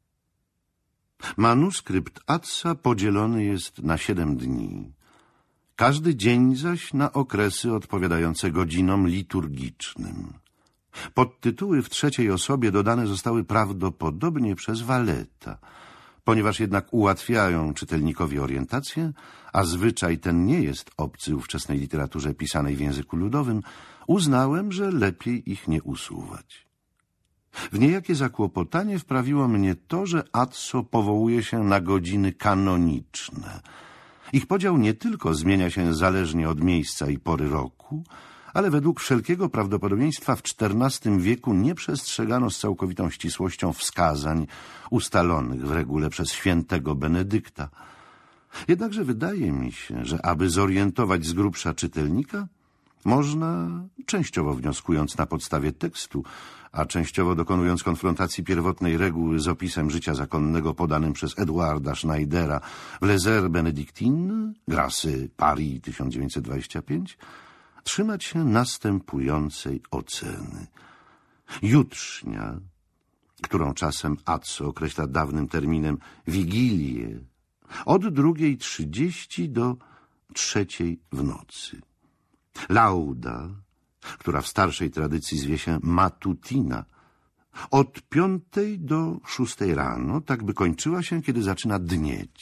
Manuskrypt Atsa podzielony jest na 7 dni. Każdy dzień zaś na okresy odpowiadające godzinom liturgicznym. Podtytuły w trzeciej osobie dodane zostały prawdopodobnie przez Valeta. Ponieważ jednak ułatwiają czytelnikowi orientację, a zwyczaj ten nie jest obcy ówczesnej literaturze pisanej w języku ludowym, uznałem, że lepiej ich nie usuwać. W niejakie zakłopotanie wprawiło mnie to, że Atso powołuje się na godziny kanoniczne. Ich podział nie tylko zmienia się zależnie od miejsca i pory roku, ale według wszelkiego prawdopodobieństwa w XIV wieku nie przestrzegano z całkowitą ścisłością wskazań ustalonych w regule przez świętego Benedykta. Jednakże wydaje mi się, że aby zorientować z grubsza czytelnika, można, częściowo wnioskując na podstawie tekstu, a częściowo dokonując konfrontacji pierwotnej reguły z opisem życia zakonnego podanym przez Eduarda Schneidera w Les Heures Benedictines, Grasy, Paris 1925, trzymać się następującej oceny. Jutrznia, którą czasem Azzo określa dawnym terminem Wigilię, od 2:30 do 3:00 w nocy. Lauda, która w starszej tradycji zwie się matutina, od 5:00 do 6:00 rano, tak by kończyła się, kiedy zaczyna dnieć.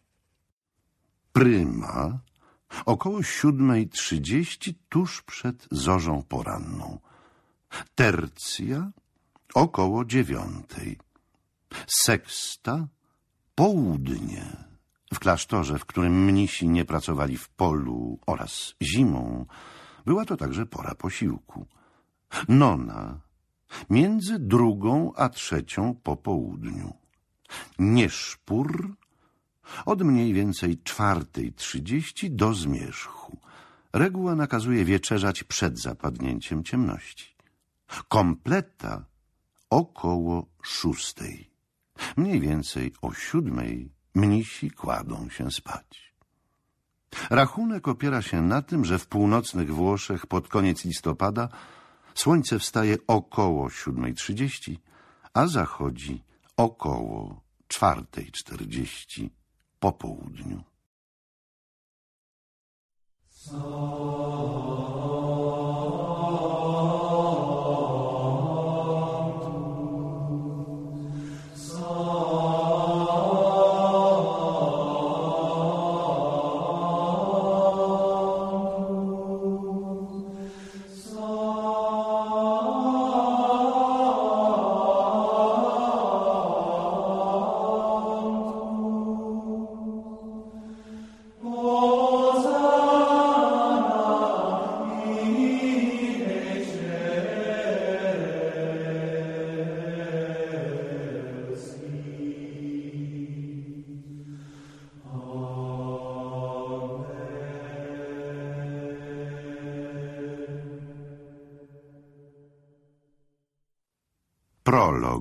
Pryma, około 7:30, tuż przed zorzą poranną. Tercja, około 9:00. Seksta, południe. W klasztorze, w którym mnisi nie pracowali w polu oraz zimą, była to także pora posiłku. Nona, między 2:00 a 3:00 po południu. Nieszpór, od mniej więcej 4:30 do zmierzchu. Reguła nakazuje wieczerzać przed zapadnięciem ciemności. Kompleta około 6:00. Mniej więcej o 7:00 mnisi kładą się spać. Rachunek opiera się na tym, że w północnych Włoszech pod koniec listopada słońce wstaje około 7:30, a zachodzi około 4:40 po południu. Prolog.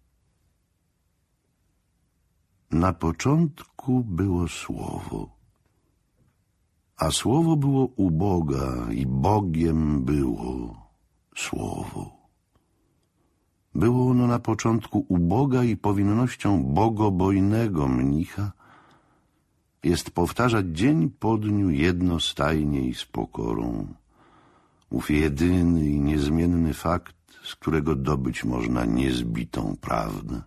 Na początku było Słowo, a Słowo było u Boga i Bogiem było Słowo. Było ono na początku u Boga i powinnością bogobojnego mnicha jest powtarzać dzień po dniu jednostajnie i z pokorą ów jedyny i niezmienny fakt, z którego dobyć można niezbitą prawdę.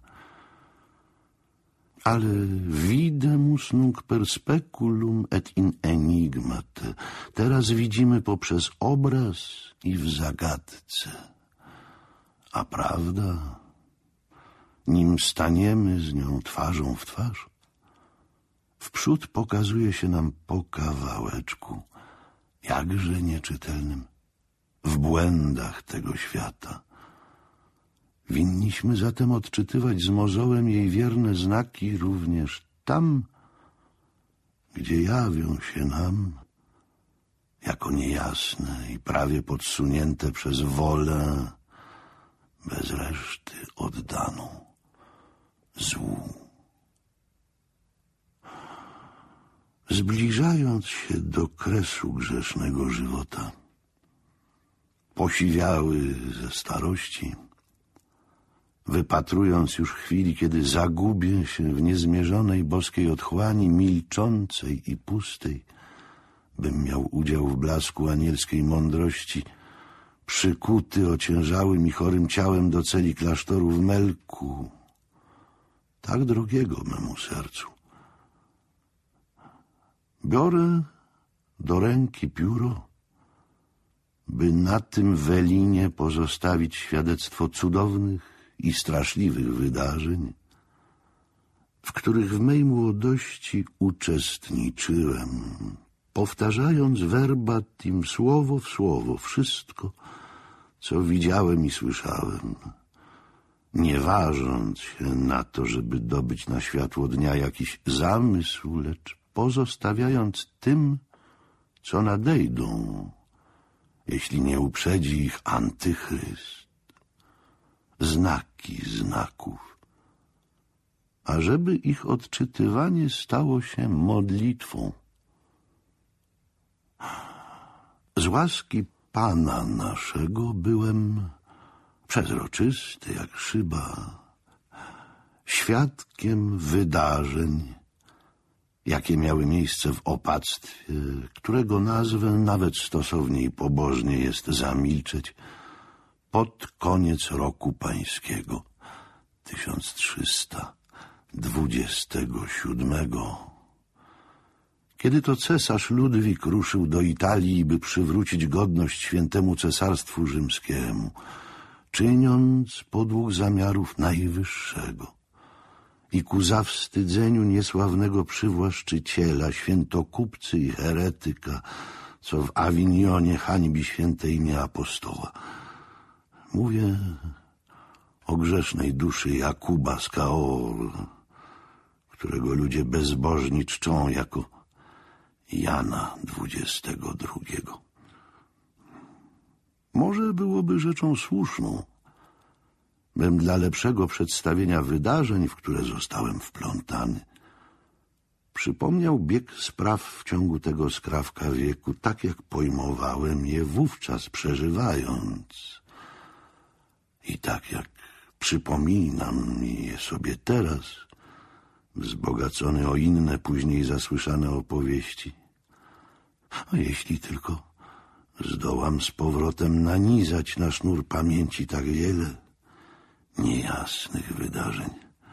Ale videmus nunc per speculum et in enigmate. Teraz widzimy poprzez obraz i w zagadce. A prawda, nim staniemy z nią twarzą w twarz, wprzód pokazuje się nam po kawałeczku, jakże nieczytelnym, w błędach tego świata. Winniśmy zatem odczytywać z mozołem jej wierne znaki również tam, gdzie jawią się nam jako niejasne i prawie podsunięte przez wolę bez reszty oddaną złu. Zbliżając się do kresu grzesznego żywota, posiwiały ze starości, wypatrując już chwili, kiedy zagubię się w niezmierzonej boskiej otchłani, milczącej i pustej, bym miał udział w blasku anielskiej mądrości, przykuty ociężałym i chorym ciałem do celi klasztoru w Melku, tak drogiego memu sercu. Biorę do ręki pióro, by na tym welinie pozostawić świadectwo cudownych i straszliwych wydarzeń, w których w mej młodości uczestniczyłem powtarzając verbatim słowo w słowo wszystko, co widziałem i słyszałem, nie ważąc się na to, żeby dobyć na światło dnia jakiś zamysł, lecz pozostawiając tym, co nadejdą, jeśli nie uprzedzi ich antychryst, znaki znaków, ażeby ich odczytywanie stało się modlitwą. Z łaski Pana naszego byłem przezroczysty jak szyba, świadkiem wydarzeń, jakie miały miejsce w opactwie, którego nazwę nawet stosownie i pobożnie jest zamilczeć, pod koniec roku pańskiego 1327, kiedy to cesarz Ludwik ruszył do Italii, by przywrócić godność świętemu cesarstwu rzymskiemu, czyniąc podług zamiarów Najwyższego i ku zawstydzeniu niesławnego przywłaszczyciela, świętokupcy i heretyka, co w Awinionie hańbi święte imię apostoła. Mówię o grzesznej duszy Jakuba z Kaor, którego ludzie bezbożni czczą jako Jana 22. Może byłoby rzeczą słuszną, bym dla lepszego przedstawienia wydarzeń, w które zostałem wplątany, przypomniał bieg spraw w ciągu tego skrawka wieku, tak jak pojmowałem je wówczas przeżywając i tak jak przypominam je sobie teraz, wzbogacony o inne, później zasłyszane opowieści. A jeśli tylko zdołam z powrotem nanizać na sznur pamięci tak wiele niejasnych wydarzeń.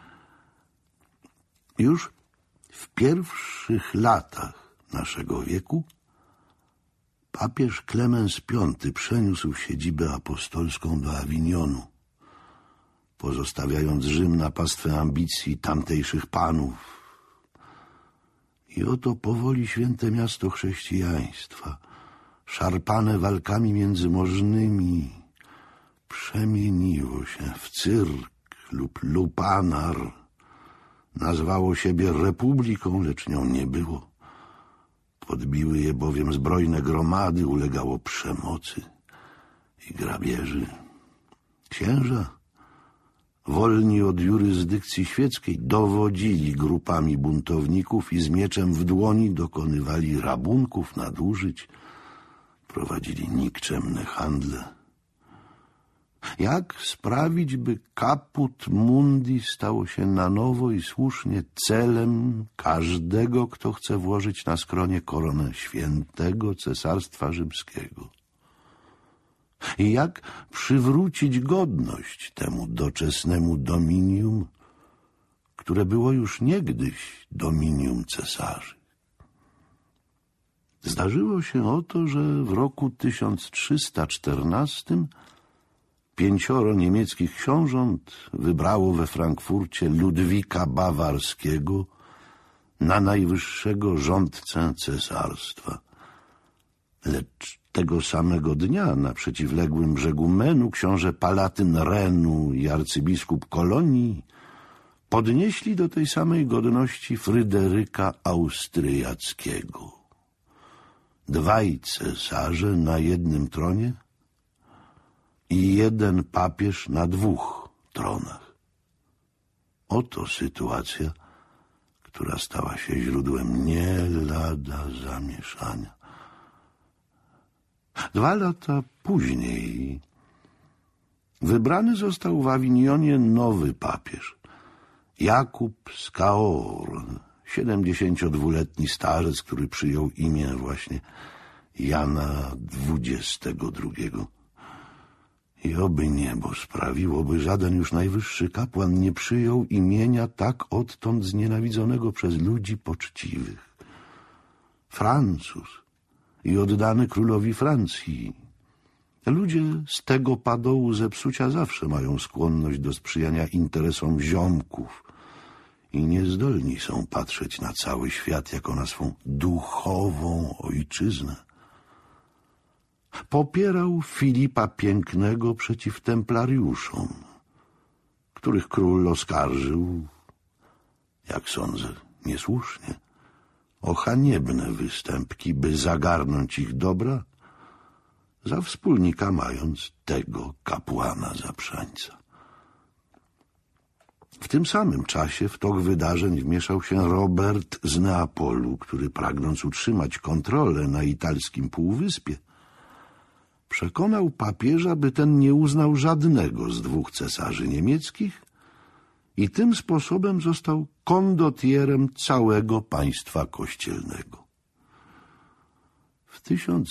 Już w pierwszych latach naszego wieku papież Klemens V przeniósł siedzibę apostolską do Awinionu, pozostawiając Rzym na pastwę ambicji tamtejszych panów. I oto powoli święte miasto chrześcijaństwa, szarpane walkami międzymożnymi, przemieniło się w cyrk lub lupanar. Nazwało siebie republiką, lecz nią nie było. Podbiły je bowiem zbrojne gromady, ulegało przemocy i grabieży. Księża, wolni od jurysdykcji świeckiej, dowodzili grupami buntowników i z mieczem w dłoni dokonywali rabunków, nadużyć, prowadzili nikczemne handle. Jak sprawić, by caput mundi stało się na nowo i słusznie celem każdego, kto chce włożyć na skronie koronę świętego Cesarstwa Rzymskiego? I jak przywrócić godność temu doczesnemu dominium, które było już niegdyś dominium cesarzy? Zdarzyło się oto, że w roku 1314 5 niemieckich książąt wybrało we Frankfurcie Ludwika Bawarskiego na najwyższego rządcę cesarstwa. Lecz tego samego dnia na przeciwległym brzegu Menu książę Palatyn Renu i arcybiskup Kolonii podnieśli do tej samej godności Fryderyka Austriackiego. 2 cesarze na jednym tronie i 1 papież na 2 tronach. Oto sytuacja, która stała się źródłem nie lada zamieszania. 2 lata później wybrany został w Awinionie nowy papież, Jakub z Kaor, 72-letni starzec, który przyjął imię właśnie Jana 22. I oby niebo sprawiło, by żaden już najwyższy kapłan nie przyjął imienia tak odtąd znienawidzonego przez ludzi poczciwych. Francuz i oddany królowi Francji. Ludzie z tego padołu zepsucia zawsze mają skłonność do sprzyjania interesom ziomków i niezdolni są patrzeć na cały świat jako na swą duchową ojczyznę. Popierał Filipa Pięknego przeciw templariuszom, których król oskarżył, jak sądzę, niesłusznie, o haniebne występki, by zagarnąć ich dobra, za wspólnika mając tego kapłana Zaprzańca. W tym samym czasie w tok wydarzeń wmieszał się Robert z Neapolu, który, pragnąc utrzymać kontrolę na italskim półwyspie, przekonał papieża, by ten nie uznał żadnego z dwóch cesarzy niemieckich i tym sposobem został kondotierem całego państwa kościelnego. W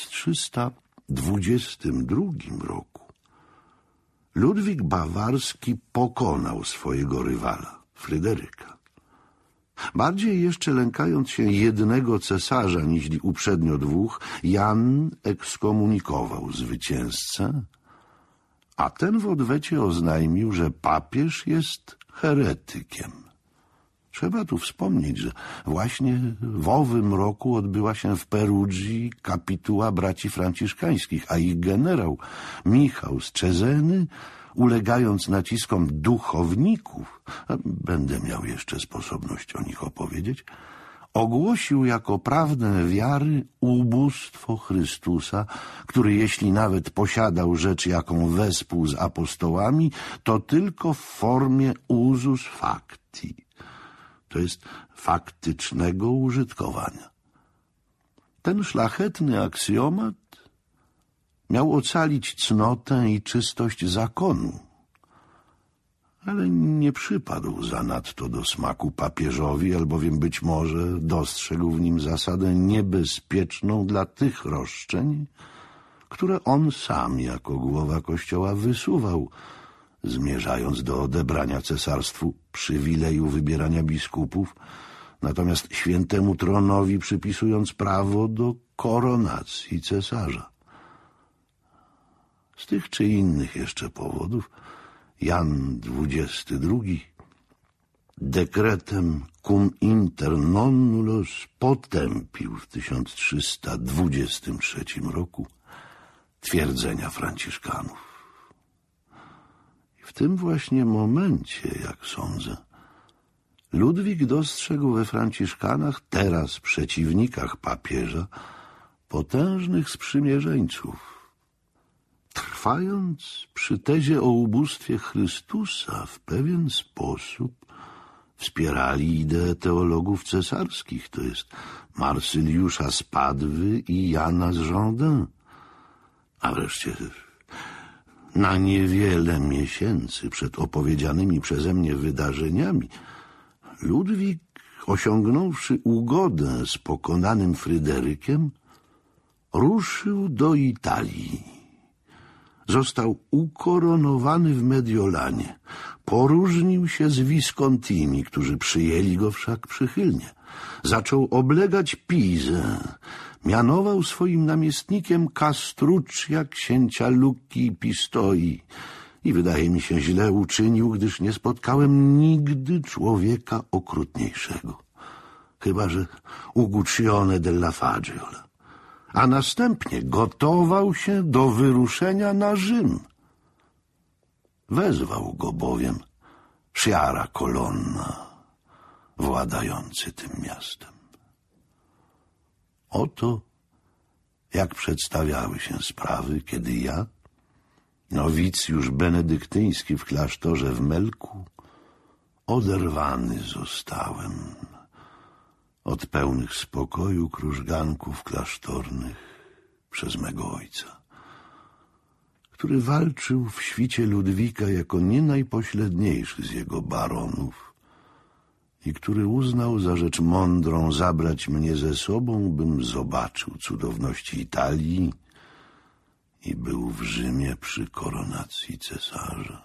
1322 roku Ludwik Bawarski pokonał swojego rywala, Fryderyka. Bardziej jeszcze lękając się jednego cesarza niźli uprzednio dwóch, Jan ekskomunikował zwycięzcę, a ten w odwecie oznajmił, że papież jest heretykiem. Trzeba tu wspomnieć, że właśnie w owym roku odbyła się w Perugii kapituła braci franciszkańskich, a ich generał Michał z Cezeny, ulegając naciskom duchowników, będę miał jeszcze sposobność o nich opowiedzieć, ogłosił jako prawdę wiary ubóstwo Chrystusa, który jeśli nawet posiadał rzecz jaką wespół z apostołami, to tylko w formie usus facti, to jest faktycznego użytkowania. Ten szlachetny aksjomat miał ocalić cnotę i czystość zakonu, ale nie przypadł zanadto do smaku papieżowi, albowiem być może dostrzegł w nim zasadę niebezpieczną dla tych roszczeń, które on sam jako głowa Kościoła wysuwał, zmierzając do odebrania cesarstwu przywileju wybierania biskupów, natomiast świętemu tronowi przypisując prawo do koronacji cesarza. Z tych czy innych jeszcze powodów Jan XXII dekretem cum inter nonnulos potępił w 1323 roku twierdzenia Franciszkanów. W tym właśnie momencie, jak sądzę, Ludwik dostrzegł we Franciszkanach, teraz przeciwnikach papieża, potężnych sprzymierzeńców. Trwając przy tezie o ubóstwie Chrystusa, w pewien sposób wspierali ideę teologów cesarskich, to jest Marsyliusza z Padwy i Jana z Jourdain. A wreszcie na niewiele miesięcy przed opowiedzianymi przeze mnie wydarzeniami Ludwik, osiągnąwszy ugodę z pokonanym Fryderykiem, ruszył do Italii. Został ukoronowany w Mediolanie. Poróżnił się z Viscontimi, którzy przyjęli go wszak przychylnie. Zaczął oblegać Pizę. Mianował swoim namiestnikiem Castruccia, księcia Lucchi i Pistoi. I wydaje mi się, źle uczynił, gdyż nie spotkałem nigdy człowieka okrutniejszego. Chyba że Uguccione della Fagiola. A następnie gotował się do wyruszenia na Rzym. Wezwał go bowiem Sciarra Colonna, władający tym miastem. Oto jak przedstawiały się sprawy, kiedy ja, nowicjusz benedyktyński w klasztorze w Melku, oderwany zostałem od pełnych spokoju krużganków klasztornych przez mego ojca, który walczył w świcie Ludwika jako nie najpośledniejszy z jego baronów i który uznał za rzecz mądrą zabrać mnie ze sobą, bym zobaczył cudowności Italii i był w Rzymie przy koronacji cesarza.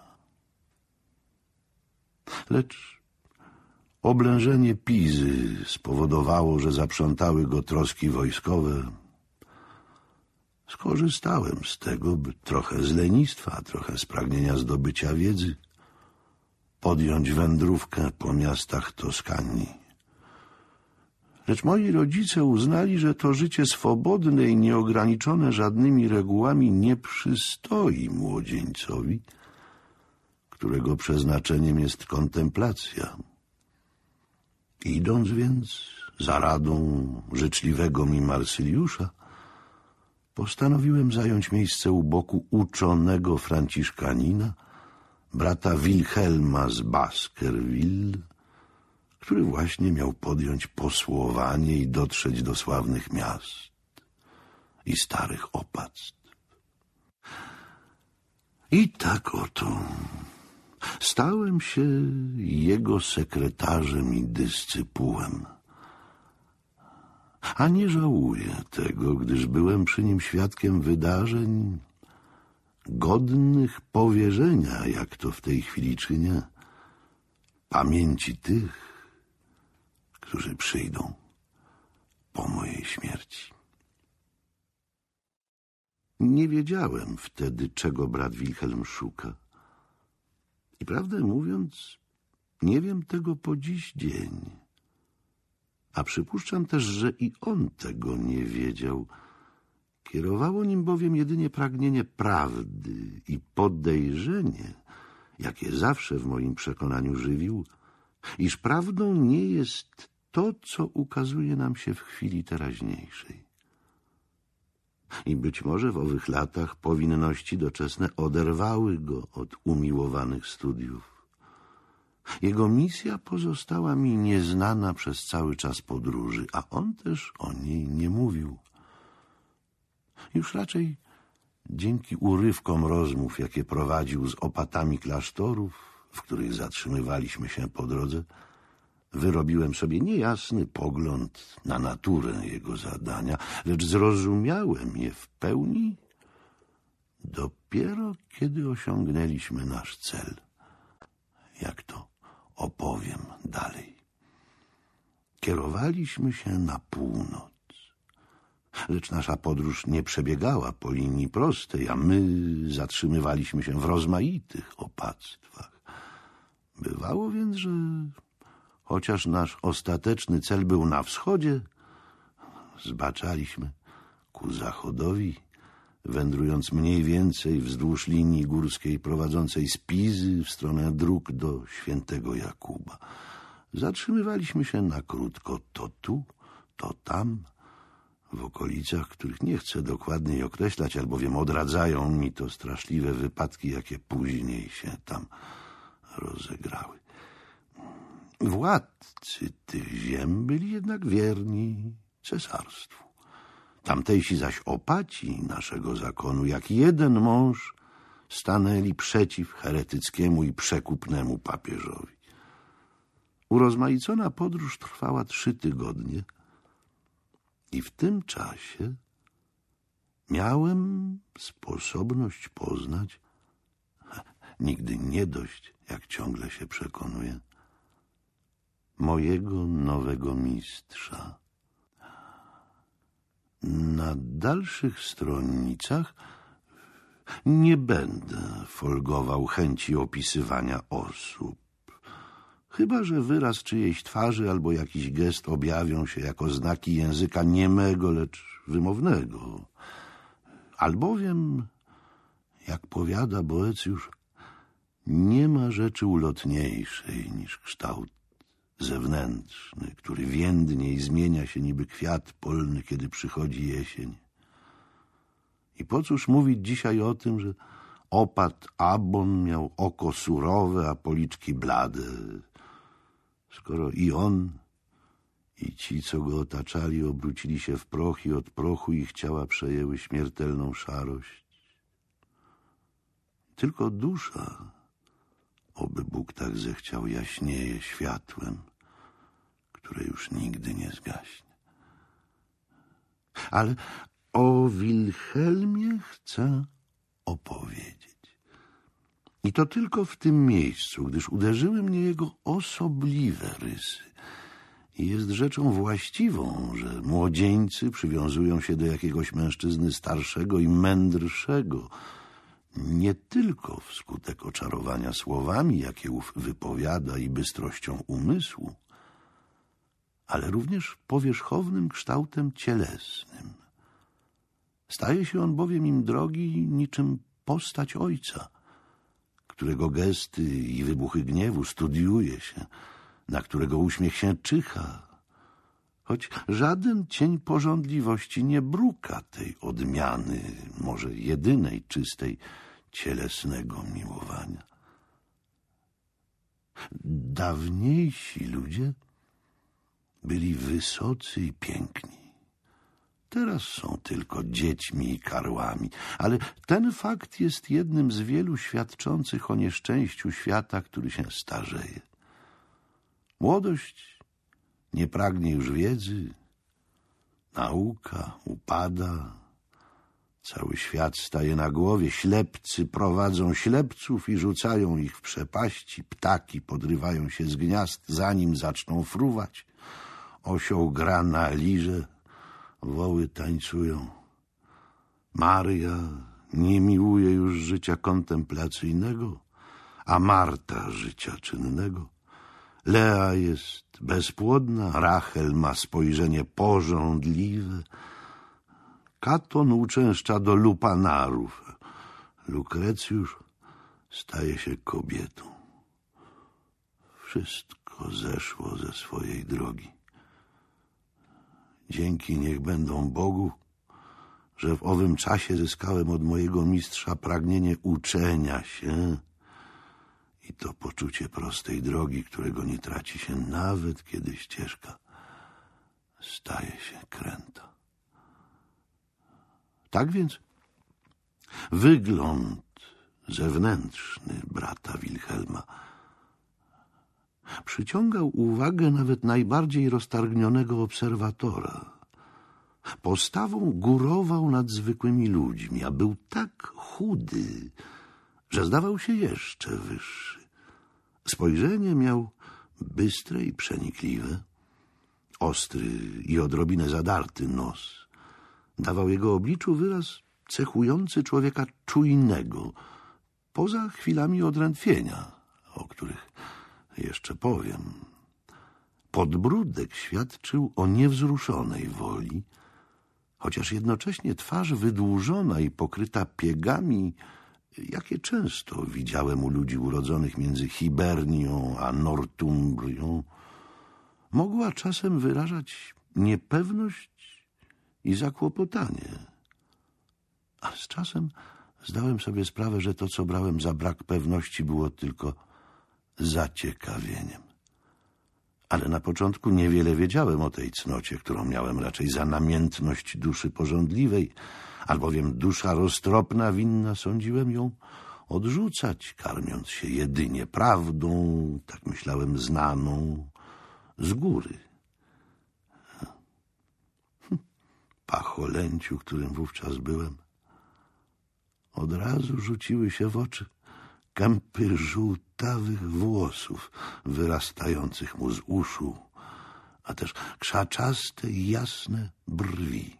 Lecz oblężenie Pizy spowodowało, że zaprzątały go troski wojskowe. Skorzystałem z tego, by trochę z lenistwa, trochę z pragnienia zdobycia wiedzy podjąć wędrówkę po miastach Toskanii. Lecz moi rodzice uznali, że to życie swobodne i nieograniczone żadnymi regułami nie przystoi młodzieńcowi, którego przeznaczeniem jest kontemplacja. Idąc więc za radą życzliwego mi Marsyliusza, postanowiłem zająć miejsce u boku uczonego franciszkanina, brata Wilhelma z Baskerville, który właśnie miał podjąć posłowanie i dotrzeć do sławnych miast i starych opactw. I tak oto stałem się jego sekretarzem i dyscypułem. A nie żałuję tego, gdyż byłem przy nim świadkiem wydarzeń godnych powierzenia, jak to w tej chwili czynię, pamięci tych, którzy przyjdą po mojej śmierci. Nie wiedziałem wtedy, czego brat Wilhelm szuka. I prawdę mówiąc, nie wiem tego po dziś dzień. A przypuszczam też, że i on tego nie wiedział. Kierowało nim bowiem jedynie pragnienie prawdy i podejrzenie, jakie zawsze w moim przekonaniu żywił, iż prawdą nie jest to, co ukazuje nam się w chwili teraźniejszej. I być może w owych latach powinności doczesne oderwały go od umiłowanych studiów. Jego misja pozostała mi nieznana przez cały czas podróży, a on też o niej nie mówił. Już raczej dzięki urywkom rozmów, jakie prowadził z opatami klasztorów, w których zatrzymywaliśmy się po drodze, wyrobiłem sobie niejasny pogląd na naturę jego zadania, lecz zrozumiałem je w pełni dopiero kiedy osiągnęliśmy nasz cel. Jak to opowiem dalej. Kierowaliśmy się na północ, lecz nasza podróż nie przebiegała po linii prostej, a my zatrzymywaliśmy się w rozmaitych opactwach. Bywało więc, że chociaż nasz ostateczny cel był na wschodzie, zbaczaliśmy ku zachodowi, wędrując mniej więcej wzdłuż linii górskiej prowadzącej z Pizy w stronę dróg do Świętego Jakuba. Zatrzymywaliśmy się na krótko to tu, to tam, w okolicach, których nie chcę dokładniej określać, albowiem odradzają mi to straszliwe wypadki, jakie później się tam rozegrały. Władcy tych ziem byli jednak wierni cesarstwu. Tamtejsi zaś opaci naszego zakonu, jak jeden mąż, stanęli przeciw heretyckiemu i przekupnemu papieżowi. Urozmaicona podróż trwała 3 tygodnie i w tym czasie miałem sposobność poznać, nigdy nie dość, jak ciągle się przekonuję, mojego nowego mistrza. Na dalszych stronnicach nie będę folgował chęci opisywania osób, chyba że wyraz czyjejś twarzy albo jakiś gest objawią się jako znaki języka niemego, lecz wymownego. Albowiem, jak powiada Boecjusz, nie ma rzeczy ulotniejszej niż kształt zewnętrzny, który więdnie i zmienia się niby kwiat polny, kiedy przychodzi jesień. I po cóż mówić dzisiaj o tym, że opat Abon miał oko surowe, a policzki blade, skoro i on, i ci, co go otaczali, obrócili się w proch i od prochu ich ciała przejęły śmiertelną szarość. Tylko dusza, oby Bóg tak zechciał, jaśnieje światłem, które już nigdy nie zgaśnie. Ale o Wilhelmie chcę opowiedzieć. I to tylko w tym miejscu, gdyż uderzyły mnie jego osobliwe rysy. I jest rzeczą właściwą, że młodzieńcy przywiązują się do jakiegoś mężczyzny starszego i mędrszego, nie tylko wskutek oczarowania słowami, jakie ów wypowiada, i bystrością umysłu, ale również powierzchownym kształtem cielesnym. Staje się on bowiem im drogi niczym postać ojca, którego gesty i wybuchy gniewu studiuje się, na którego uśmiech się czyha, choć żaden cień pożądliwości nie bruka tej odmiany, może jedynej czystej, cielesnego miłowania. Dawniejsi ludzie byli wysocy i piękni. Teraz są tylko dziećmi i karłami, ale ten fakt jest jednym z wielu świadczących o nieszczęściu świata, który się starzeje. Młodość nie pragnie już wiedzy, nauka upada, cały świat staje na głowie, ślepcy prowadzą ślepców i rzucają ich w przepaści, ptaki podrywają się z gniazd, zanim zaczną fruwać, osioł gra na lirze, woły tańcują. Maria nie miłuje już życia kontemplacyjnego, a Marta życia czynnego. Lea jest bezpłodna, Rachel ma spojrzenie pożądliwe, Katon uczęszcza do lupanarów, Lukrecjusz staje się kobietą. Wszystko zeszło ze swojej drogi. Dzięki niech będą Bogu, że w owym czasie zyskałem od mojego mistrza pragnienie uczenia się i to poczucie prostej drogi, którego nie traci się nawet, kiedy ścieżka staje się kręta. Tak więc wygląd zewnętrzny brata Wilhelma przyciągał uwagę nawet najbardziej roztargnionego obserwatora. Postawą górował nad zwykłymi ludźmi, a był tak chudy, że zdawał się jeszcze wyższy. Spojrzenie miał bystre i przenikliwe, ostry i odrobinę zadarty nos dawał jego obliczu wyraz cechujący człowieka czujnego, poza chwilami odrętwienia, o których jeszcze powiem. Podbródek świadczył o niewzruszonej woli, chociaż jednocześnie twarz wydłużona i pokryta piegami, jakie często widziałem u ludzi urodzonych między Hibernią a Northumbrią, mogła czasem wyrażać niepewność i zakłopotanie. A z czasem zdałem sobie sprawę, że to, co brałem za brak pewności, było tylko zaciekawieniem. Ale na początku niewiele wiedziałem o tej cnocie, którą miałem raczej za namiętność duszy pożądliwej, albowiem dusza roztropna winna, sądziłem, ją odrzucać, karmiąc się jedynie prawdą, tak myślałem, znaną z góry. Pacholęciu, którym wówczas byłem, od razu rzuciły się w oczy kępy żółtawych włosów wyrastających mu z uszu, a też krzaczaste i jasne brwi.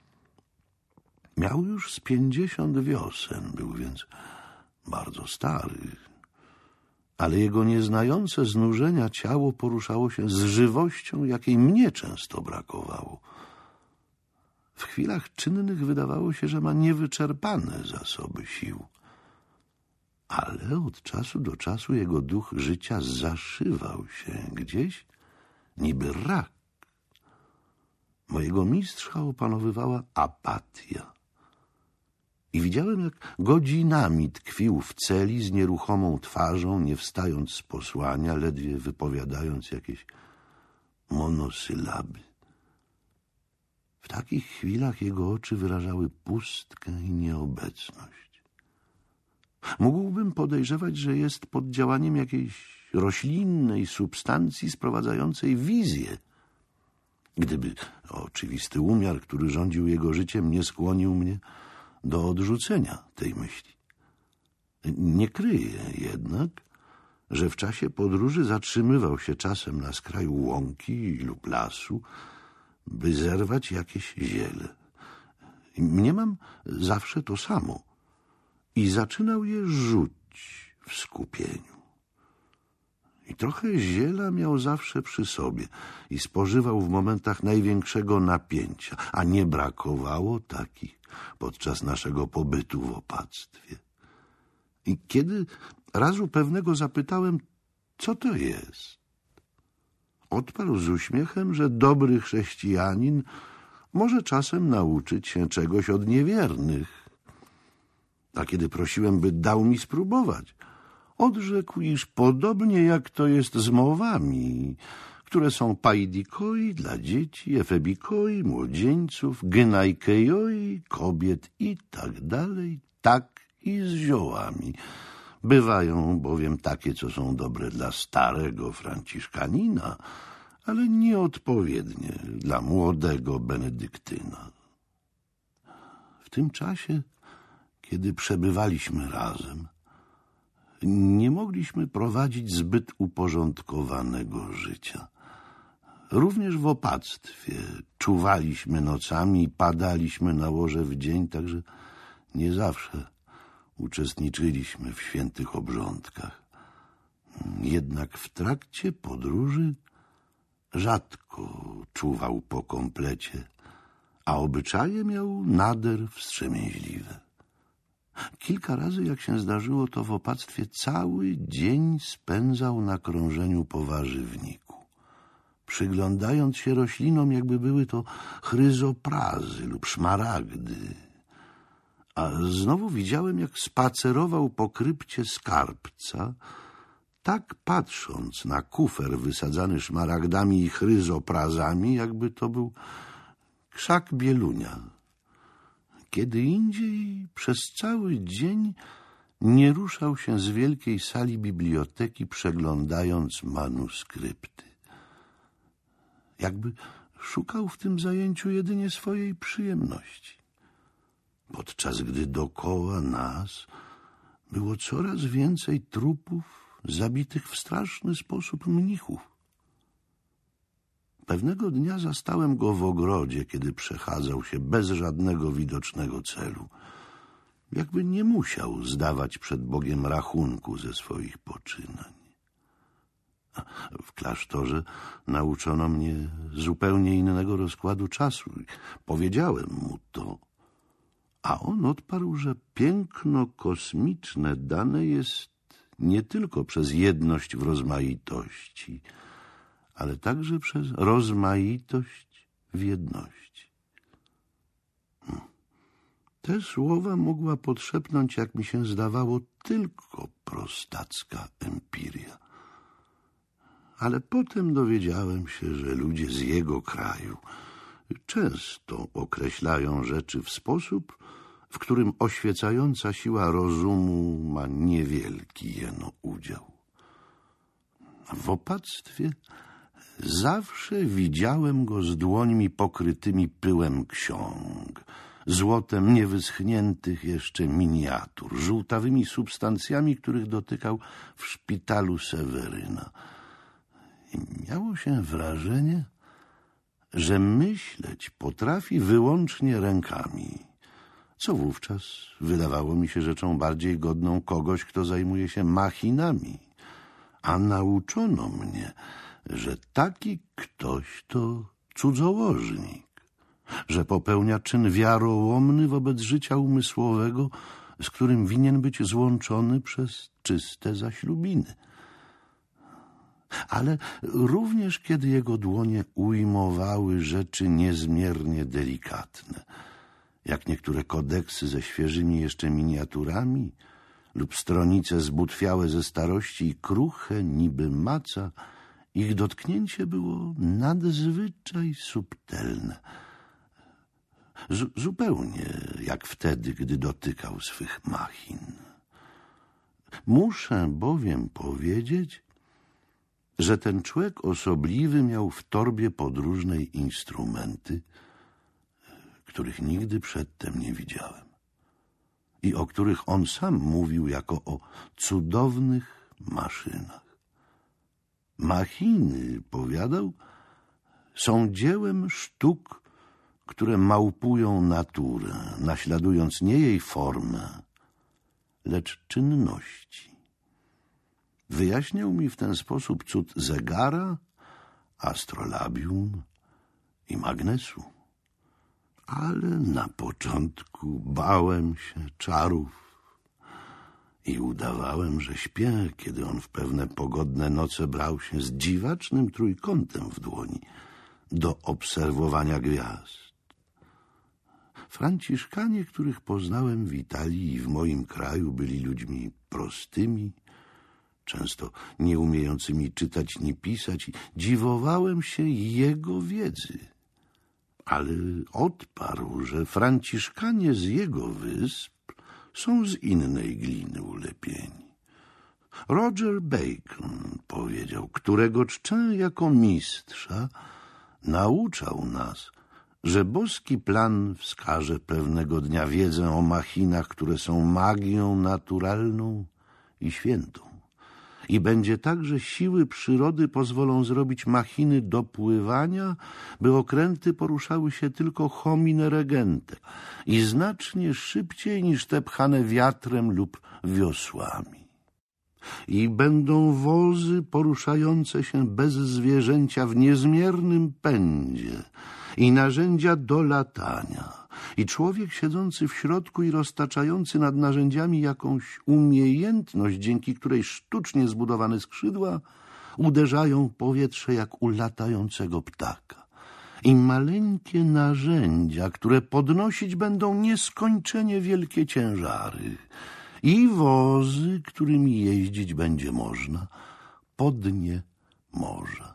Miał już z 50 wiosen, był więc bardzo stary, ale jego nieznające znużenia ciało poruszało się z żywością, jakiej mnie często brakowało. W chwilach czynnych wydawało się, że ma niewyczerpane zasoby sił. Ale od czasu do czasu jego duch życia zaszywał się gdzieś, niby rak. Mojego mistrza opanowywała apatia. I widziałem, jak godzinami tkwił w celi z nieruchomą twarzą, nie wstając z posłania, ledwie wypowiadając jakieś monosylaby. W takich chwilach jego oczy wyrażały pustkę i nieobecność. Mógłbym podejrzewać, że jest pod działaniem jakiejś roślinnej substancji sprowadzającej wizję, gdyby oczywisty umiar, który rządził jego życiem, nie skłonił mnie do odrzucenia tej myśli. Nie kryję jednak, że w czasie podróży zatrzymywał się czasem na skraju łąki lub lasu, by zerwać jakieś ziele. Mniemam zawsze to samo. i zaczynał je rzuć w skupieniu. I trochę ziela miał zawsze przy sobie i spożywał w momentach największego napięcia, a nie brakowało takich podczas naszego pobytu w opactwie. I kiedy razu pewnego zapytałem, co to jest, odparł z uśmiechem, że dobry chrześcijanin może czasem nauczyć się czegoś od niewiernych. A kiedy prosiłem, by dał mi spróbować, odrzekł, iż podobnie jak to jest z mowami, które są paidikoi dla dzieci, efebikoi, młodzieńców, gynajkejoi, kobiet i tak dalej, tak i z ziołami. Bywają bowiem takie, co są dobre dla starego franciszkanina, ale nieodpowiednie dla młodego benedyktyna. W tym czasie, kiedy przebywaliśmy razem, nie mogliśmy prowadzić zbyt uporządkowanego życia. Również w opactwie czuwaliśmy nocami i padaliśmy na łoże w dzień, także nie zawsze uczestniczyliśmy w świętych obrządkach. Jednak w trakcie podróży rzadko czuwał po komplecie, a obyczaje miał nader wstrzemięźliwe. Kilka razy, jak się zdarzyło to w opactwie, cały dzień spędzał na krążeniu po warzywniku, przyglądając się roślinom, jakby były to chryzoprazy lub szmaragdy. A znowu widziałem, jak spacerował po krypcie skarbca, tak patrząc na kufer wysadzany szmaragdami i chryzoprazami, jakby to był krzak bielunia. Kiedy indziej przez cały dzień nie ruszał się z wielkiej sali biblioteki, przeglądając manuskrypty. Jakby szukał w tym zajęciu jedynie swojej przyjemności. Podczas gdy dokoła nas było coraz więcej trupów zabitych w straszny sposób mnichów. Pewnego dnia zastałem go w ogrodzie, kiedy przechadzał się bez żadnego widocznego celu. Jakby nie musiał zdawać przed Bogiem rachunku ze swoich poczynań. W klasztorze nauczono mnie zupełnie innego rozkładu czasu. Powiedziałem mu to, a on odparł, że piękno kosmiczne dane jest nie tylko przez jedność w rozmaitości, ale także przez rozmaitość w jedności. Te słowa mogła podszepnąć, jak mi się zdawało, tylko prostacka empiria. Ale potem dowiedziałem się, że ludzie z jego kraju często określają rzeczy w sposób, w którym oświecająca siła rozumu ma niewielki jeno udział. W opactwie zawsze widziałem go z dłońmi pokrytymi pyłem ksiąg, złotem niewyschniętych jeszcze miniatur, żółtawymi substancjami, których dotykał w szpitalu Seweryna. I miało się wrażenie, że myśleć potrafi wyłącznie rękami, co wówczas wydawało mi się rzeczą bardziej godną kogoś, kto zajmuje się machinami. A nauczono mnie, że taki ktoś to cudzołożnik, że popełnia czyn wiarołomny wobec życia umysłowego, z którym winien być złączony przez czyste zaślubiny. Ale również kiedy jego dłonie ujmowały rzeczy niezmiernie delikatne, jak niektóre kodeksy ze świeżymi jeszcze miniaturami lub stronice zbutwiałe ze starości i kruche niby maca, ich dotknięcie było nadzwyczaj subtelne. Zupełnie jak wtedy, gdy dotykał swych machin. Muszę bowiem powiedzieć, że ten człowiek osobliwy miał w torbie podróżnej instrumenty, których nigdy przedtem nie widziałem i o których on sam mówił jako o cudownych maszynach. Machiny, powiadał, są dziełem sztuk, które małpują naturę, naśladując nie jej formę, lecz czynności. Wyjaśniał mi w ten sposób cud zegara, astrolabium i magnesu. Ale na początku bałem się czarów i udawałem, że śpię, kiedy on w pewne pogodne noce brał się z dziwacznym trójkątem w dłoni do obserwowania gwiazd. Franciszkanie, których poznałem w Italii i w moim kraju, byli ludźmi prostymi, często nie umiejącymi czytać ni pisać, i dziwowałem się jego wiedzy. Ale odparł, że Franciszkanie z jego wysp są z innej gliny ulepieni. Roger Bacon, powiedział, którego czczę jako mistrza, nauczał nas, że boski plan wskaże pewnego dnia wiedzę o machinach, które są magią naturalną i świętą. I będzie tak, że siły przyrody pozwolą zrobić machiny do pływania, by okręty poruszały się tylko homine regente i znacznie szybciej niż te pchane wiatrem lub wiosłami. I będą wozy poruszające się bez zwierzęcia w niezmiernym pędzie i narzędzia do latania. I człowiek siedzący w środku i roztaczający nad narzędziami jakąś umiejętność, dzięki której sztucznie zbudowane skrzydła uderzają powietrze jak u latającego ptaka. I maleńkie narzędzia, które podnosić będą nieskończenie wielkie ciężary. I wozy, którymi jeździć będzie można po dnie morza.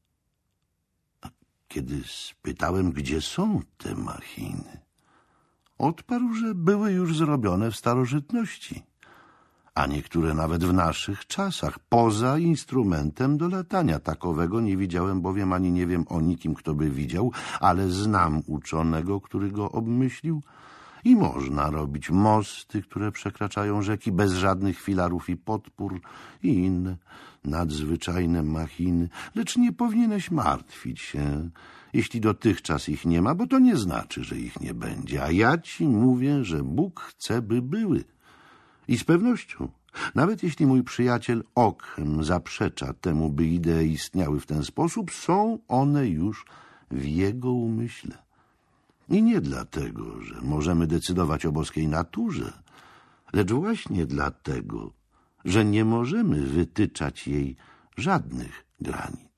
Kiedy spytałem, gdzie są te machiny, odparł, że były już zrobione w starożytności, a niektóre nawet w naszych czasach, poza instrumentem do latania. Takowego nie widziałem bowiem, ani nie wiem o nikim, kto by widział, ale znam uczonego, który go obmyślił. I można robić mosty, które przekraczają rzeki bez żadnych filarów i podpór i inne nadzwyczajne machiny. Lecz nie powinieneś martwić się, jeśli dotychczas ich nie ma, bo to nie znaczy, że ich nie będzie. A ja ci mówię, że Bóg chce, by były. I z pewnością, nawet jeśli mój przyjaciel Ockham zaprzecza temu, by idee istniały w ten sposób, są one już w jego umyśle. I nie dlatego, że możemy decydować o boskiej naturze, lecz właśnie dlatego, że nie możemy wytyczać jej żadnych granic.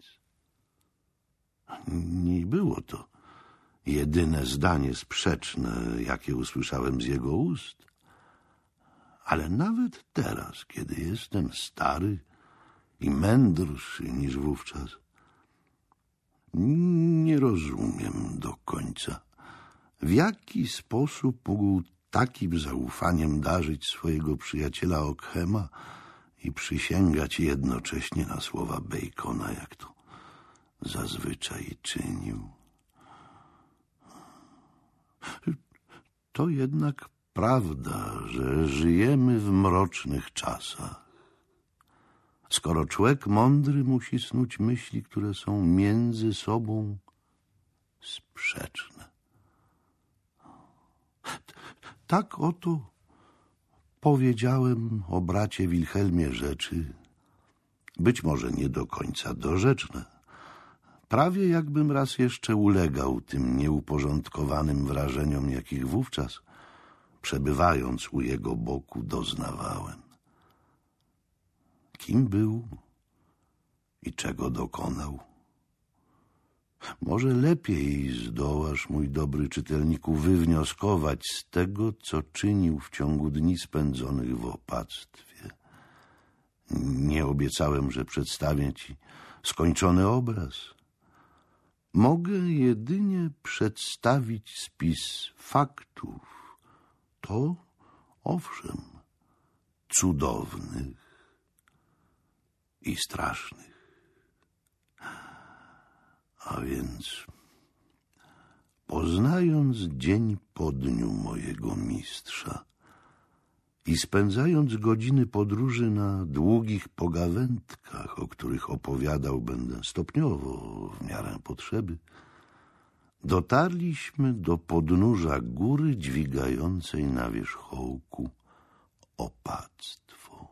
Nie było to jedyne zdanie sprzeczne, jakie usłyszałem z jego ust. Ale nawet teraz, kiedy jestem stary i mędrszy niż wówczas, nie rozumiem do końca, w jaki sposób mógł takim zaufaniem darzyć swojego przyjaciela Ockhama i przysięgać jednocześnie na słowa Bacona, jak to zazwyczaj czynił. To jednak prawda, że żyjemy w mrocznych czasach. Skoro człowiek mądry musi snuć myśli, które są między sobą sprzeczne. Tak oto powiedziałem o bracie Wilhelmie rzeczy, być może nie do końca dorzeczne. Prawie jakbym raz jeszcze ulegał tym nieuporządkowanym wrażeniom, jakich wówczas, przebywając u jego boku, doznawałem. Kim był i czego dokonał? Może lepiej zdołasz, mój dobry czytelniku, wywnioskować z tego, co czynił w ciągu dni spędzonych w opactwie. Nie obiecałem, że przedstawię ci skończony obraz. Mogę jedynie przedstawić spis faktów. To, owszem, cudownych i strasznych. A więc, poznając dzień po dniu mojego mistrza i spędzając godziny podróży na długich pogawędkach, o których opowiadał będę stopniowo w miarę potrzeby, dotarliśmy do podnóża góry dźwigającej na wierzchołku opactwo.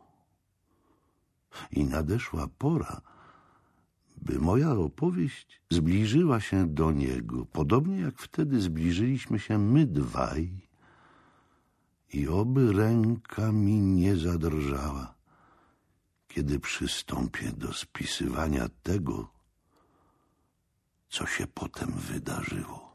I nadeszła pora, by moja opowieść zbliżyła się do niego, podobnie jak wtedy zbliżyliśmy się my dwaj, i oby ręka mi nie zadrżała, kiedy przystąpię do spisywania tego, co się potem wydarzyło.